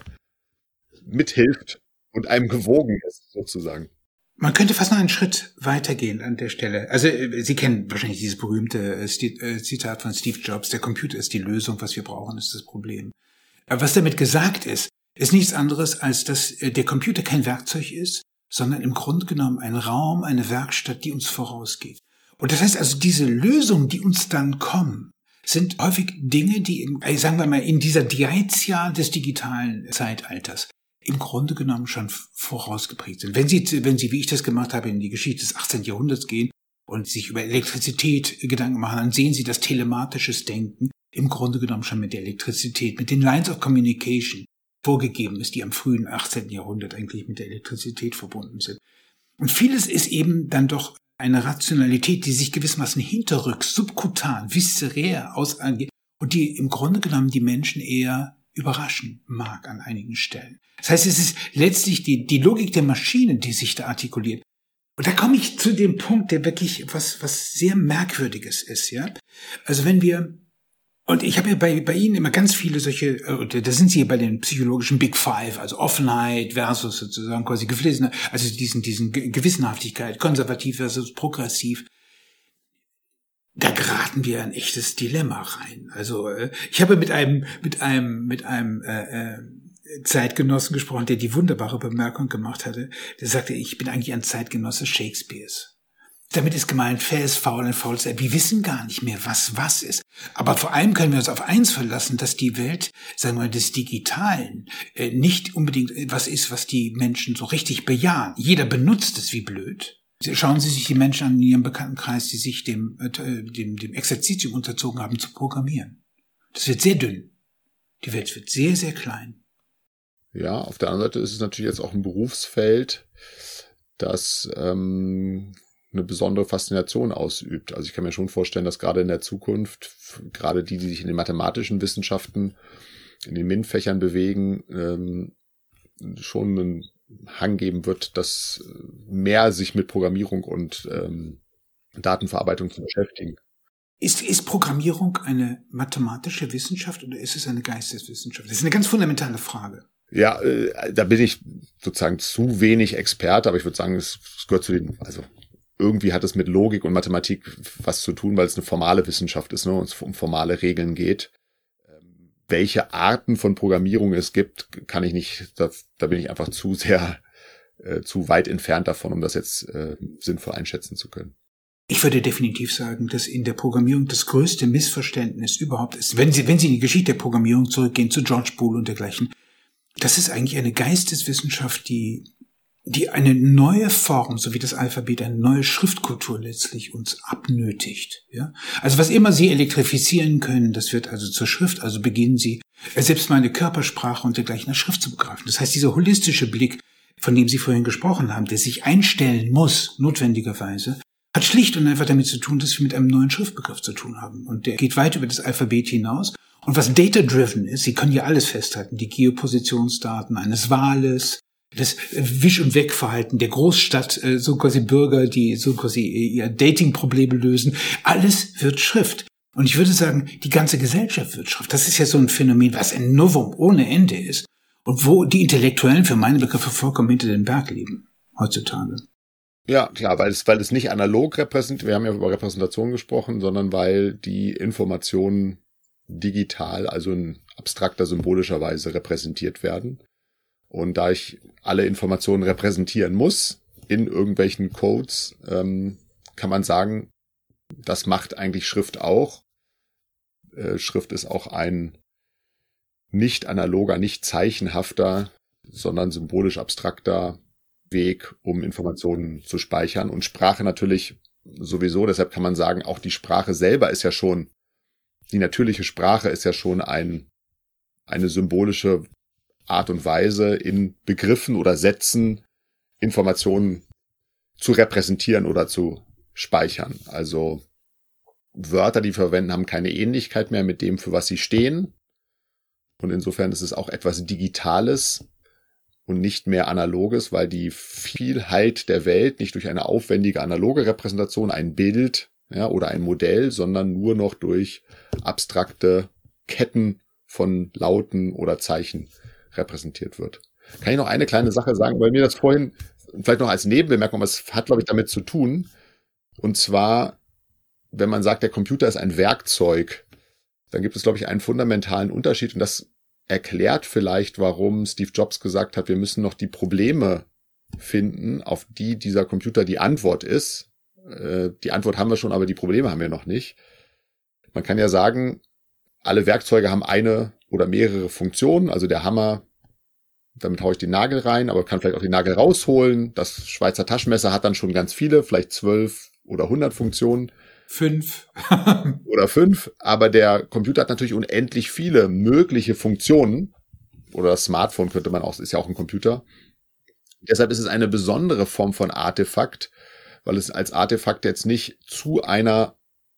mithilft und einem gewogen ist, sozusagen. Man könnte fast noch einen Schritt weitergehen an der Stelle. Also Sie kennen wahrscheinlich dieses berühmte Zitat von Steve Jobs, der Computer ist die Lösung, was wir brauchen, ist das Problem. Aber was damit gesagt ist nichts anderes, als dass der Computer kein Werkzeug ist, sondern im Grunde genommen ein Raum, eine Werkstatt, die uns vorausgeht. Und das heißt also, diese Lösungen, die uns dann kommen, sind häufig Dinge, die, sagen wir mal, in dieser Diatia des digitalen Zeitalters im Grunde genommen schon vorausgeprägt sind. Wenn Sie, wie ich das gemacht habe, in die Geschichte des 18. Jahrhunderts gehen und sich über Elektrizität Gedanken machen, dann sehen Sie, dass telematisches Denken im Grunde genommen schon mit der Elektrizität, mit den Lines of Communication vorgegeben ist, die am frühen 18. Jahrhundert eigentlich mit der Elektrizität verbunden sind. Und vieles ist eben dann doch eine Rationalität, die sich gewissermaßen hinterrücks, subkutan, viszerär ausangeht und die im Grunde genommen die Menschen eher überraschen mag an einigen Stellen. Das heißt, es ist letztlich die Logik der Maschine, die sich da artikuliert. Und da komme ich zu dem Punkt, der wirklich was sehr Merkwürdiges ist, ja. Also wenn wir, und ich habe ja bei Ihnen immer ganz viele solche, da sind Sie ja bei den psychologischen Big Five, also Offenheit versus sozusagen quasi Geflissene, also diesen Gewissenhaftigkeit, konservativ versus progressiv. Da geraten wir in ein echtes Dilemma rein. Also ich habe mit einem Zeitgenossen gesprochen, der die wunderbare Bemerkung gemacht hatte. Der sagte, ich bin eigentlich ein Zeitgenosse Shakespeares. Damit ist gemeint, fair ist faul und faul ist. Wir wissen gar nicht mehr, was ist. Aber vor allem können wir uns auf eins verlassen, dass die Welt, sagen wir mal, des Digitalen nicht unbedingt was ist, was die Menschen so richtig bejahen. Jeder benutzt es wie blöd. Schauen Sie sich die Menschen an in Ihrem Bekanntenkreis, die sich dem Exerzitium unterzogen haben, zu programmieren. Das wird sehr dünn. Die Welt wird sehr, sehr klein. Ja, auf der anderen Seite ist es natürlich jetzt auch ein Berufsfeld, das eine besondere Faszination ausübt. Also ich kann mir schon vorstellen, dass gerade in der Zukunft, gerade die sich in den mathematischen Wissenschaften, in den MINT-Fächern bewegen, schon einen Hang geben wird, dass mehr sich mit Programmierung und Datenverarbeitung zu beschäftigen. Ist Programmierung eine mathematische Wissenschaft oder ist es eine Geisteswissenschaft? Das ist eine ganz fundamentale Frage. Ja, da bin ich sozusagen zu wenig Experte, aber ich würde sagen, es gehört zu den, also irgendwie hat es mit Logik und Mathematik was zu tun, weil es eine formale Wissenschaft ist, ne, und es um formale Regeln geht. Welche Arten von Programmierung es gibt, kann ich nicht, da bin ich einfach zu weit entfernt davon, um das jetzt sinnvoll einschätzen zu können. Ich würde definitiv sagen, dass in der Programmierung das größte Missverständnis überhaupt ist. Wenn Sie in die Geschichte der Programmierung zurückgehen, zu George Boole und dergleichen, das ist eigentlich eine Geisteswissenschaft, die eine neue Form, so wie das Alphabet, eine neue Schriftkultur letztlich uns abnötigt. Ja? Also was immer Sie elektrifizieren können, das wird also zur Schrift, also beginnen Sie, selbst meine Körpersprache und dergleichen als Schrift zu begreifen. Das heißt, dieser holistische Blick, von dem Sie vorhin gesprochen haben, der sich einstellen muss, notwendigerweise, hat schlicht und einfach damit zu tun, dass wir mit einem neuen Schriftbegriff zu tun haben. Und der geht weit über das Alphabet hinaus. Und was data-driven ist, Sie können ja alles festhalten, die Geopositionsdaten eines Wales, das Wisch- und Wegverhalten der Großstadt, so quasi Bürger, die so quasi ihr Dating-Probleme lösen. Alles wird Schrift. Und ich würde sagen, die ganze Gesellschaft wird Schrift. Das ist ja so ein Phänomen, was ein Novum ohne Ende ist. Und wo die Intellektuellen für meine Begriffe vollkommen hinter den Berg leben, heutzutage. Ja, klar, weil es nicht analog repräsentiert, wir haben ja über Repräsentation gesprochen, sondern weil die Informationen digital, also in abstrakter, symbolischer Weise repräsentiert werden. Und da ich alle Informationen repräsentieren muss in irgendwelchen Codes, kann man sagen, das macht eigentlich Schrift auch. Schrift ist auch ein nicht analoger, nicht zeichenhafter, sondern symbolisch abstrakter Weg, um Informationen zu speichern. Und Sprache natürlich sowieso, deshalb kann man sagen, auch die Sprache selber ist ja schon, die natürliche Sprache ist ja schon eine symbolische Art und Weise, in Begriffen oder Sätzen Informationen zu repräsentieren oder zu speichern. Also Wörter, die wir verwenden, haben keine Ähnlichkeit mehr mit dem, für was sie stehen. Und insofern ist es auch etwas Digitales und nicht mehr Analoges, weil die Vielheit der Welt nicht durch eine aufwendige analoge Repräsentation, ein Bild, ja, oder ein Modell, sondern nur noch durch abstrakte Ketten von Lauten oder Zeichen repräsentiert wird. Kann ich noch eine kleine Sache sagen, weil mir das vorhin, vielleicht noch als Nebenbemerkung, aber es hat, glaube ich, damit zu tun. Und zwar, wenn man sagt, der Computer ist ein Werkzeug, dann gibt es, glaube ich, einen fundamentalen Unterschied. Und das erklärt vielleicht, warum Steve Jobs gesagt hat, wir müssen noch die Probleme finden, auf die dieser Computer die Antwort ist. Die Antwort haben wir schon, aber die Probleme haben wir noch nicht. Man kann ja sagen, alle Werkzeuge haben eine oder mehrere Funktionen. Also der Hammer, damit haue ich den Nagel rein, aber kann vielleicht auch den Nagel rausholen. Das Schweizer Taschenmesser hat dann schon ganz viele, vielleicht 12 oder 100 Funktionen. 5. Oder 5. Aber der Computer hat natürlich unendlich viele mögliche Funktionen. Oder das Smartphone könnte man auch, ist ja auch ein Computer. Deshalb ist es eine besondere Form von Artefakt, weil es als Artefakt jetzt nicht zu einem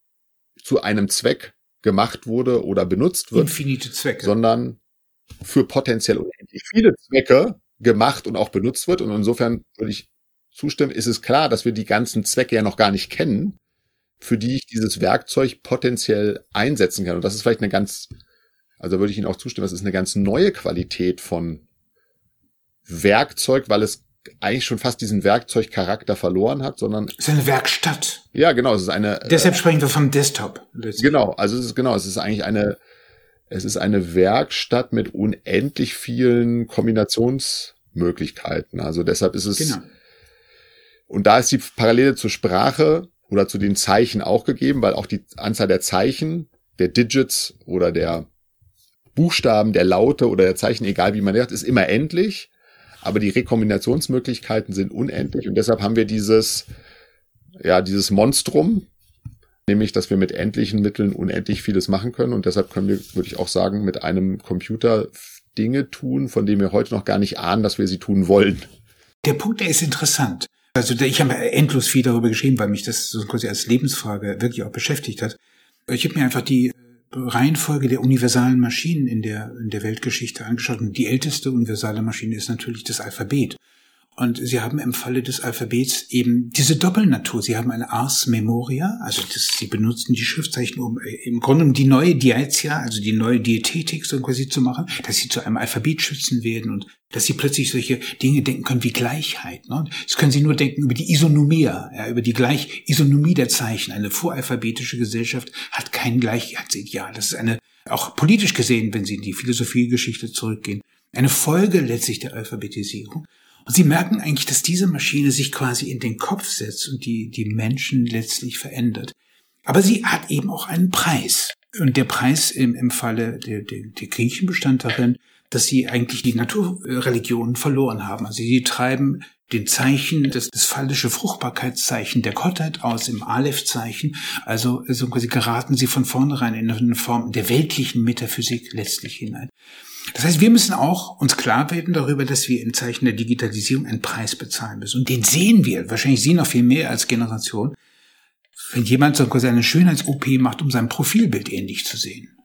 Zweck gemacht wurde oder benutzt wird. Infinite Zwecke. Sondern für potenziell unendlich viele Zwecke gemacht und auch benutzt wird. Und insofern würde ich zustimmen, ist es klar, dass wir die ganzen Zwecke ja noch gar nicht kennen, für die ich dieses Werkzeug potenziell einsetzen kann. Und das ist vielleicht also würde ich Ihnen auch zustimmen, das ist eine ganz neue Qualität von Werkzeug, weil es eigentlich schon fast diesen Werkzeugcharakter verloren hat, sondern es ist eine Werkstatt. Ja, genau, es ist eine. Deshalb sprechen wir vom Desktop. Genau, also es ist eigentlich eine Werkstatt mit unendlich vielen Kombinationsmöglichkeiten. Also deshalb ist es. Genau. Und da ist die Parallele zur Sprache oder zu den Zeichen auch gegeben, weil auch die Anzahl der Zeichen, der Digits oder der Buchstaben, der Laute oder der Zeichen, egal wie man sagt, ist immer endlich. Aber die Rekombinationsmöglichkeiten sind unendlich und deshalb haben wir dieses Monstrum, nämlich, dass wir mit endlichen Mitteln unendlich vieles machen können und deshalb können wir, würde ich auch sagen, mit einem Computer Dinge tun, von denen wir heute noch gar nicht ahnen, dass wir sie tun wollen. Der Punkt, der ist interessant. Also ich habe endlos viel darüber geschrieben, weil mich das so quasi als Lebensfrage wirklich auch beschäftigt hat. Ich habe mir einfach die Reihenfolge der universalen Maschinen in der Weltgeschichte angeschaut. Und die älteste universale Maschine ist natürlich das Alphabet. Und sie haben im Falle des Alphabets eben diese Doppelnatur. Sie haben eine Ars Memoria, also sie benutzen die Schriftzeichen, um im Grunde die neue Diaetia, also die neue Diätetik so quasi zu machen, dass sie zu einem Alphabetschützen werden und dass sie plötzlich solche Dinge denken können wie Gleichheit. Ne? Das können sie nur denken über die Isonomia, über die Isonomie der Zeichen. Eine voralphabetische Gesellschaft hat kein Gleichheitsideal. Das ist auch politisch gesehen, wenn Sie in die Philosophiegeschichte zurückgehen, eine Folge letztlich der Alphabetisierung. Und Sie merken eigentlich, dass diese Maschine sich quasi in den Kopf setzt und die Menschen letztlich verändert. Aber sie hat eben auch einen Preis. Und der Preis im Falle der Griechen bestand darin, dass sie eigentlich die Naturreligionen verloren haben. Also sie treiben den Zeichen, das phallische Fruchtbarkeitszeichen der Gottheit aus im Aleph-Zeichen. Also so quasi geraten sie von vornherein in eine Form der weltlichen Metaphysik letztlich hinein. Das heißt, wir müssen auch uns klar werden darüber, dass wir im Zeichen der Digitalisierung einen Preis bezahlen müssen. Und den sehen wir, wahrscheinlich Sie noch viel mehr als Generation, wenn jemand so quasi eine Schönheits-OP macht, um sein Profilbild ähnlich zu sehen.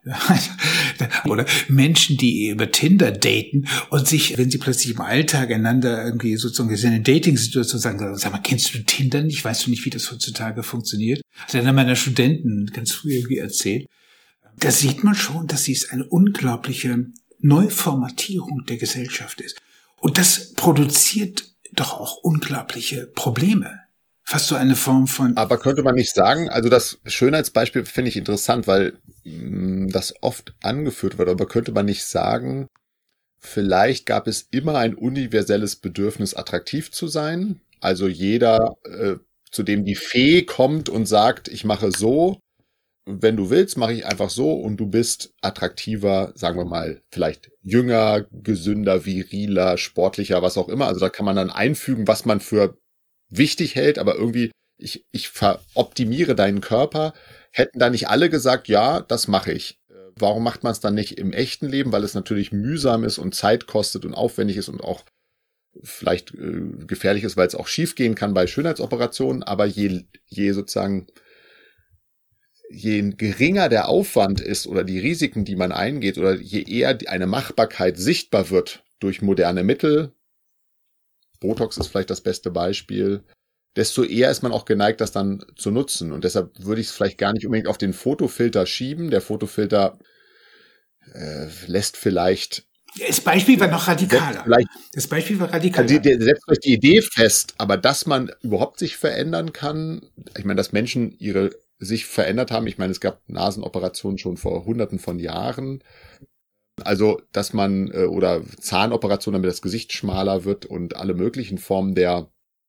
Oder Menschen, die über Tinder daten und sich, wenn sie plötzlich im Alltag einander irgendwie sozusagen in eine Dating-Situation sagen, sag mal, kennst du Tinder nicht? Weißt du nicht, wie das heutzutage funktioniert? Hat einer meiner Studenten ganz früh irgendwie erzählt. Da sieht man schon, dass dies eine unglaubliche Neuformatierung der Gesellschaft ist. Und das produziert doch auch unglaubliche Probleme. Fast so eine Form von... Aber könnte man nicht sagen, also das Schönheitsbeispiel finde ich interessant, weil das oft angeführt wird, aber könnte man nicht sagen, vielleicht gab es immer ein universelles Bedürfnis, attraktiv zu sein? Also jeder, zu dem die Fee kommt und sagt, ich mache so, wenn du willst, mache ich einfach so und du bist attraktiver, sagen wir mal, vielleicht jünger, gesünder, viriler, sportlicher, was auch immer. Also da kann man dann einfügen, was man für wichtig hält, aber irgendwie, ich veroptimiere deinen Körper. Hätten da nicht alle gesagt, ja, das mache ich. Warum macht man es dann nicht im echten Leben? Weil es natürlich mühsam ist und Zeit kostet und aufwendig ist und auch vielleicht gefährlich ist, weil es auch schief gehen kann bei Schönheitsoperationen. Aber je sozusagen, je geringer der Aufwand ist oder die Risiken, die man eingeht, oder je eher eine Machbarkeit sichtbar wird durch moderne Mittel, Botox ist vielleicht das beste Beispiel, desto eher ist man auch geneigt, das dann zu nutzen. Und deshalb würde ich es vielleicht gar nicht unbedingt auf den Fotofilter schieben. Der Fotofilter lässt vielleicht... Das Beispiel war noch radikaler. Das Beispiel war radikaler. Also der setzt vielleicht die Idee fest, aber dass man überhaupt sich verändern kann, ich meine, dass Menschen sich verändert haben, ich meine, es gab Nasenoperationen schon vor Hunderten von Jahren, also dass man, oder Zahnoperationen, damit das Gesicht schmaler wird und alle möglichen Formen der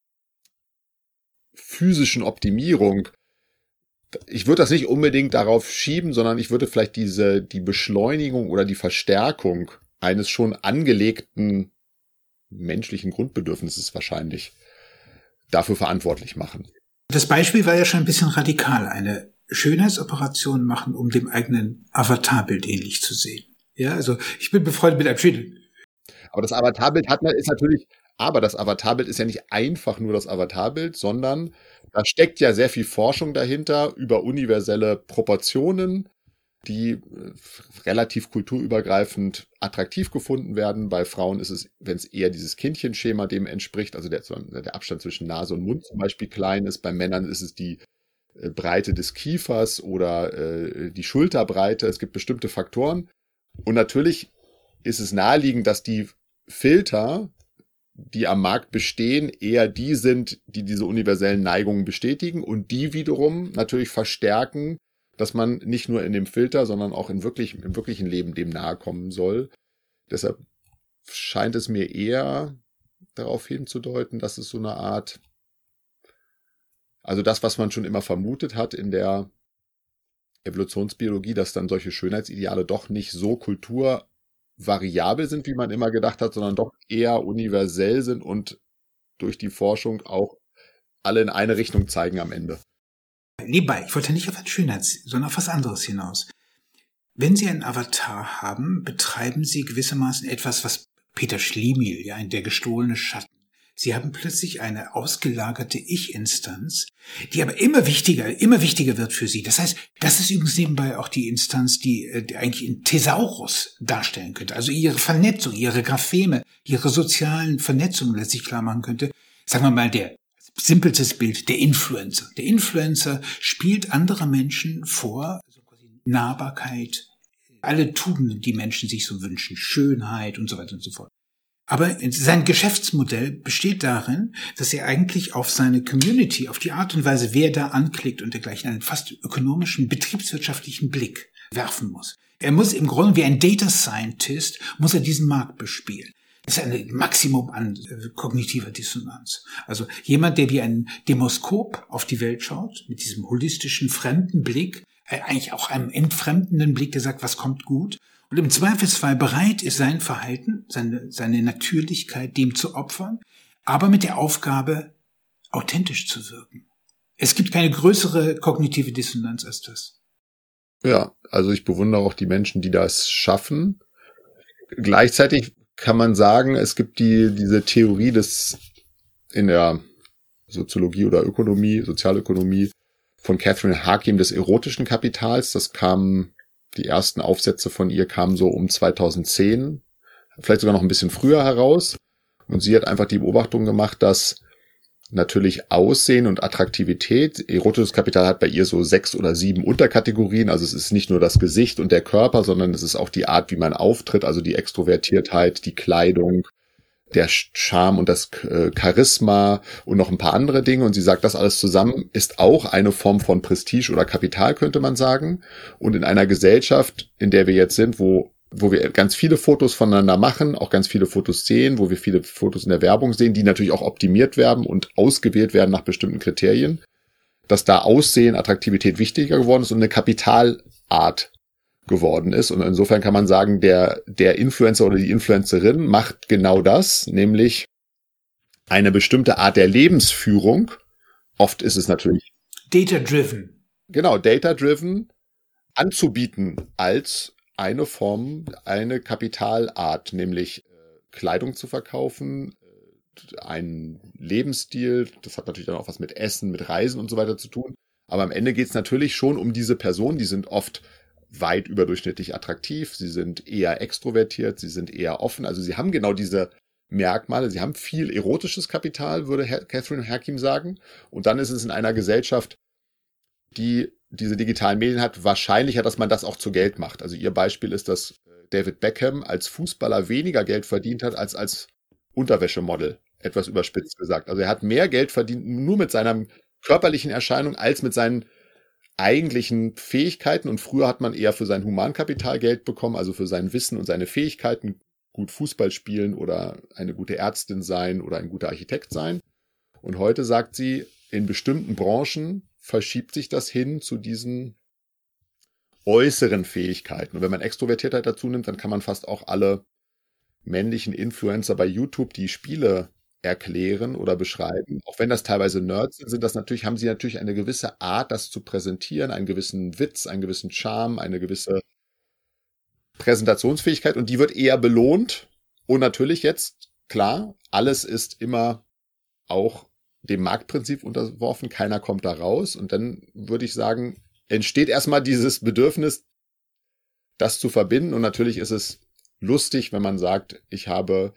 physischen Optimierung. Ich würde das nicht unbedingt darauf schieben, sondern ich würde vielleicht die Beschleunigung oder die Verstärkung eines schon angelegten menschlichen Grundbedürfnisses wahrscheinlich dafür verantwortlich machen. Das Beispiel war ja schon ein bisschen radikal. Eine Schönheitsoperation machen, um dem eigenen Avatarbild ähnlich zu sehen. Ja, also ich bin befreundet mit einem Schönen. Aber das Avatarbild ist ja nicht einfach nur das Avatarbild, sondern da steckt ja sehr viel Forschung dahinter über universelle Proportionen, die relativ kulturübergreifend attraktiv gefunden werden. Bei Frauen ist es, wenn es eher dieses Kindchenschema dem entspricht, also der Abstand zwischen Nase und Mund zum Beispiel klein ist. Bei Männern ist es die Breite des Kiefers oder die Schulterbreite. Es gibt bestimmte Faktoren. Und natürlich ist es naheliegend, dass die Filter, die am Markt bestehen, eher die sind, die diese universellen Neigungen bestätigen und die wiederum natürlich verstärken, dass man nicht nur in dem Filter, sondern auch im wirklichen Leben dem nahe kommen soll. Deshalb scheint es mir eher darauf hinzudeuten, dass es so eine Art, also das, was man schon immer vermutet hat in der Evolutionsbiologie, dass dann solche Schönheitsideale doch nicht so kulturvariabel sind, wie man immer gedacht hat, sondern doch eher universell sind und durch die Forschung auch alle in eine Richtung zeigen am Ende. Nebenbei, ich wollte nicht auf ein sondern auf was anderes hinaus. Wenn Sie einen Avatar haben, betreiben Sie gewissermaßen etwas, was Peter Schlemihl, ja, in Der gestohlene Schatten. Sie haben plötzlich eine ausgelagerte Ich-Instanz, die aber immer wichtiger wird für Sie. Das heißt, das ist übrigens nebenbei auch die Instanz, die eigentlich einen Thesaurus darstellen könnte. Also Ihre Vernetzung, Ihre Grapheme, Ihre sozialen Vernetzungen letztlich klar machen könnte. Sagen wir mal, der simpelstes Bild, der Influencer. Der Influencer spielt andere Menschen vor, also quasi Nahbarkeit, alle Tugenden, die Menschen sich so wünschen, Schönheit und so weiter und so fort. Aber sein Geschäftsmodell besteht darin, dass er eigentlich auf seine Community, auf die Art und Weise, wer da anklickt und dergleichen, einen fast ökonomischen, betriebswirtschaftlichen Blick werfen muss. Er muss im Grunde wie ein Data Scientist, muss er diesen Markt bespielen. Das ist ein Maximum an kognitiver Dissonanz. Also jemand, der wie ein Demoskop auf die Welt schaut, mit diesem holistischen, fremden Blick, eigentlich auch einem entfremdenden Blick, der sagt, was kommt gut, und im Zweifelsfall bereit ist, sein Verhalten, seine Natürlichkeit dem zu opfern, aber mit der Aufgabe, authentisch zu wirken. Es gibt keine größere kognitive Dissonanz als das. Ja, also ich bewundere auch die Menschen, die das schaffen. Gleichzeitig kann man sagen, es gibt diese Theorie in der Soziologie oder Ökonomie, Sozialökonomie von Catherine Hakim des erotischen Kapitals. Das kam Die ersten Aufsätze von ihr kamen so um 2010, vielleicht sogar noch ein bisschen früher heraus. Und sie hat einfach die Beobachtung gemacht, dass natürlich Aussehen und Attraktivität, erotisches Kapital hat bei ihr so 6 oder 7 Unterkategorien. Also es ist nicht nur das Gesicht und der Körper, sondern es ist auch die Art, wie man auftritt, also die Extrovertiertheit, die Kleidung, der Charme und das Charisma und noch ein paar andere Dinge. Und sie sagt, das alles zusammen ist auch eine Form von Prestige oder Kapital, könnte man sagen. Und in einer Gesellschaft, in der wir jetzt sind, wo wir ganz viele Fotos voneinander machen, auch ganz viele Fotos sehen, wo wir viele Fotos in der Werbung sehen, die natürlich auch optimiert werden und ausgewählt werden nach bestimmten Kriterien, dass da Aussehen, Attraktivität wichtiger geworden ist und eine Kapitalart geworden ist. Und insofern kann man sagen, der Influencer oder die Influencerin macht genau das, nämlich eine bestimmte Art der Lebensführung. Oft ist es natürlich Data-driven. Genau, data-driven anzubieten als eine Form, eine Kapitalart, nämlich Kleidung zu verkaufen, einen Lebensstil. Das hat natürlich dann auch was mit Essen, mit Reisen und so weiter zu tun. Aber am Ende geht es natürlich schon um diese Personen, die sind oft weit überdurchschnittlich attraktiv, sie sind eher extrovertiert, sie sind eher offen, also sie haben genau diese Merkmale, sie haben viel erotisches Kapital, würde Catherine Hakim sagen, und dann ist es in einer Gesellschaft, die diese digitalen Medien hat, wahrscheinlicher, dass man das auch zu Geld macht. Also ihr Beispiel ist, dass David Beckham als Fußballer weniger Geld verdient hat als Unterwäschemodel, etwas überspitzt gesagt. Also er hat mehr Geld verdient nur mit seiner körperlichen Erscheinung als mit seinen eigentlichen Fähigkeiten, und früher hat man eher für sein Humankapital Geld bekommen, also für sein Wissen und seine Fähigkeiten, gut Fußball spielen oder eine gute Ärztin sein oder ein guter Architekt sein. Und heute sagt sie, in bestimmten Branchen verschiebt sich das hin zu diesen äußeren Fähigkeiten. Und wenn man Extrovertiertheit dazu nimmt, dann kann man fast auch alle männlichen Influencer bei YouTube, die Spiele erklären oder beschreiben. Auch wenn das teilweise Nerds sind, haben sie natürlich eine gewisse Art, das zu präsentieren, einen gewissen Witz, einen gewissen Charme, eine gewisse Präsentationsfähigkeit, und die wird eher belohnt. Und natürlich jetzt, klar, alles ist immer auch dem Marktprinzip unterworfen, keiner kommt da raus. Und dann würde ich sagen, entsteht erstmal dieses Bedürfnis, das zu verbinden. Und natürlich ist es lustig, wenn man sagt, ich habe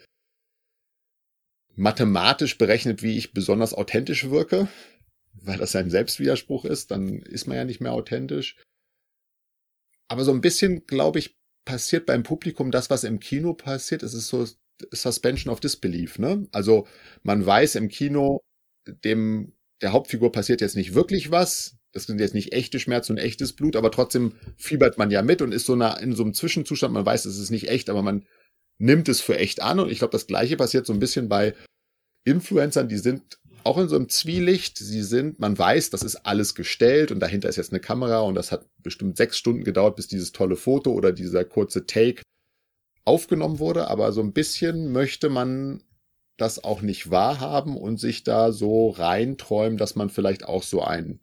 mathematisch berechnet, wie ich besonders authentisch wirke, weil das ein Selbstwiderspruch ist, dann ist man ja nicht mehr authentisch. Aber so ein bisschen, glaube ich, passiert beim Publikum das, was im Kino passiert. Es ist so Suspension of Disbelief, ne? Also man weiß im Kino, der Hauptfigur passiert jetzt nicht wirklich was. Das sind jetzt nicht echte Schmerzen und echtes Blut, aber trotzdem fiebert man ja mit und ist in so einem Zwischenzustand. Man weiß, es ist nicht echt, aber man nimmt es für echt an. Und ich glaube, das Gleiche passiert so ein bisschen bei Influencern, die sind auch in so einem Zwielicht. Man weiß, das ist alles gestellt und dahinter ist jetzt eine Kamera und das hat bestimmt 6 Stunden gedauert, bis dieses tolle Foto oder dieser kurze Take aufgenommen wurde. Aber so ein bisschen möchte man das auch nicht wahrhaben und sich da so reinträumen, dass man vielleicht auch so ein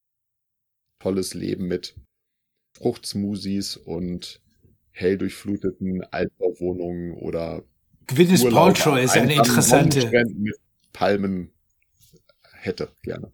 tolles Leben mit Fruchtsmoothies und hell durchfluteten Altbauwohnungen oder Gwyneth Paltrow ist eine interessante mit Palmen hätte gerne.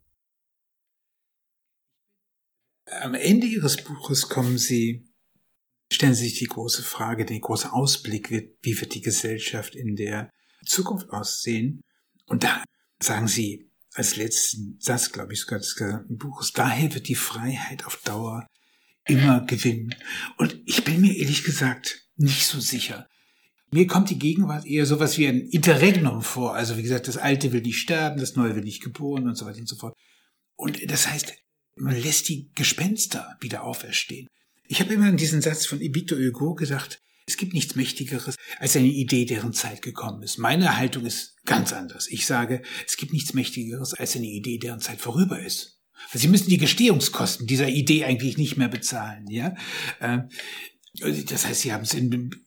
Am Ende Ihres Buches stellen Sie sich die große Frage, den großen Ausblick, wie wird die Gesellschaft in der Zukunft aussehen? Und da sagen Sie als letzten Satz, glaube ich, sogar des gesamten Buches, daher wird die Freiheit auf Dauer immer gewinnen. Und ich bin mir ehrlich gesagt nicht so sicher. Mir kommt die Gegenwart eher sowas wie ein Interregnum vor. Also wie gesagt, das Alte will nicht sterben, das Neue will nicht geboren und so weiter und so fort. Und das heißt, man lässt die Gespenster wieder auferstehen. Ich habe immer an diesen Satz von Victor Hugo gedacht, es gibt nichts Mächtigeres als eine Idee, deren Zeit gekommen ist. Meine Haltung ist ganz anders. Ich sage, es gibt nichts Mächtigeres als eine Idee, deren Zeit vorüber ist. Sie müssen die Gestehungskosten dieser Idee eigentlich nicht mehr bezahlen. Ja, das heißt, Sie haben es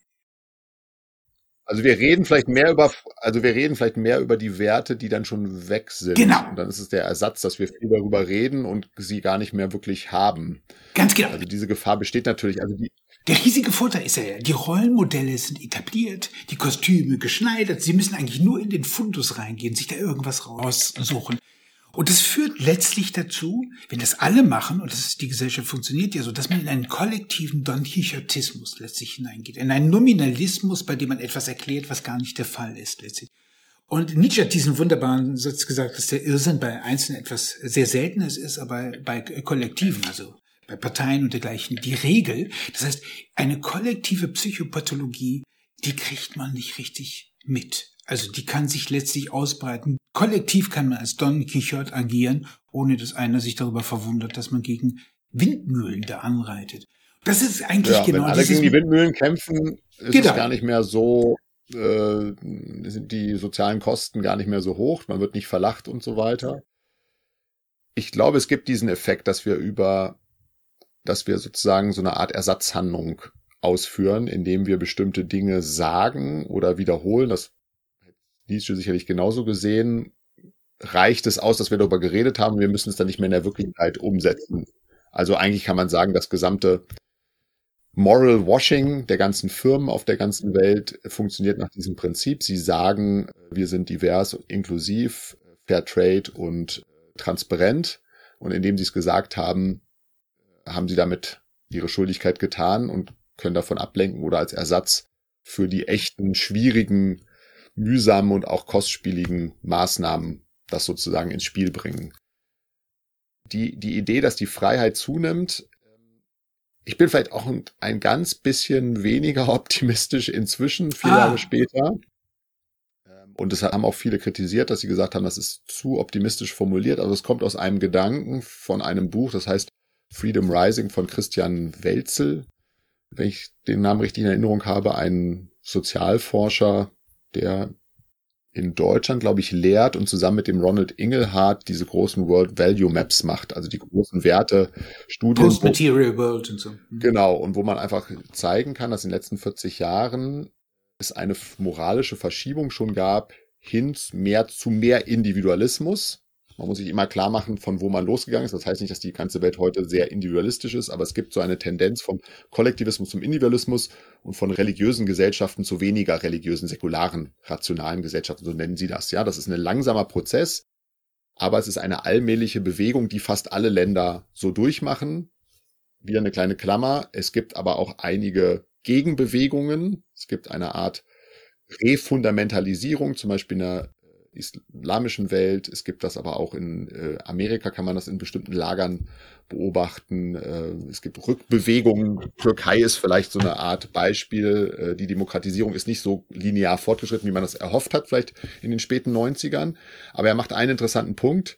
Also wir reden vielleicht mehr über die Werte, die dann schon weg sind. Genau. Und dann ist es der Ersatz, dass wir viel darüber reden und sie gar nicht mehr wirklich haben. Ganz genau. Also diese Gefahr besteht natürlich. Der riesige Vorteil ist ja, die Rollenmodelle sind etabliert, die Kostüme geschneidert. Sie müssen eigentlich nur in den Fundus reingehen, sich da irgendwas raussuchen. Und es führt letztlich dazu, wenn das alle machen, und die Gesellschaft funktioniert ja so, dass man in einen kollektiven Don Quixotismus letztlich hineingeht, in einen Nominalismus, bei dem man etwas erklärt, was gar nicht der Fall ist letztlich. Und Nietzsche hat diesen wunderbaren Satz gesagt, dass der Irrsinn bei Einzelnen etwas sehr Seltenes ist, aber bei Kollektiven, also bei Parteien und dergleichen, die Regel. Das heißt, eine kollektive Psychopathologie, die kriegt man nicht richtig mit. Also die kann sich letztlich ausbreiten. Kollektiv kann man als Don Quixote agieren, ohne dass einer sich darüber verwundert, dass man gegen Windmühlen da anreitet. Das ist eigentlich genau. Wenn alle gegen die Windmühlen kämpfen, ist es gar nicht mehr so, sind die sozialen Kosten gar nicht mehr so hoch, man wird nicht verlacht und so weiter. Ich glaube, es gibt diesen Effekt, dass wir sozusagen so eine Art Ersatzhandlung ausführen, indem wir bestimmte Dinge sagen oder wiederholen. Das Nietzsche sicherlich genauso gesehen, reicht es aus, dass wir darüber geredet haben, wir müssen es dann nicht mehr in der Wirklichkeit umsetzen. Also eigentlich kann man sagen, das gesamte Moral Washing der ganzen Firmen auf der ganzen Welt funktioniert nach diesem Prinzip. Sie sagen, wir sind divers und inklusiv, Fair Trade und transparent. Und indem sie es gesagt haben, haben sie damit ihre Schuldigkeit getan und können davon ablenken oder als Ersatz für die echten, schwierigen, mühsamen und auch kostspieligen Maßnahmen das sozusagen ins Spiel bringen. Die Idee, dass die Freiheit zunimmt, ich bin vielleicht auch ein ganz bisschen weniger optimistisch inzwischen, 4 Jahre später. Und das haben auch viele kritisiert, dass sie gesagt haben, das ist zu optimistisch formuliert. Also es kommt aus einem Gedanken von einem Buch, das heißt Freedom Rising von Christian Welzel. Wenn ich den Namen richtig in Erinnerung habe, ein Sozialforscher, der in Deutschland, glaube ich, lehrt und zusammen mit dem Ronald Inglehart diese großen World Value Maps macht, also die großen Wertestudien. Post-Material World und so. Genau, und wo man einfach zeigen kann, dass in den letzten 40 Jahren es eine moralische Verschiebung schon gab, hin zu mehr Individualismus. Man muss sich immer klar machen, von wo man losgegangen ist. Das heißt nicht, dass die ganze Welt heute sehr individualistisch ist, aber es gibt so eine Tendenz vom Kollektivismus zum Individualismus und von religiösen Gesellschaften zu weniger religiösen, säkularen, rationalen Gesellschaften, so nennen sie das. Ja, das ist ein langsamer Prozess, aber es ist eine allmähliche Bewegung, die fast alle Länder so durchmachen. Wieder eine kleine Klammer. Es gibt aber auch einige Gegenbewegungen. Es gibt eine Art Refundamentalisierung, zum Beispiel in der islamischen Welt. Es gibt das aber auch in Amerika, kann man das in bestimmten Lagern beobachten. Es gibt Rückbewegungen. Türkei ist vielleicht so eine Art Beispiel. Die Demokratisierung ist nicht so linear fortgeschritten, wie man das erhofft hat, vielleicht in den späten 90ern. Aber er macht einen interessanten Punkt,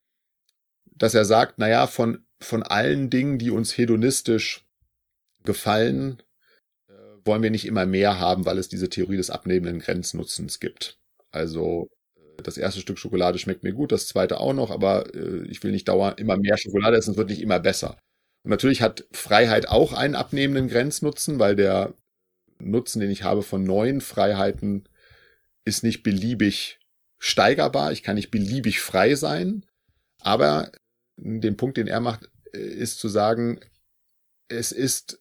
dass er sagt, naja, von allen Dingen, die uns hedonistisch gefallen, wollen wir nicht immer mehr haben, weil es diese Theorie des abnehmenden Grenznutzens gibt. Also das erste Stück Schokolade schmeckt mir gut, das zweite auch noch, aber ich will nicht dauernd immer mehr Schokolade essen, es wird nicht immer besser. Und natürlich hat Freiheit auch einen abnehmenden Grenznutzen, weil der Nutzen, den ich habe von neuen Freiheiten, ist nicht beliebig steigerbar. Ich kann nicht beliebig frei sein. Aber den Punkt, den er macht, ist zu sagen, es ist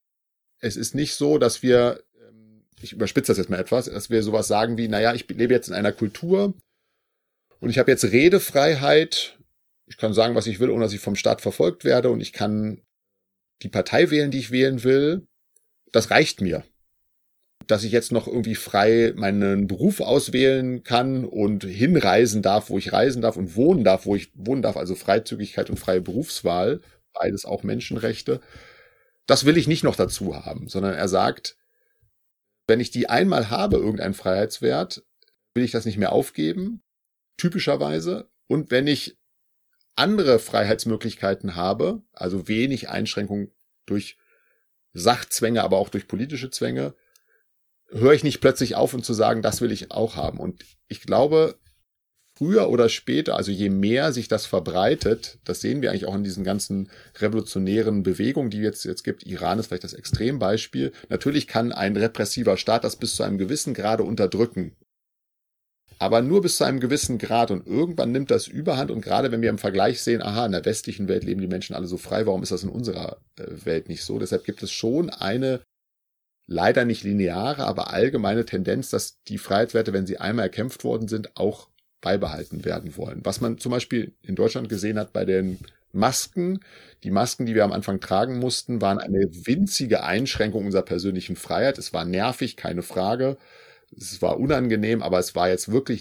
nicht so, dass wir, ich überspitze das jetzt mal etwas, dass wir sowas sagen wie, naja, ich lebe jetzt in einer Kultur und ich habe jetzt Redefreiheit, ich kann sagen, was ich will, ohne dass ich vom Staat verfolgt werde und ich kann die Partei wählen, die ich wählen will, das reicht mir. Dass ich jetzt noch irgendwie frei meinen Beruf auswählen kann und hinreisen darf, wo ich reisen darf und wohnen darf, wo ich wohnen darf, also Freizügigkeit und freie Berufswahl, beides auch Menschenrechte, das will ich nicht noch dazu haben, sondern er sagt, wenn ich die einmal habe, irgendeinen Freiheitswert, will ich das nicht mehr aufgeben, typischerweise. Und wenn ich andere Freiheitsmöglichkeiten habe, also wenig Einschränkungen durch Sachzwänge, aber auch durch politische Zwänge, höre ich nicht plötzlich auf, um zu sagen, das will ich auch haben. Und ich glaube, früher oder später, also je mehr sich das verbreitet, das sehen wir eigentlich auch in diesen ganzen revolutionären Bewegungen, die jetzt gibt. Iran ist vielleicht das Extrembeispiel. Natürlich kann ein repressiver Staat das bis zu einem gewissen Grade unterdrücken. Aber nur bis zu einem gewissen Grad und irgendwann nimmt das Überhand und gerade wenn wir im Vergleich sehen, aha, in der westlichen Welt leben die Menschen alle so frei, warum ist das in unserer Welt nicht so? Deshalb gibt es schon eine leider nicht lineare, aber allgemeine Tendenz, dass die Freiheitswerte, wenn sie einmal erkämpft worden sind, auch beibehalten werden wollen. Was man zum Beispiel in Deutschland gesehen hat bei den Masken. Die Masken, die wir am Anfang tragen mussten, waren eine winzige Einschränkung unserer persönlichen Freiheit. Es war nervig, keine Frage. Es war unangenehm, aber es war jetzt wirklich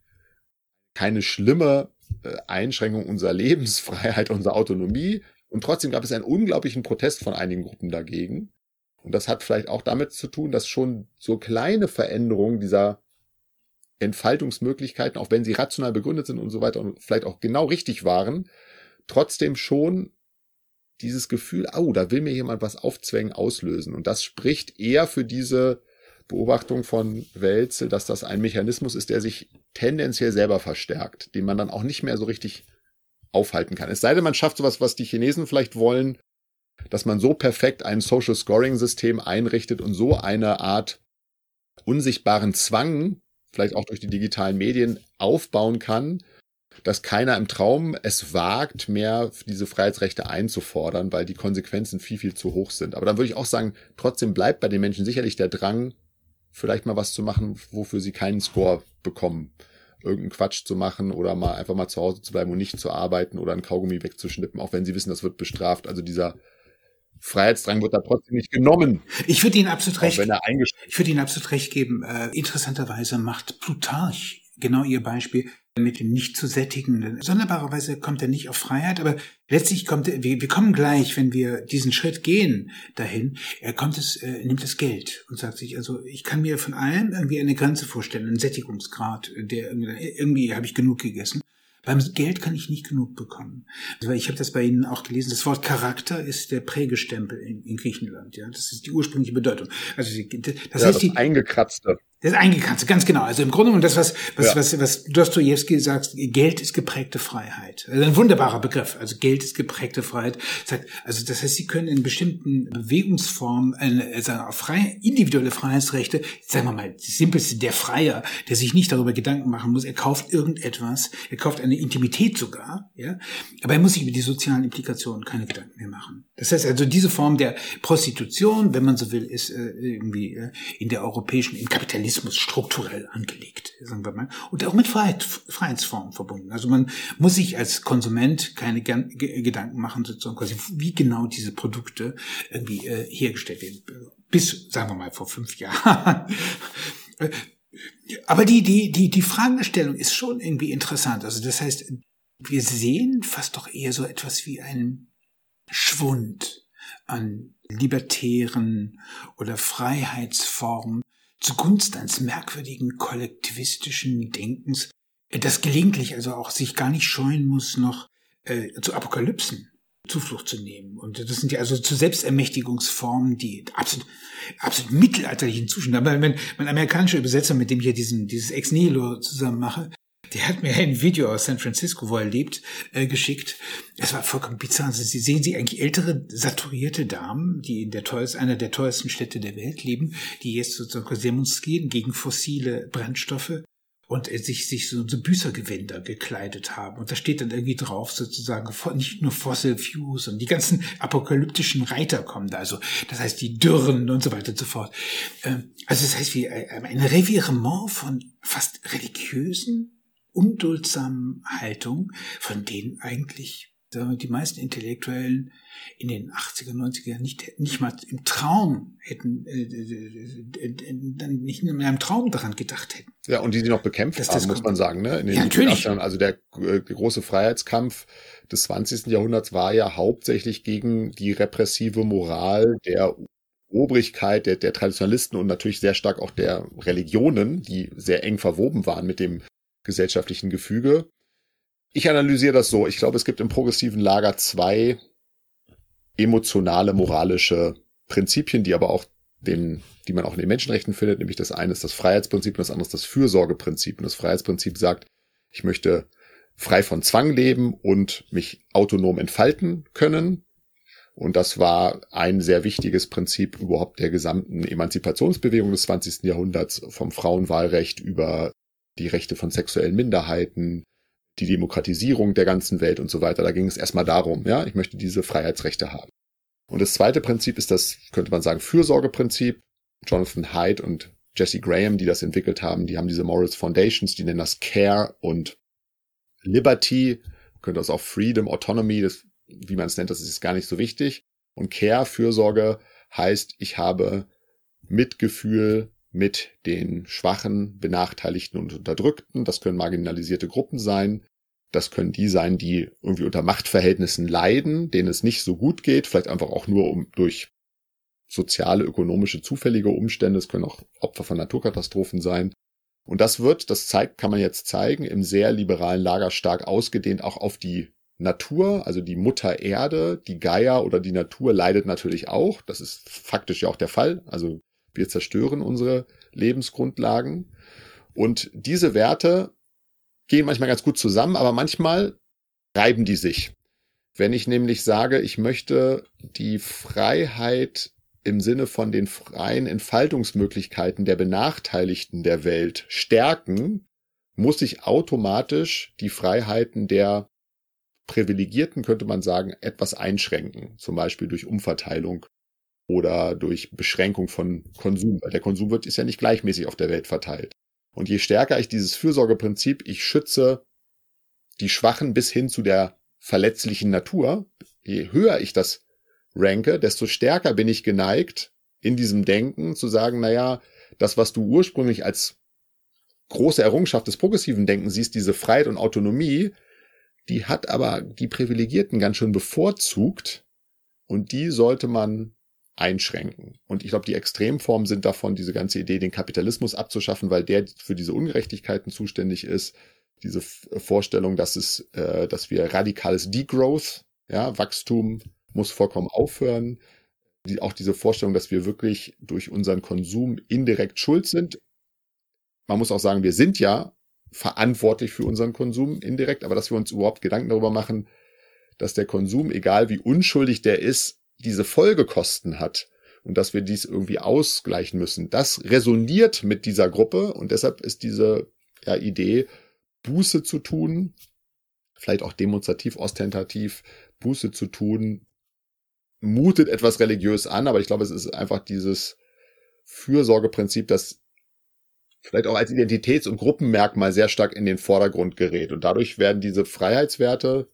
keine schlimme Einschränkung unserer Lebensfreiheit, unserer Autonomie. Und trotzdem gab es einen unglaublichen Protest von einigen Gruppen dagegen. Und das hat vielleicht auch damit zu tun, dass schon so kleine Veränderungen dieser Entfaltungsmöglichkeiten, auch wenn sie rational begründet sind und so weiter und vielleicht auch genau richtig waren, trotzdem schon dieses Gefühl, da will mir jemand was aufzwängen, auslösen. Und das spricht eher für diese Beobachtung von Wälzel, dass das ein Mechanismus ist, der sich tendenziell selber verstärkt, den man dann auch nicht mehr so richtig aufhalten kann. Es sei denn, man schafft sowas, was die Chinesen vielleicht wollen, dass man so perfekt ein Social Scoring System einrichtet und so eine Art unsichtbaren Zwang, vielleicht auch durch die digitalen Medien, aufbauen kann, dass keiner im Traum es wagt, mehr diese Freiheitsrechte einzufordern, weil die Konsequenzen viel, viel zu hoch sind. Aber dann würde ich auch sagen, trotzdem bleibt bei den Menschen sicherlich der Drang, vielleicht mal was zu machen, wofür sie keinen Score bekommen. Irgendeinen Quatsch zu machen oder einfach mal zu Hause zu bleiben und nicht zu arbeiten oder einen Kaugummi wegzuschnippen, auch wenn sie wissen, das wird bestraft. Also dieser Freiheitsdrang wird da trotzdem nicht genommen. Ich würde Ihnen absolut recht geben. Interessanterweise macht Plutarch genau Ihr Beispiel mit dem nicht zu sättigenden. Sonderbarerweise kommt er nicht auf Freiheit, aber letztlich wir kommen gleich, wenn wir diesen Schritt gehen dahin, nimmt das Geld und sagt sich, also ich kann mir von allem irgendwie eine Grenze vorstellen, einen Sättigungsgrad, der irgendwie habe ich genug gegessen. Beim Geld kann ich nicht genug bekommen. Also ich habe das bei Ihnen auch gelesen. Das Wort Charakter ist der Prägestempel in Griechenland. Ja, das ist die ursprüngliche Bedeutung. Also das heißt das Eingekratzte. Das Eingekratzte, ganz genau. Also im Grunde genommen das, was Dostojewski sagt, Geld ist geprägte Freiheit. Also ein wunderbarer Begriff. Also Geld ist geprägte Freiheit. Also das heißt, Sie können in bestimmten Bewegungsformen individuelle Freiheitsrechte, sagen wir mal, das Simpelste, der Freier, der sich nicht darüber Gedanken machen muss, er kauft irgendetwas, er kauft eine Intimität sogar, ja, aber er muss sich über die sozialen Implikationen keine Gedanken mehr machen. Das heißt also, diese Form der Prostitution, wenn man so will, ist irgendwie im Kapitalismus strukturell angelegt, sagen wir mal, und auch mit Freiheitsformen verbunden. Also man muss sich als Konsument keine Gedanken machen, sozusagen quasi, wie genau diese Produkte irgendwie hergestellt werden. Bis, sagen wir mal, vor 5 Jahren. Aber die Fragestellung ist schon irgendwie interessant. Also das heißt, wir sehen fast doch eher so etwas wie einen Schwund an libertären oder Freiheitsformen zugunsten eines merkwürdigen kollektivistischen Denkens, das gelegentlich also auch sich gar nicht scheuen muss, noch zu Apokalypsen Zuflucht zu nehmen. Und das sind ja also zu Selbstermächtigungsformen, die absolut mittelalterlichen Zustand. Aber mein amerikanischer Übersetzer, mit dem ich ja dieses Ex Nihilo zusammen mache, der hat mir ein Video aus San Francisco, wo er lebt, geschickt. Es war vollkommen bizarr. Also sehen Sie eigentlich ältere, saturierte Damen, die in einer der teuersten Städte der Welt leben, die jetzt sozusagen demonstrieren gegen fossile Brennstoffe und sich so Büßergewänder gekleidet haben. Und da steht dann irgendwie drauf sozusagen, nicht nur Fossil Fuels, sondern die ganzen apokalyptischen Reiter kommen da. Also das heißt die Dürren und so weiter und so fort. Also das heißt wie ein Revirement von fast religiösen, unduldsamen Haltung, von denen eigentlich die meisten Intellektuellen in den 80er, 90er Jahren nicht mal im Traum hätten, nicht in einem Traum daran gedacht hätten. Ja, und die noch bekämpft haben, muss man sagen, ne? Ja, natürlich. Also der große Freiheitskampf des 20. Jahrhunderts war ja hauptsächlich gegen die repressive Moral der Obrigkeit, der Traditionalisten und natürlich sehr stark auch der Religionen, die sehr eng verwoben waren mit dem gesellschaftlichen Gefüge. Ich analysiere das so. Ich glaube, es gibt im progressiven Lager 2 emotionale, moralische Prinzipien, die aber auch die man auch in den Menschenrechten findet. Nämlich das eine ist das Freiheitsprinzip und das andere ist das Fürsorgeprinzip. Und das Freiheitsprinzip sagt, ich möchte frei von Zwang leben und mich autonom entfalten können. Und das war ein sehr wichtiges Prinzip überhaupt der gesamten Emanzipationsbewegung des 20. Jahrhunderts, vom Frauenwahlrecht über die Rechte von sexuellen Minderheiten, die Demokratisierung der ganzen Welt und so weiter. Da ging es erstmal darum, ja, ich möchte diese Freiheitsrechte haben. Und das zweite Prinzip ist das, könnte man sagen, Fürsorgeprinzip. Jonathan Haidt und Jesse Graham, die das entwickelt haben. Die haben diese Morals Foundations, die nennen das Care und Liberty. Man könnte das auch Freedom, Autonomy, das, wie man es nennt, das ist gar nicht so wichtig. Und Care, Fürsorge, heißt, ich habe Mitgefühl mit den Schwachen, Benachteiligten und Unterdrückten. Das können marginalisierte Gruppen sein. Das können die sein, die irgendwie unter Machtverhältnissen leiden, denen es nicht so gut geht, vielleicht einfach auch nur durch soziale, ökonomische, zufällige Umstände. Es können auch Opfer von Naturkatastrophen sein. Und das kann man jetzt zeigen, im sehr liberalen Lager stark ausgedehnt auch auf die Natur, also die Mutter Erde, die Gaia oder die Natur leidet natürlich auch. Das ist faktisch ja auch der Fall. Also wir zerstören unsere Lebensgrundlagen. Und diese Werte gehen manchmal ganz gut zusammen, aber manchmal reiben die sich. Wenn ich nämlich sage, ich möchte die Freiheit im Sinne von den freien Entfaltungsmöglichkeiten der Benachteiligten der Welt stärken, muss ich automatisch die Freiheiten der Privilegierten, könnte man sagen, etwas einschränken. Zum Beispiel durch Umverteilung oder durch Beschränkung von Konsum. Weil der Konsum ist ja nicht gleichmäßig auf der Welt verteilt. Und je stärker ich dieses Fürsorgeprinzip, ich schütze die Schwachen bis hin zu der verletzlichen Natur, je höher ich das ranke, desto stärker bin ich geneigt, in diesem Denken zu sagen, naja, das, was du ursprünglich als große Errungenschaft des progressiven Denkens siehst, diese Freiheit und Autonomie, die hat aber die Privilegierten ganz schön bevorzugt und die sollte man einschränken. Und ich glaube, die Extremformen sind davon, diese ganze Idee, den Kapitalismus abzuschaffen, weil der für diese Ungerechtigkeiten zuständig ist. Diese Vorstellung, dass wir radikales Degrowth, ja, Wachstum muss vollkommen aufhören. Auch diese Vorstellung, dass wir wirklich durch unseren Konsum indirekt schuld sind. Man muss auch sagen, wir sind ja verantwortlich für unseren Konsum indirekt, aber dass wir uns überhaupt Gedanken darüber machen, dass der Konsum, egal wie unschuldig der ist, diese Folgekosten hat und dass wir dies irgendwie ausgleichen müssen. Das resoniert mit dieser Gruppe und deshalb ist diese Idee, Buße zu tun, vielleicht auch demonstrativ, ostentativ Buße zu tun, mutet etwas religiös an, aber ich glaube, es ist einfach dieses Fürsorgeprinzip, das vielleicht auch als Identitäts- und Gruppenmerkmal sehr stark in den Vordergrund gerät. Und dadurch werden diese Freiheitswerte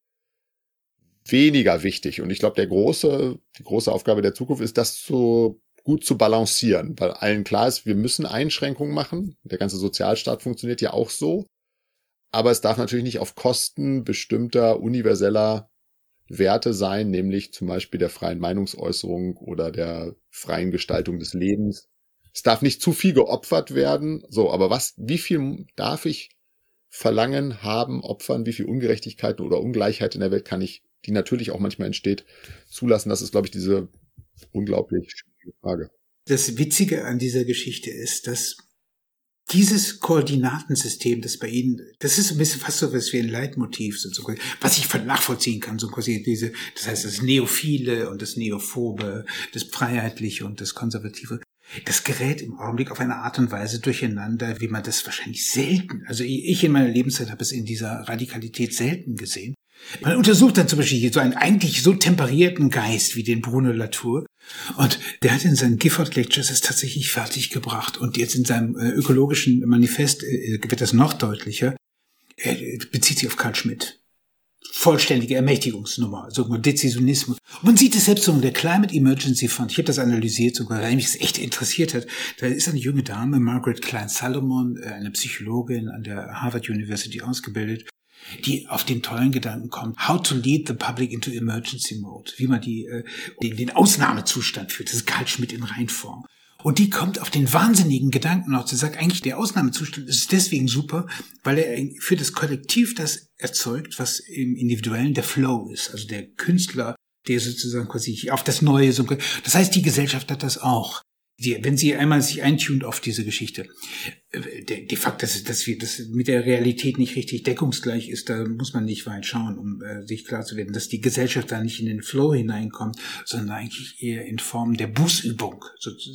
weniger wichtig. Und ich glaube, die große Aufgabe der Zukunft ist, das so gut zu balancieren, weil allen klar ist, wir müssen Einschränkungen machen. Der ganze Sozialstaat funktioniert ja auch so. Aber es darf natürlich nicht auf Kosten bestimmter universeller Werte sein, nämlich zum Beispiel der freien Meinungsäußerung oder der freien Gestaltung des Lebens. Es darf nicht zu viel geopfert werden. So, aber wie viel darf ich verlangen, haben, opfern? Wie viel Ungerechtigkeiten oder Ungleichheit in der Welt kann ich, die natürlich auch manchmal entsteht, zulassen? Das ist, glaube ich, diese unglaublich schwierige Frage. Das Witzige an dieser Geschichte ist, dass dieses Koordinatensystem, das bei Ihnen, das ist ein bisschen fast so was wie ein Leitmotiv, so, was ich nachvollziehen kann, so quasi das heißt das Neophile und das Neophobe, das Freiheitliche und das Konservative. Das gerät im Augenblick auf eine Art und Weise durcheinander, wie man das wahrscheinlich selten, also ich in meiner Lebenszeit habe es in dieser Radikalität selten gesehen. Man untersucht dann zum Beispiel hier so einen eigentlich so temperierten Geist wie den Bruno Latour und der hat in seinen Gifford Lectures es tatsächlich fertiggebracht und jetzt in seinem ökologischen Manifest wird das noch deutlicher. Er bezieht sich auf Carl Schmitt. Vollständige Ermächtigungsnummer, sogar Dezisionismus. Und man sieht es selbst so in der Climate Emergency Fund. Ich habe das analysiert sogar, weil mich das echt interessiert hat. Da ist eine junge Dame, Margaret Klein-Salomon, eine Psychologin an der Harvard University ausgebildet, die auf den tollen Gedanken kommt, how to lead the public into emergency mode, wie man den Ausnahmezustand führt. Das ist Carl Schmitt in Reinform. Und die kommt auf den wahnsinnigen Gedanken noch, sie sagt eigentlich, der Ausnahmezustand ist deswegen super, weil er für das Kollektiv das erzeugt, was im Individuellen der Flow ist, also der Künstler, der sozusagen quasi auf das Neue, das heißt, die Gesellschaft hat das auch. Wenn sie einmal sich eintunt auf diese Geschichte, de facto, dass mit der Realität nicht richtig deckungsgleich ist, da muss man nicht weit schauen, um sich klar zu werden, dass die Gesellschaft da nicht in den Flow hineinkommt, sondern eigentlich eher in Form der Bußübung.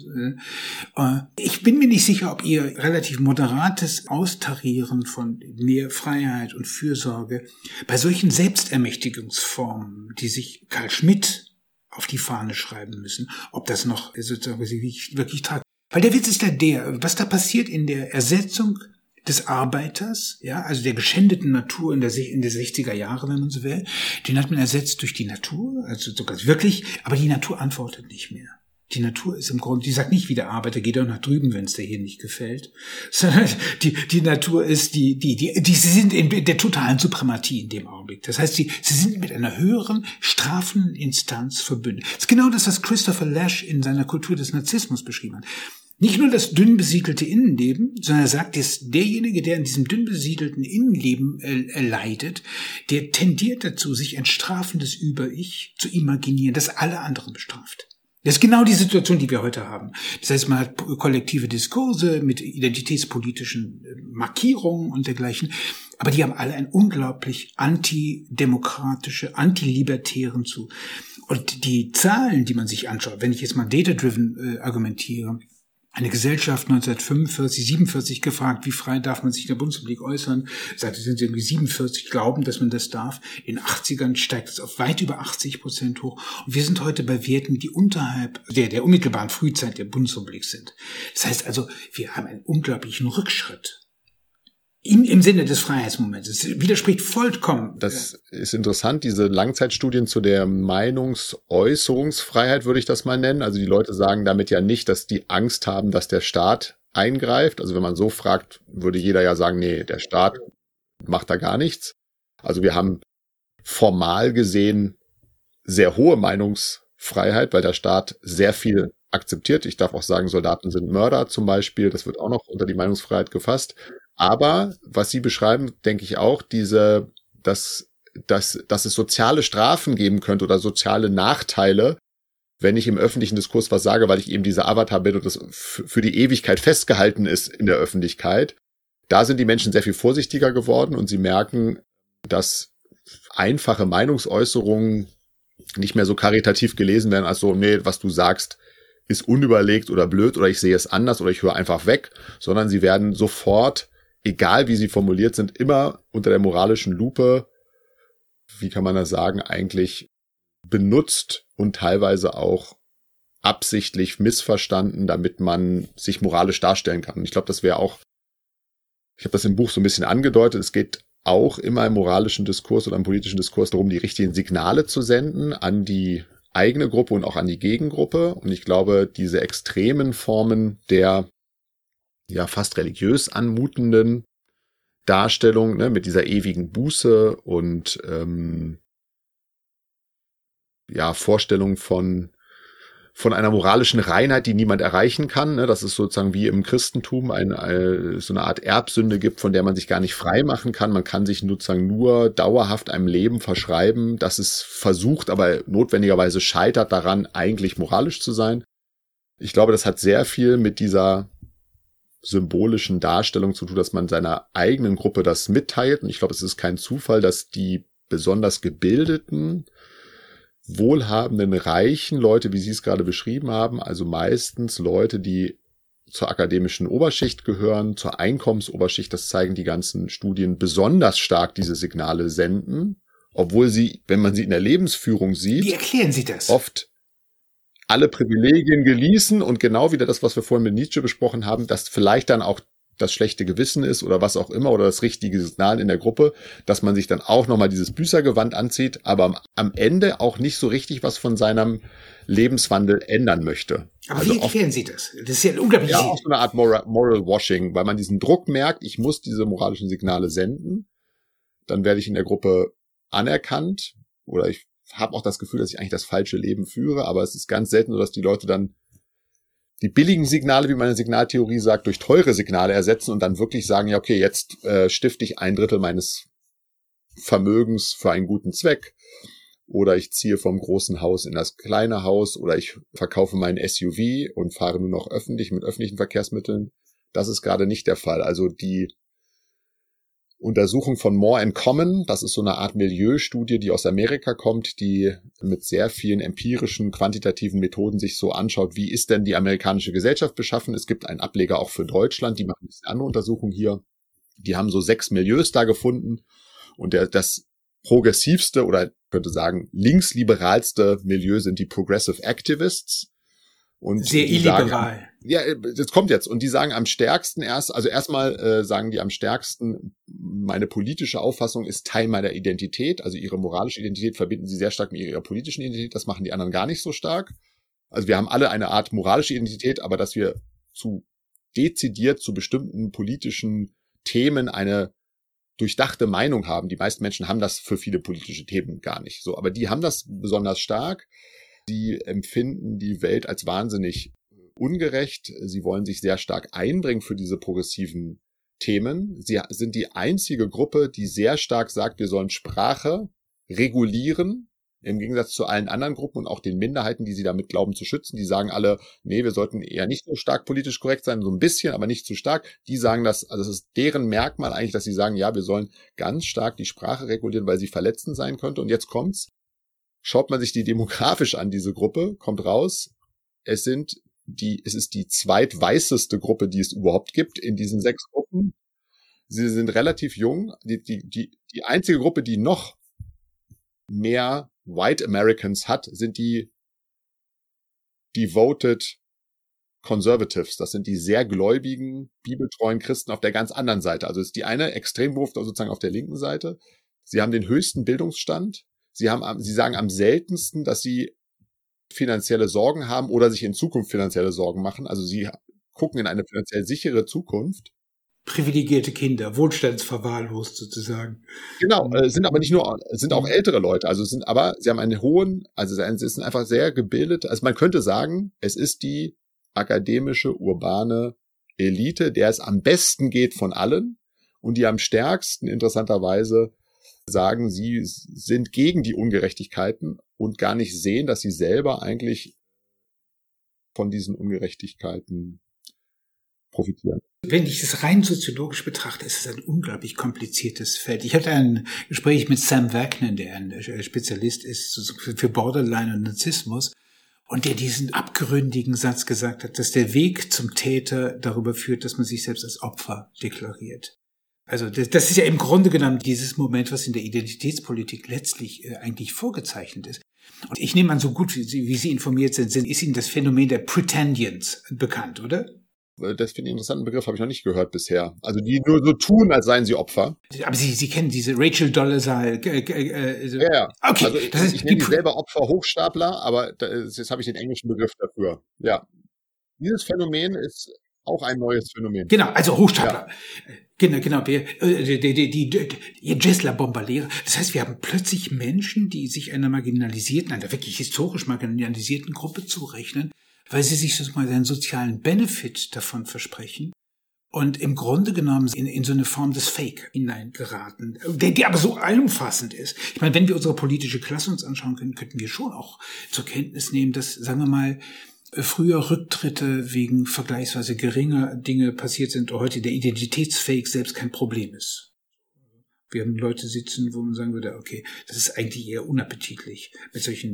Ich bin mir nicht sicher, ob ihr relativ moderates Austarieren von mehr Freiheit und Fürsorge bei solchen Selbstermächtigungsformen, die sich Carl Schmitt auf die Fahne schreiben müssen, ob das noch sozusagen wirklich tragt. Weil der Witz ist was da passiert in der Ersetzung des Arbeiters, ja, also der geschändeten Natur in der 60er Jahre, wenn man so will, den hat man ersetzt durch die Natur, also sogar wirklich, aber die Natur antwortet nicht mehr. Die Natur ist im Grunde, die sagt nicht wie der Arbeiter, geh doch nach drüben, wenn es dir hier nicht gefällt, sondern die Natur ist sie sind in der totalen Suprematie in dem Augenblick. Das heißt, sie sind mit einer höheren strafenden Instanz verbündet. Das ist genau das, was Christopher Lasch in seiner Kultur des Narzissmus beschrieben hat. Nicht nur das dünn besiedelte Innenleben, sondern er sagt, dass derjenige, der in diesem dünn besiedelten Innenleben leidet, der tendiert dazu, sich ein strafendes Über-Ich zu imaginieren, das alle anderen bestraft. Das ist genau die Situation, die wir heute haben. Das heißt, man hat kollektive Diskurse mit identitätspolitischen Markierungen und dergleichen, aber die haben alle einen unglaublich antidemokratische, antilibertären zu. Und die Zahlen, die man sich anschaut, wenn ich jetzt mal data-driven argumentiere, eine Gesellschaft 1945, 47 gefragt, wie frei darf man sich in der Bundesrepublik äußern? Sagte, sind irgendwie 47 glauben, dass man das darf. In den 80ern steigt es auf weit über 80% hoch. Und wir sind heute bei Werten, die unterhalb der unmittelbaren Frühzeit der Bundesrepublik sind. Das heißt also, wir haben einen unglaublichen Rückschritt. Im Sinne des Freiheitsmoments. Es widerspricht vollkommen. Das ist interessant, diese Langzeitstudien zu der Meinungsäußerungsfreiheit, würde ich das mal nennen. Also die Leute sagen damit ja nicht, dass die Angst haben, dass der Staat eingreift. Also wenn man so fragt, würde jeder ja sagen, nee, der Staat macht da gar nichts. Also wir haben formal gesehen sehr hohe Meinungsfreiheit, weil der Staat sehr viel akzeptiert. Ich darf auch sagen, Soldaten sind Mörder zum Beispiel. Das wird auch noch unter die Meinungsfreiheit gefasst. Aber was Sie beschreiben, denke ich auch, dass es soziale Strafen geben könnte oder soziale Nachteile, wenn ich im öffentlichen Diskurs was sage, weil ich eben dieser Avatar bin und das für die Ewigkeit festgehalten ist in der Öffentlichkeit. Da sind die Menschen sehr viel vorsichtiger geworden und sie merken, dass einfache Meinungsäußerungen nicht mehr so karitativ gelesen werden als so, nee, was du sagst, ist unüberlegt oder blöd oder ich sehe es anders oder ich höre einfach weg, sondern sie werden sofort, egal wie sie formuliert sind, immer unter der moralischen Lupe, wie kann man das sagen, eigentlich benutzt und teilweise auch absichtlich missverstanden, damit man sich moralisch darstellen kann. Und ich glaube, das wäre auch, ich habe das im Buch so ein bisschen angedeutet, es geht auch immer im moralischen Diskurs oder im politischen Diskurs darum, die richtigen Signale zu senden an die eigene Gruppe und auch an die Gegengruppe. Und ich glaube, diese extremen Formen der ja fast religiös anmutenden Darstellung, ne, mit dieser ewigen Buße und Vorstellung von einer moralischen Reinheit, die niemand erreichen kann, ne, dass es sozusagen wie im Christentum so eine Art Erbsünde gibt, von der man sich gar nicht frei machen kann. Man kann sich sozusagen nur dauerhaft einem Leben verschreiben, das es versucht, aber notwendigerweise scheitert daran, eigentlich moralisch zu sein. Ich glaube, das hat sehr viel mit dieser symbolischen Darstellung zu tun, dass man seiner eigenen Gruppe das mitteilt. Und ich glaube, es ist kein Zufall, dass die besonders gebildeten, wohlhabenden, reichen Leute, wie Sie es gerade beschrieben haben, also meistens Leute, die zur akademischen Oberschicht gehören, zur Einkommensoberschicht, das zeigen die ganzen Studien, besonders stark diese Signale senden, obwohl sie, wenn man sie in der Lebensführung sieht, wie erklären Sie das? Oft alle Privilegien genießen und genau wieder das, was wir vorhin mit Nietzsche besprochen haben, dass vielleicht dann auch das schlechte Gewissen ist oder was auch immer oder das richtige Signal in der Gruppe, dass man sich dann auch nochmal dieses Büßergewand anzieht, aber am Ende auch nicht so richtig was von seinem Lebenswandel ändern möchte. Aber also wie erklären Sie das? Das ist ja unglaublich. Ja, auch so eine Art Moral Washing, weil man diesen Druck merkt, ich muss diese moralischen Signale senden, dann werde ich in der Gruppe anerkannt oder ich habe auch das Gefühl, dass ich eigentlich das falsche Leben führe, aber es ist ganz selten so, dass die Leute dann die billigen Signale, wie meine Signaltheorie sagt, durch teure Signale ersetzen und dann wirklich sagen, ja okay, jetzt stifte ich 1/3 meines Vermögens für einen guten Zweck oder ich ziehe vom großen Haus in das kleine Haus oder ich verkaufe meinen SUV und fahre nur noch öffentlich mit öffentlichen Verkehrsmitteln. Das ist gerade nicht der Fall. Also die Untersuchung von More in Common, das ist so eine Art Milieustudie, die aus Amerika kommt, die mit sehr vielen empirischen, quantitativen Methoden sich so anschaut, wie ist denn die amerikanische Gesellschaft beschaffen. Es gibt einen Ableger auch für Deutschland, die machen ein bisschen andere Untersuchungen hier. Die haben so 6 Milieus da gefunden und das progressivste oder ich könnte sagen linksliberalste Milieu sind die Progressive Activists. Und sehr illiberal. Ja, das kommt jetzt. Und die sagen am stärksten erstmal sagen die am stärksten, meine politische Auffassung ist Teil meiner Identität. Also ihre moralische Identität verbinden sie sehr stark mit ihrer politischen Identität. Das machen die anderen gar nicht so stark. Also wir haben alle eine Art moralische Identität, aber dass wir dezidiert zu bestimmten politischen Themen eine durchdachte Meinung haben. Die meisten Menschen haben das für viele politische Themen gar nicht so. Aber die haben das besonders stark. Sie empfinden die Welt als wahnsinnig ungerecht. Sie wollen sich sehr stark einbringen für diese progressiven Themen. Sie sind die einzige Gruppe, die sehr stark sagt, wir sollen Sprache regulieren, im Gegensatz zu allen anderen Gruppen und auch den Minderheiten, die sie damit glauben zu schützen. Die sagen alle, nee, wir sollten eher nicht so stark politisch korrekt sein, so ein bisschen, aber nicht zu stark. Die sagen das, also es ist deren Merkmal eigentlich, dass sie sagen, ja, wir sollen ganz stark die Sprache regulieren, weil sie verletzend sein könnte. Und jetzt kommt's. Schaut man sich die demografisch an, diese Gruppe, kommt raus, es ist die zweitweißeste Gruppe, die es überhaupt gibt in diesen 6 Gruppen. Sie sind relativ jung. Die einzige Gruppe, die noch mehr White Americans hat, sind die Devoted Conservatives. Das sind die sehr gläubigen, bibeltreuen Christen auf der ganz anderen Seite. Also ist die eine Extremwurf sozusagen auf der linken Seite. Sie haben den höchsten Bildungsstand. Sie sagen am seltensten, dass sie finanzielle Sorgen haben oder sich in Zukunft finanzielle Sorgen machen. Also sie gucken in eine finanziell sichere Zukunft. Privilegierte Kinder, wohlstandsverwahrlost sozusagen. Genau, sind aber nicht nur, sind auch ältere Leute. Also sie haben einen hohen, also sie sind einfach sehr gebildet. Also man könnte sagen, es ist die akademische, urbane Elite, der es am besten geht von allen und die am stärksten interessanterweise sagen, sie sind gegen die Ungerechtigkeiten und gar nicht sehen, dass sie selber eigentlich von diesen Ungerechtigkeiten profitieren. Wenn ich das rein soziologisch betrachte, ist es ein unglaublich kompliziertes Feld. Ich hatte ein Gespräch mit Sam Wagner, der ein Spezialist ist für Borderline und Narzissmus, und der diesen abgründigen Satz gesagt hat, dass der Weg zum Täter darüber führt, dass man sich selbst als Opfer deklariert. Also das ist ja im Grunde genommen dieses Moment, was in der Identitätspolitik letztlich eigentlich vorgezeichnet ist. Und ich nehme an, so gut wie Sie informiert sind, ist Ihnen das Phänomen der Pretendians bekannt, oder? Das finde ich einen interessanten Begriff, habe ich noch nicht gehört bisher. Also die nur so tun, als seien sie Opfer. Aber Sie kennen diese Rachel Dolezal. Ja. Okay. Also ich nenne die selber Opfer Hochstapler, aber jetzt habe ich den englischen Begriff dafür. Ja. Dieses Phänomen ist auch ein neues Phänomen. Genau, also Hochstapler. Ja. Genau, die Gessler-Bomberlehre. Das heißt, wir haben plötzlich Menschen, die sich einer wirklich historisch marginalisierten Gruppe zurechnen, weil sie sich sozusagen einen sozialen Benefit davon versprechen und im Grunde genommen in so eine Form des Fake hineingeraten, der aber so allumfassend ist. Ich meine, wenn wir unsere politische Klasse uns anschauen können, könnten wir schon auch zur Kenntnis nehmen, dass, sagen wir mal, früher Rücktritte wegen vergleichsweise geringer Dinge passiert sind und heute der Identitätsfake selbst kein Problem ist. Wir haben Leute sitzen, wo man sagen würde, okay, das ist eigentlich eher unappetitlich mit solchen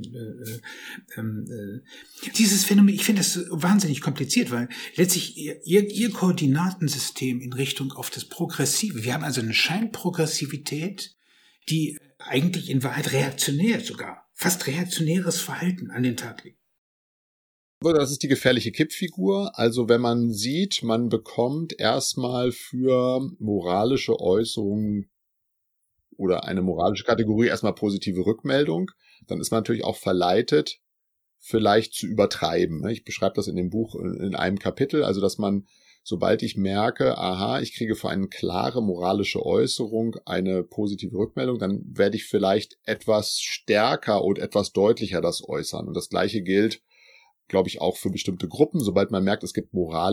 dieses Phänomen. Ich finde das wahnsinnig kompliziert, weil letztlich ihr Koordinatensystem in Richtung auf das Progressive. Wir haben also eine Scheinprogressivität, die eigentlich in Wahrheit reaktionär sogar, fast reaktionäres Verhalten an den Tag legt. Das ist die gefährliche Kippfigur. Also wenn man sieht, man bekommt erstmal für moralische Äußerungen oder eine moralische Kategorie erstmal positive Rückmeldung, dann ist man natürlich auch verleitet, vielleicht zu übertreiben. Ich beschreibe das in dem Buch in einem Kapitel, also dass man, sobald ich merke, aha, ich kriege für eine klare moralische Äußerung eine positive Rückmeldung, dann werde ich vielleicht etwas stärker und etwas deutlicher das äußern. Und das Gleiche gilt, glaube ich, auch für bestimmte Gruppen. Sobald man merkt, es gibt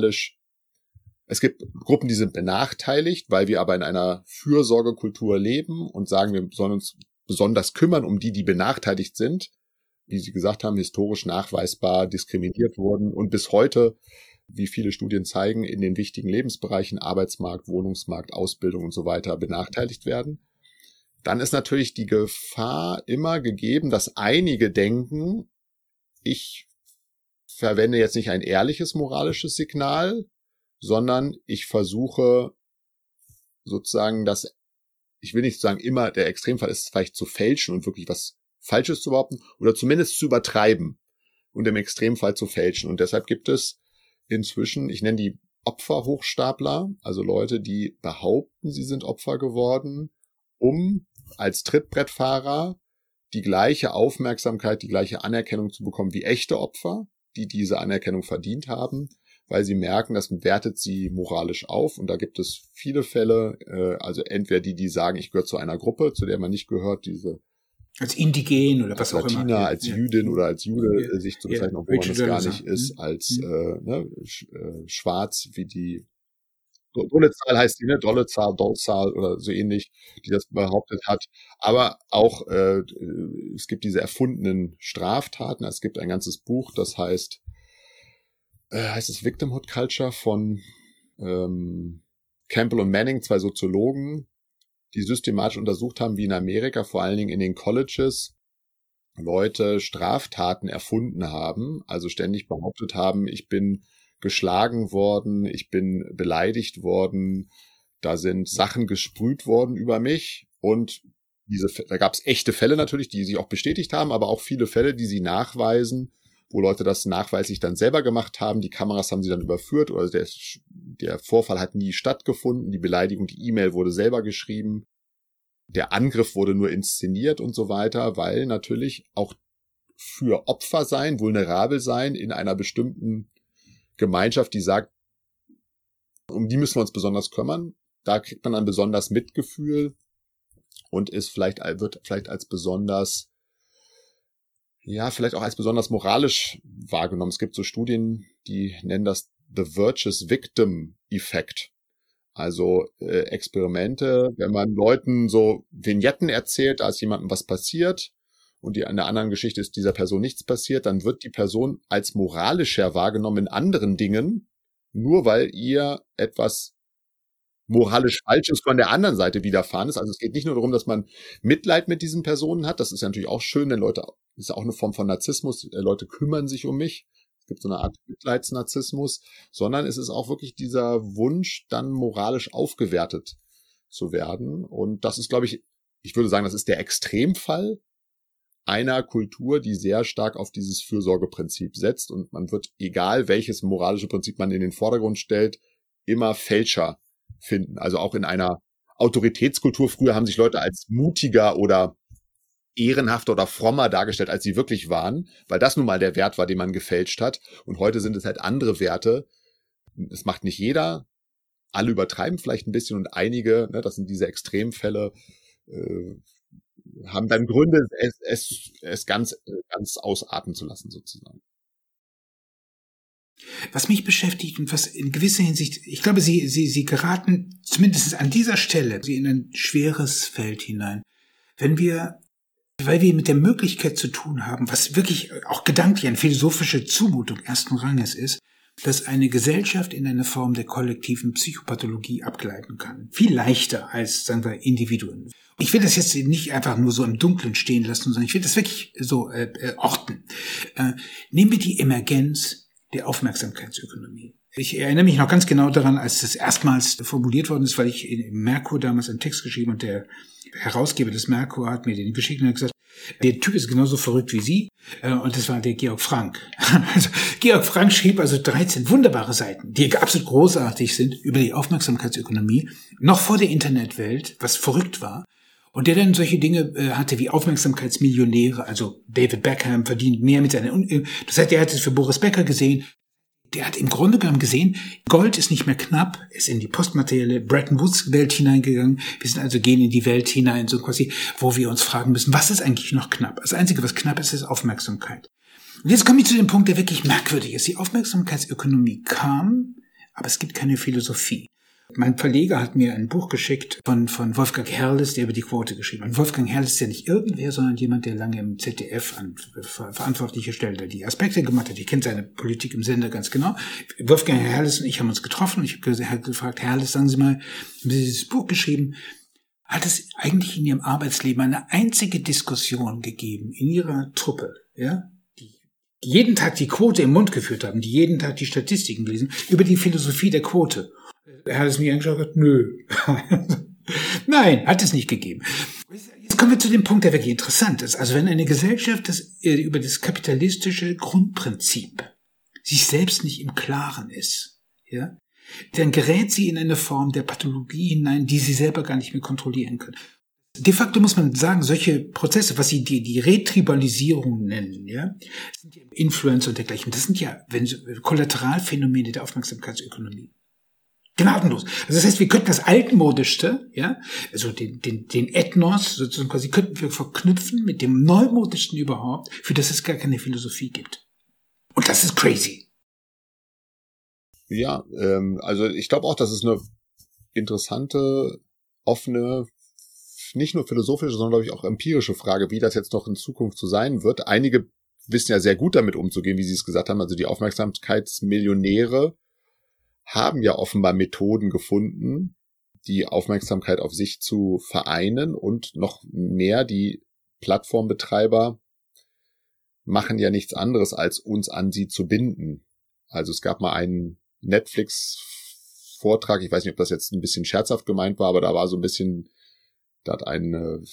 Gruppen, die sind benachteiligt, weil wir aber in einer Fürsorgekultur leben und sagen, wir sollen uns besonders kümmern um die benachteiligt sind, wie Sie gesagt haben, historisch nachweisbar diskriminiert wurden und bis heute, wie viele Studien zeigen, in den wichtigen Lebensbereichen, Arbeitsmarkt, Wohnungsmarkt, Ausbildung und so weiter benachteiligt werden. Dann ist natürlich die Gefahr immer gegeben, dass einige denken, ich verwende jetzt nicht ein ehrliches moralisches Signal, sondern ich versuche sozusagen ich will nicht sagen immer, der Extremfall ist vielleicht zu fälschen und wirklich was Falsches zu behaupten oder zumindest zu übertreiben. und im Extremfall zu fälschen. Und deshalb gibt es inzwischen, ich nenne die Opferhochstapler, also Leute, die behaupten, sie sind Opfer geworden, um als Trittbrettfahrer die gleiche Aufmerksamkeit, die gleiche Anerkennung zu bekommen wie echte Opfer, die diese Anerkennung verdient haben, weil sie merken, das wertet sie moralisch auf. Und da gibt es viele Fälle, also entweder die sagen, ich gehöre zu einer Gruppe, zu der man nicht gehört, diese als Indigen oder was auch Latina, immer. als Jüdin oder als Jude sich zu bezeichnen, obwohl man das gar nicht ist, als schwarz wie die Dolezal heißt die, ne? Dolezal oder so ähnlich, die das behauptet hat. Aber auch es gibt diese erfundenen Straftaten. Es gibt ein ganzes Buch, das heißt es Victimhood Culture von Campbell und Manning, 2 Soziologen, die systematisch untersucht haben, wie in Amerika, vor allen Dingen in den Colleges, Leute Straftaten erfunden haben, also ständig behauptet haben, ich bin geschlagen worden, ich bin beleidigt worden, da sind Sachen gesprüht worden über mich und da gab es echte Fälle natürlich, die sie auch bestätigt haben, aber auch viele Fälle, die sie nachweisen, wo Leute das nachweislich dann selber gemacht haben, die Kameras haben sie dann überführt oder der Vorfall hat nie stattgefunden, die Beleidigung, die E-Mail wurde selber geschrieben, der Angriff wurde nur inszeniert und so weiter, weil natürlich auch für Opfer sein, vulnerabel sein in einer bestimmten Gemeinschaft, die sagt, um die müssen wir uns besonders kümmern. Da kriegt man dann besonders Mitgefühl und wird vielleicht als besonders, vielleicht auch als besonders moralisch wahrgenommen. Es gibt so Studien, die nennen das The Virtuous Victim Effect. Also Experimente, wenn man Leuten so Vignetten erzählt, da ist jemandem was passiert, und in der anderen Geschichte ist dieser Person nichts passiert, dann wird die Person als moralischer wahrgenommen in anderen Dingen, nur weil ihr etwas moralisch Falsches von der anderen Seite widerfahren ist. Also es geht nicht nur darum, dass man Mitleid mit diesen Personen hat, das ist ja natürlich auch schön, denn das ist ja auch eine Form von Narzissmus, Leute kümmern sich um mich, es gibt so eine Art Mitleidsnarzissmus, sondern es ist auch wirklich dieser Wunsch, dann moralisch aufgewertet zu werden. Und das ist, glaube ich würde sagen, das ist der Extremfall einer Kultur, die sehr stark auf dieses Fürsorgeprinzip setzt und man wird, egal welches moralische Prinzip man in den Vordergrund stellt, immer Fälscher finden. Also auch in einer Autoritätskultur, früher haben sich Leute als mutiger oder ehrenhafter oder frommer dargestellt, als sie wirklich waren, weil das nun mal der Wert war, den man gefälscht hat. Und heute sind es halt andere Werte. Es macht nicht jeder. Alle übertreiben vielleicht ein bisschen und einige, das sind diese Extremfälle, haben dann Gründe, es ganz ausarten zu lassen, sozusagen. Was mich beschäftigt und was in gewisser Hinsicht, ich glaube, Sie geraten zumindest an dieser Stelle in ein schweres Feld hinein. Weil wir mit der Möglichkeit zu tun haben, was wirklich auch gedanklich eine philosophische Zumutung ersten Ranges ist, dass eine Gesellschaft in eine Form der kollektiven Psychopathologie abgleiten kann. Viel leichter als, sagen wir, Individuen. Ich will das jetzt nicht einfach nur so im Dunkeln stehen lassen, sondern ich will das wirklich so orten. Nehmen wir die Emergenz der Aufmerksamkeitsökonomie. Ich erinnere mich noch ganz genau daran, als das erstmals formuliert worden ist, weil ich im Merkur damals einen Text geschrieben und der Herausgeber des Merkur hat mir den geschickt und hat gesagt, der Typ ist genauso verrückt wie Sie. Und das war der Georg Frank. Also Georg Frank schrieb also 13 wunderbare Seiten, die absolut großartig sind, über die Aufmerksamkeitsökonomie, noch vor der Internetwelt, was verrückt war. Und der dann solche Dinge hatte wie Aufmerksamkeitsmillionäre, also David Beckham verdient mehr mit seiner, das heißt, er hat es für Boris Becker gesehen. Der hat im Grunde genommen gesehen, Gold ist nicht mehr knapp, ist in die postmaterielle Bretton Woods Welt hineingegangen. Wir sind also gehen in die Welt hinein, so quasi, wo wir uns fragen müssen, was ist eigentlich noch knapp? Das Einzige, was knapp ist, ist Aufmerksamkeit. Und jetzt komme ich zu dem Punkt, der wirklich merkwürdig ist. Die Aufmerksamkeitsökonomie kam, aber es gibt keine Philosophie. Mein Verleger hat mir ein Buch geschickt von Wolfgang Herrles, der über die Quote geschrieben hat. Wolfgang Herrles ist ja nicht irgendwer, sondern jemand, der lange im ZDF an verantwortlicher Stelle die Aspekte gemacht hat. Ich kenne seine Politik im Sender ganz genau. Wolfgang Herrles und ich haben uns getroffen und ich habe gefragt, Herrles, sagen Sie mal, haben Sie dieses Buch geschrieben? Hat es eigentlich in Ihrem Arbeitsleben eine einzige Diskussion gegeben in Ihrer Truppe, ja? Die jeden Tag die Quote im Mund geführt haben, die jeden Tag die Statistiken gelesen, über die Philosophie der Quote? Er hat es mir angeschaut und gesagt, nö. Nein, hat es nicht gegeben. Jetzt kommen wir zu dem Punkt, der wirklich interessant ist. Also wenn eine Gesellschaft über das kapitalistische Grundprinzip sich selbst nicht im Klaren ist, ja, dann gerät sie in eine Form der Pathologie hinein, die sie selber gar nicht mehr kontrollieren können. De facto muss man sagen, solche Prozesse, was sie die Retribalisierung nennen, ja, sind ja Influencer und dergleichen. Das sind ja Kollateralphänomene der Aufmerksamkeitsökonomie. Gnadenlos. Also das heißt, wir könnten das Altmodischste, ja, also den Ethnos sozusagen quasi, könnten wir verknüpfen mit dem Neumodischsten überhaupt, für das es gar keine Philosophie gibt. Und das ist crazy. Ja, also ich glaube auch, das ist eine interessante, offene, nicht nur philosophische, sondern glaube ich auch empirische Frage, wie das jetzt noch in Zukunft so sein wird. Einige wissen ja sehr gut damit umzugehen, wie Sie es gesagt haben. Also die Aufmerksamkeitsmillionäre haben ja offenbar Methoden gefunden, die Aufmerksamkeit auf sich zu vereinen, und noch mehr, die Plattformbetreiber machen ja nichts anderes, als uns an sie zu binden. Also es gab mal einen Netflix-Vortrag, ich weiß nicht, ob das jetzt ein bisschen scherzhaft gemeint war, aber da war so ein bisschen, da hat ein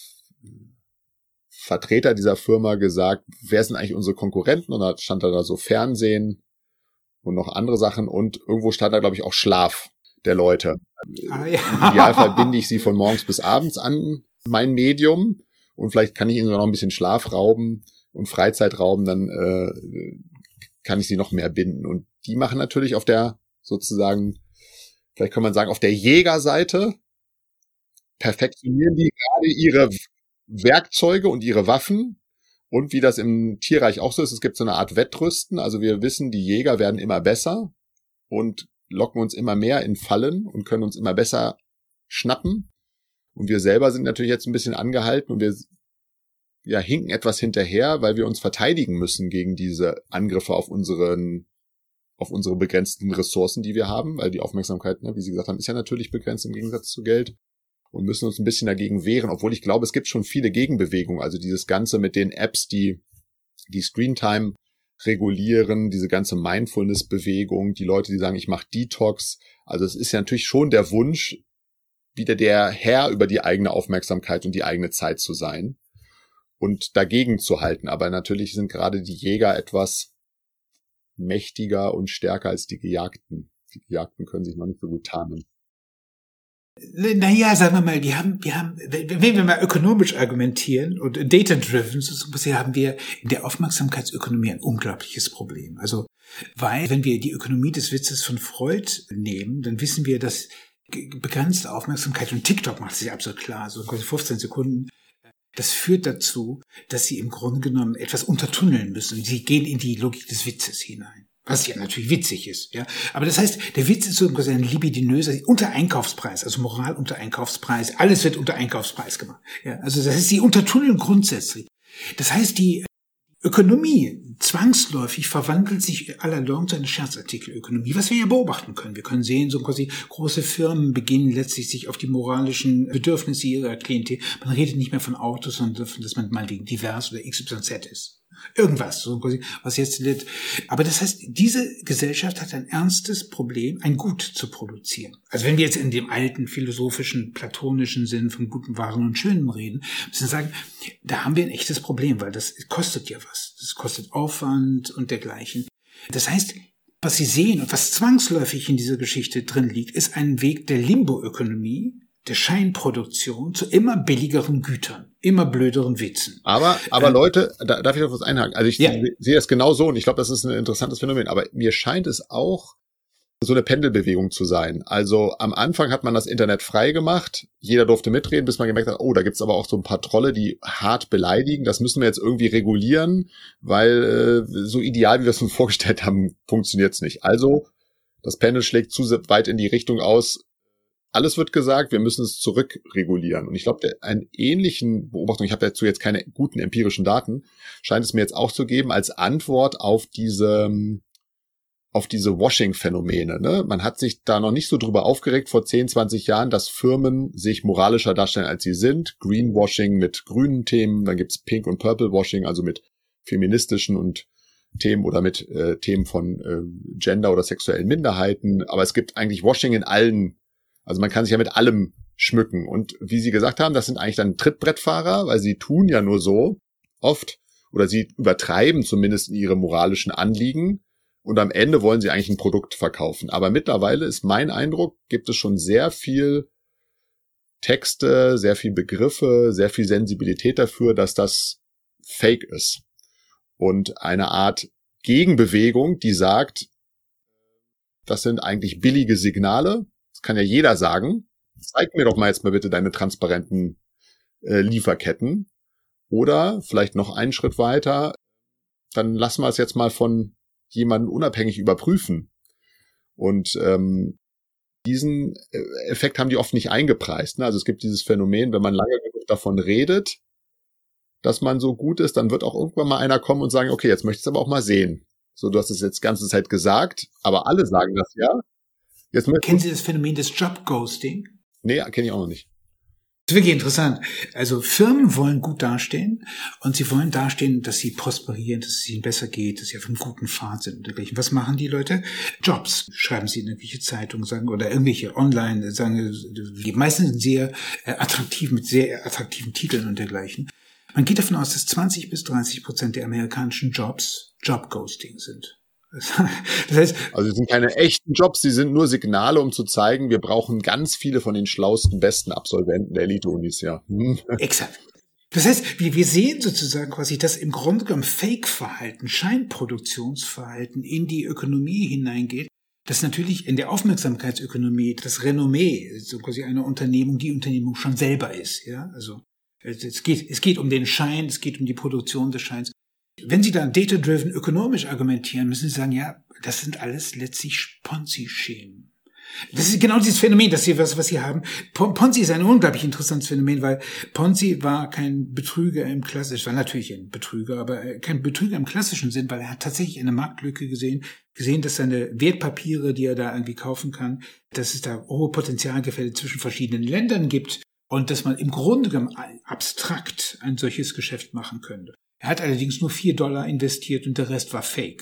Vertreter dieser Firma gesagt, wer sind eigentlich unsere Konkurrenten? Und da stand da so Fernsehen und noch andere Sachen, und irgendwo stand da, glaube ich, auch Schlaf der Leute. Ah, ja. Im Idealfall binde ich sie von morgens bis abends an mein Medium, und vielleicht kann ich ihnen noch ein bisschen Schlaf rauben und Freizeit rauben, dann kann ich sie noch mehr binden. Und die machen natürlich auf der, sozusagen, vielleicht kann man sagen, auf der Jägerseite perfektionieren die gerade ihre Werkzeuge und ihre Waffen. Und wie das im Tierreich auch so ist, es gibt so eine Art Wettrüsten. Also wir wissen, die Jäger werden immer besser und locken uns immer mehr in Fallen und können uns immer besser schnappen. Und wir selber sind natürlich jetzt ein bisschen angehalten, und wir hinken etwas hinterher, weil wir uns verteidigen müssen gegen diese Angriffe auf unsere begrenzten Ressourcen, die wir haben, weil die Aufmerksamkeit, wie Sie gesagt haben, ist ja natürlich begrenzt im Gegensatz zu Geld. Und müssen uns ein bisschen dagegen wehren, obwohl ich glaube, es gibt schon viele Gegenbewegungen. Also dieses Ganze mit den Apps, die Screentime regulieren, diese ganze Mindfulness-Bewegung, die Leute, die sagen, ich mache Detox. Also es ist ja natürlich schon der Wunsch, wieder der Herr über die eigene Aufmerksamkeit und die eigene Zeit zu sein und dagegen zu halten. Aber natürlich sind gerade die Jäger etwas mächtiger und stärker als die Gejagten. Die Gejagten können sich noch nicht so gut tarnen. Naja, sagen wir mal, wenn wir mal ökonomisch argumentieren und data-driven, haben wir in der Aufmerksamkeitsökonomie ein unglaubliches Problem. Also, weil, wenn wir die Ökonomie des Witzes von Freud nehmen, dann wissen wir, dass begrenzte Aufmerksamkeit, und TikTok macht sich absolut klar, so quasi 15 Sekunden, das führt dazu, dass sie im Grunde genommen etwas untertunneln müssen. Sie gehen in die Logik des Witzes hinein. Was ja natürlich witzig ist, ja. Aber das heißt, der Witz ist so ein libidinöser, unter Einkaufspreis, also Moral unter Einkaufspreis, alles wird unter Einkaufspreis gemacht, ja. Also das heißt, sie untertunneln grundsätzlich. Das heißt, die Ökonomie zwangsläufig verwandelt sich allalong zu einer Scherzartikelökonomie, was wir ja beobachten können. Wir können sehen, so quasi große Firmen beginnen letztlich sich auf die moralischen Bedürfnisse ihrer Klientel. Man redet nicht mehr von Autos, sondern davon, dass man meinetwegen divers oder XYZ ist. Irgendwas, so quasi, was jetzt wird. Aber das heißt, diese Gesellschaft hat ein ernstes Problem, ein Gut zu produzieren. Also wenn wir jetzt in dem alten philosophischen, platonischen Sinn von Guten, Wahren und Schönen reden, müssen wir sagen, da haben wir ein echtes Problem, weil das kostet ja was. Das kostet Aufwand und dergleichen. Das heißt, was Sie sehen und was zwangsläufig in dieser Geschichte drin liegt, ist ein Weg der Limboökonomie, der Scheinproduktion zu immer billigeren Gütern, immer blöderen Witzen. Aber Leute, darf ich noch was einhaken? Also ich sehe das genau so, und ich glaube, das ist ein interessantes Phänomen. Aber mir scheint es auch so eine Pendelbewegung zu sein. Also am Anfang hat man das Internet frei gemacht, jeder durfte mitreden, bis man gemerkt hat, oh, da gibt's aber auch so ein paar Trolle, die hart beleidigen. Das müssen wir jetzt irgendwie regulieren, weil so ideal, wie wir es uns vorgestellt haben, funktioniert's nicht. Also das Pendel schlägt zu weit in die Richtung aus, alles wird gesagt, wir müssen es zurückregulieren. Und ich glaube, einen ähnlichen Beobachtung, ich habe dazu jetzt keine guten empirischen Daten, scheint es mir jetzt auch zu geben, als Antwort auf diese Washing-Phänomene. Ne? Man hat sich da noch nicht so drüber aufgeregt vor 10, 20 Jahren, dass Firmen sich moralischer darstellen, als sie sind. Greenwashing mit grünen Themen, dann gibt's Pink- und Purple-Washing, also mit feministischen und Themen oder mit Themen von Gender oder sexuellen Minderheiten. Aber es gibt eigentlich Washing in allen. Also man kann sich ja mit allem schmücken. Und wie Sie gesagt haben, das sind eigentlich dann Trittbrettfahrer, weil sie tun ja nur so oft oder sie übertreiben zumindest ihre moralischen Anliegen und am Ende wollen sie eigentlich ein Produkt verkaufen. Aber mittlerweile ist mein Eindruck, gibt es schon sehr viel Texte, sehr viel Begriffe, sehr viel Sensibilität dafür, dass das Fake ist. Und eine Art Gegenbewegung, die sagt, das sind eigentlich billige Signale. Das kann ja jeder sagen. Zeig mir doch mal jetzt mal bitte deine transparenten Lieferketten. Oder vielleicht noch einen Schritt weiter, dann lassen wir es jetzt mal von jemandem unabhängig überprüfen. Und diesen Effekt haben die oft nicht eingepreist. Ne? Also es gibt dieses Phänomen, wenn man lange genug davon redet, dass man so gut ist, dann wird auch irgendwann mal einer kommen und sagen, okay, jetzt möchte ich es aber auch mal sehen. So, du hast es jetzt die ganze Zeit gesagt, aber alle sagen das ja. Kennen Sie das Phänomen des Job-Ghosting? Nee, kenne ich auch noch nicht. Das ist wirklich interessant. Also Firmen wollen gut dastehen und sie wollen dastehen, dass sie prosperieren, dass es ihnen besser geht, dass sie auf einem guten Pfad sind und dergleichen. Was machen die Leute? Jobs. Schreiben sie in irgendwelche Zeitungen, sagen, oder irgendwelche online, sagen, die meisten sind sehr attraktiv, mit sehr attraktiven Titeln und dergleichen. Man geht davon aus, dass 20-30% der amerikanischen Jobs Job-Ghosting sind. Das heißt, also es sind keine echten Jobs, die sind nur Signale, um zu zeigen, wir brauchen ganz viele von den schlauesten, besten Absolventen der Elite-Unis, ja. Exakt. Das heißt, wir sehen sozusagen quasi, dass im Grunde genommen Fake-Verhalten, Scheinproduktionsverhalten in die Ökonomie hineingeht, dass natürlich in der Aufmerksamkeitsökonomie das Renommee, so quasi eine Unternehmung, die Unternehmung schon selber ist, ja. Also, es geht um den Schein, es geht um die Produktion des Scheins. Wenn Sie dann data-driven ökonomisch argumentieren, müssen Sie sagen, ja, das sind alles letztlich Ponzi-Schemen. Das ist genau dieses Phänomen, was Sie haben. Ponzi ist ein unglaublich interessantes Phänomen, weil Ponzi war kein Betrüger im klassischen, war natürlich ein Betrüger, aber kein Betrüger im klassischen Sinn, weil er hat tatsächlich eine Marktlücke gesehen, dass seine Wertpapiere, die er da irgendwie kaufen kann, dass es da hohe Potenzialgefälle zwischen verschiedenen Ländern gibt und dass man im Grunde genommen abstrakt ein solches Geschäft machen könnte. Er hat allerdings nur $4 investiert und der Rest war Fake.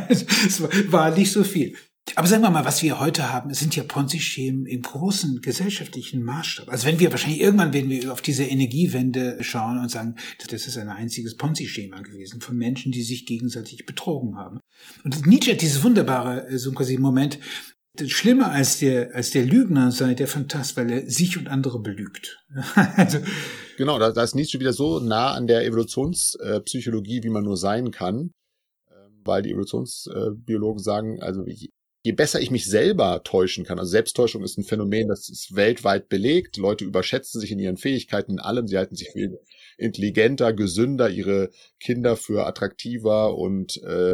Es war nicht so viel. Aber sagen wir mal, was wir heute haben, sind ja Ponzi-Schemen im großen gesellschaftlichen Maßstab. Also irgendwann werden wir auf diese Energiewende schauen und sagen, das ist ein einziges Ponzi-Schema gewesen von Menschen, die sich gegenseitig betrogen haben. Und Nietzsche hat dieses wunderbare, so quasi Moment, schlimmer als der Lügner sei der Phantast, weil er sich und andere belügt. Also, genau, da ist Nietzsche wieder so nah an der Evolutionspsychologie, wie man nur sein kann, weil die Evolutionsbiologen sagen, also je besser ich mich selber täuschen kann, also Selbsttäuschung ist ein Phänomen, das ist weltweit belegt, Leute überschätzen sich in ihren Fähigkeiten, in allem, sie halten sich für intelligenter, gesünder, ihre Kinder für attraktiver und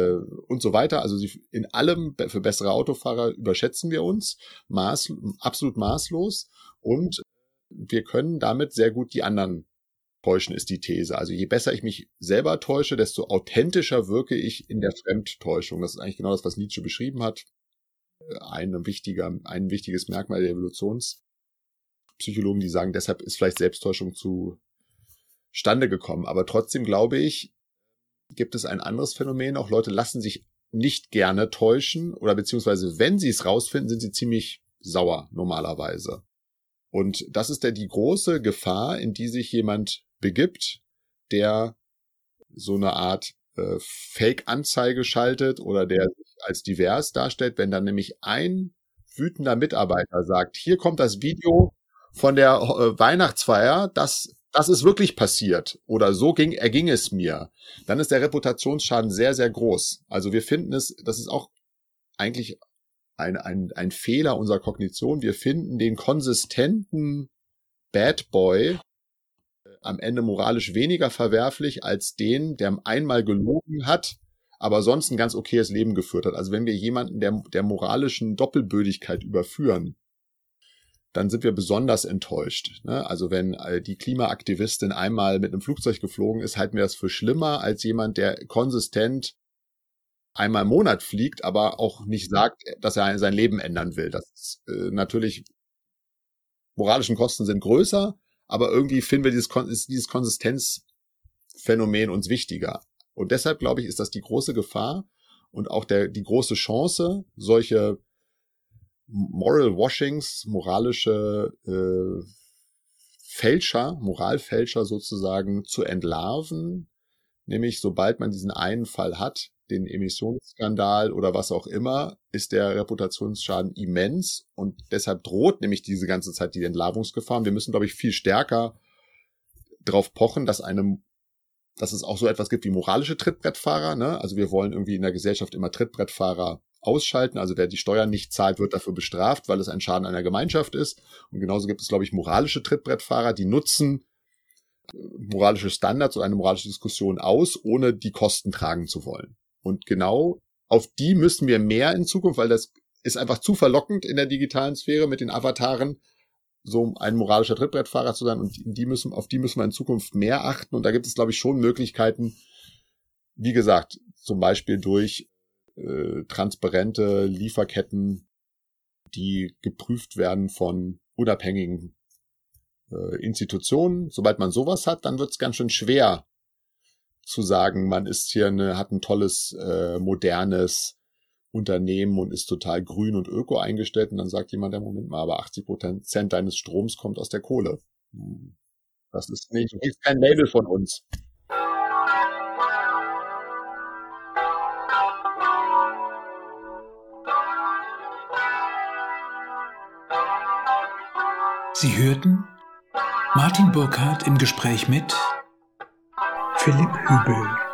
so weiter, also in allem für bessere Autofahrer überschätzen wir uns, absolut maßlos und wir können damit sehr gut die anderen täuschen, ist die These. Also je besser ich mich selber täusche, desto authentischer wirke ich in der Fremdtäuschung. Das ist eigentlich genau das, was Nietzsche beschrieben hat. Ein wichtiges Merkmal der Evolutionspsychologen, die sagen, deshalb ist vielleicht Selbsttäuschung zustande gekommen. Aber trotzdem glaube ich, gibt es ein anderes Phänomen. Auch Leute lassen sich nicht gerne täuschen oder beziehungsweise wenn sie es rausfinden, sind sie ziemlich sauer normalerweise. Und das ist die große Gefahr, in die sich jemand begibt, der so eine Art Fake-Anzeige schaltet oder der sich als divers darstellt, wenn dann nämlich ein wütender Mitarbeiter sagt, hier kommt das Video von der Weihnachtsfeier, das ist wirklich passiert oder erging es mir, dann ist der Reputationsschaden sehr, sehr groß. Also wir finden das ist auch eigentlich ein Fehler unserer Kognition. Wir finden den konsistenten Bad Boy am Ende moralisch weniger verwerflich als den, der einmal gelogen hat, aber sonst ein ganz okayes Leben geführt hat. Also wenn wir jemanden der moralischen Doppelbödigkeit überführen, dann sind wir besonders enttäuscht. Ne? Also wenn die Klimaaktivistin einmal mit einem Flugzeug geflogen ist, halten wir das für schlimmer als jemand, der konsistent einmal im Monat fliegt, aber auch nicht sagt, dass er sein Leben ändern will. Das ist natürlich, moralischen Kosten sind größer, aber irgendwie finden wir dieses Konsistenzphänomen uns wichtiger. Und deshalb, glaube ich, ist das die große Gefahr und auch die große Chance, solche Moral Washings, moralische Fälscher, Moralfälscher sozusagen zu entlarven. Nämlich, sobald man diesen einen Fall hat, den Emissionsskandal oder was auch immer, ist der Reputationsschaden immens und deshalb droht nämlich diese ganze Zeit die Entlarvungsgefahr. Und wir müssen, glaube ich, viel stärker darauf pochen, dass es auch so etwas gibt wie moralische Trittbrettfahrer. Ne? Also wir wollen irgendwie in der Gesellschaft immer Trittbrettfahrer ausschalten. Also wer die Steuern nicht zahlt, wird dafür bestraft, weil es ein Schaden einer Gemeinschaft ist. Und genauso gibt es, glaube ich, moralische Trittbrettfahrer, die nutzen moralische Standards oder eine moralische Diskussion aus, ohne die Kosten tragen zu wollen. Und genau auf die müssen wir mehr in Zukunft, weil das ist einfach zu verlockend in der digitalen Sphäre mit den Avataren, so ein moralischer Trittbrettfahrer zu sein. Und auf die müssen wir in Zukunft mehr achten. Und da gibt es, glaube ich, schon Möglichkeiten, wie gesagt, zum Beispiel durch transparente Lieferketten, die geprüft werden von unabhängigen Institutionen. Sobald man sowas hat, dann wird es ganz schön schwer zu sagen, man ist hier hat ein tolles, modernes Unternehmen und ist total grün und öko eingestellt. Und dann sagt jemand, ja, Moment mal, aber 80% deines Stroms kommt aus der Kohle. Das ist kein Label von uns. Sie hörten Martin Burkhardt im Gespräch mit Philipp Hübel.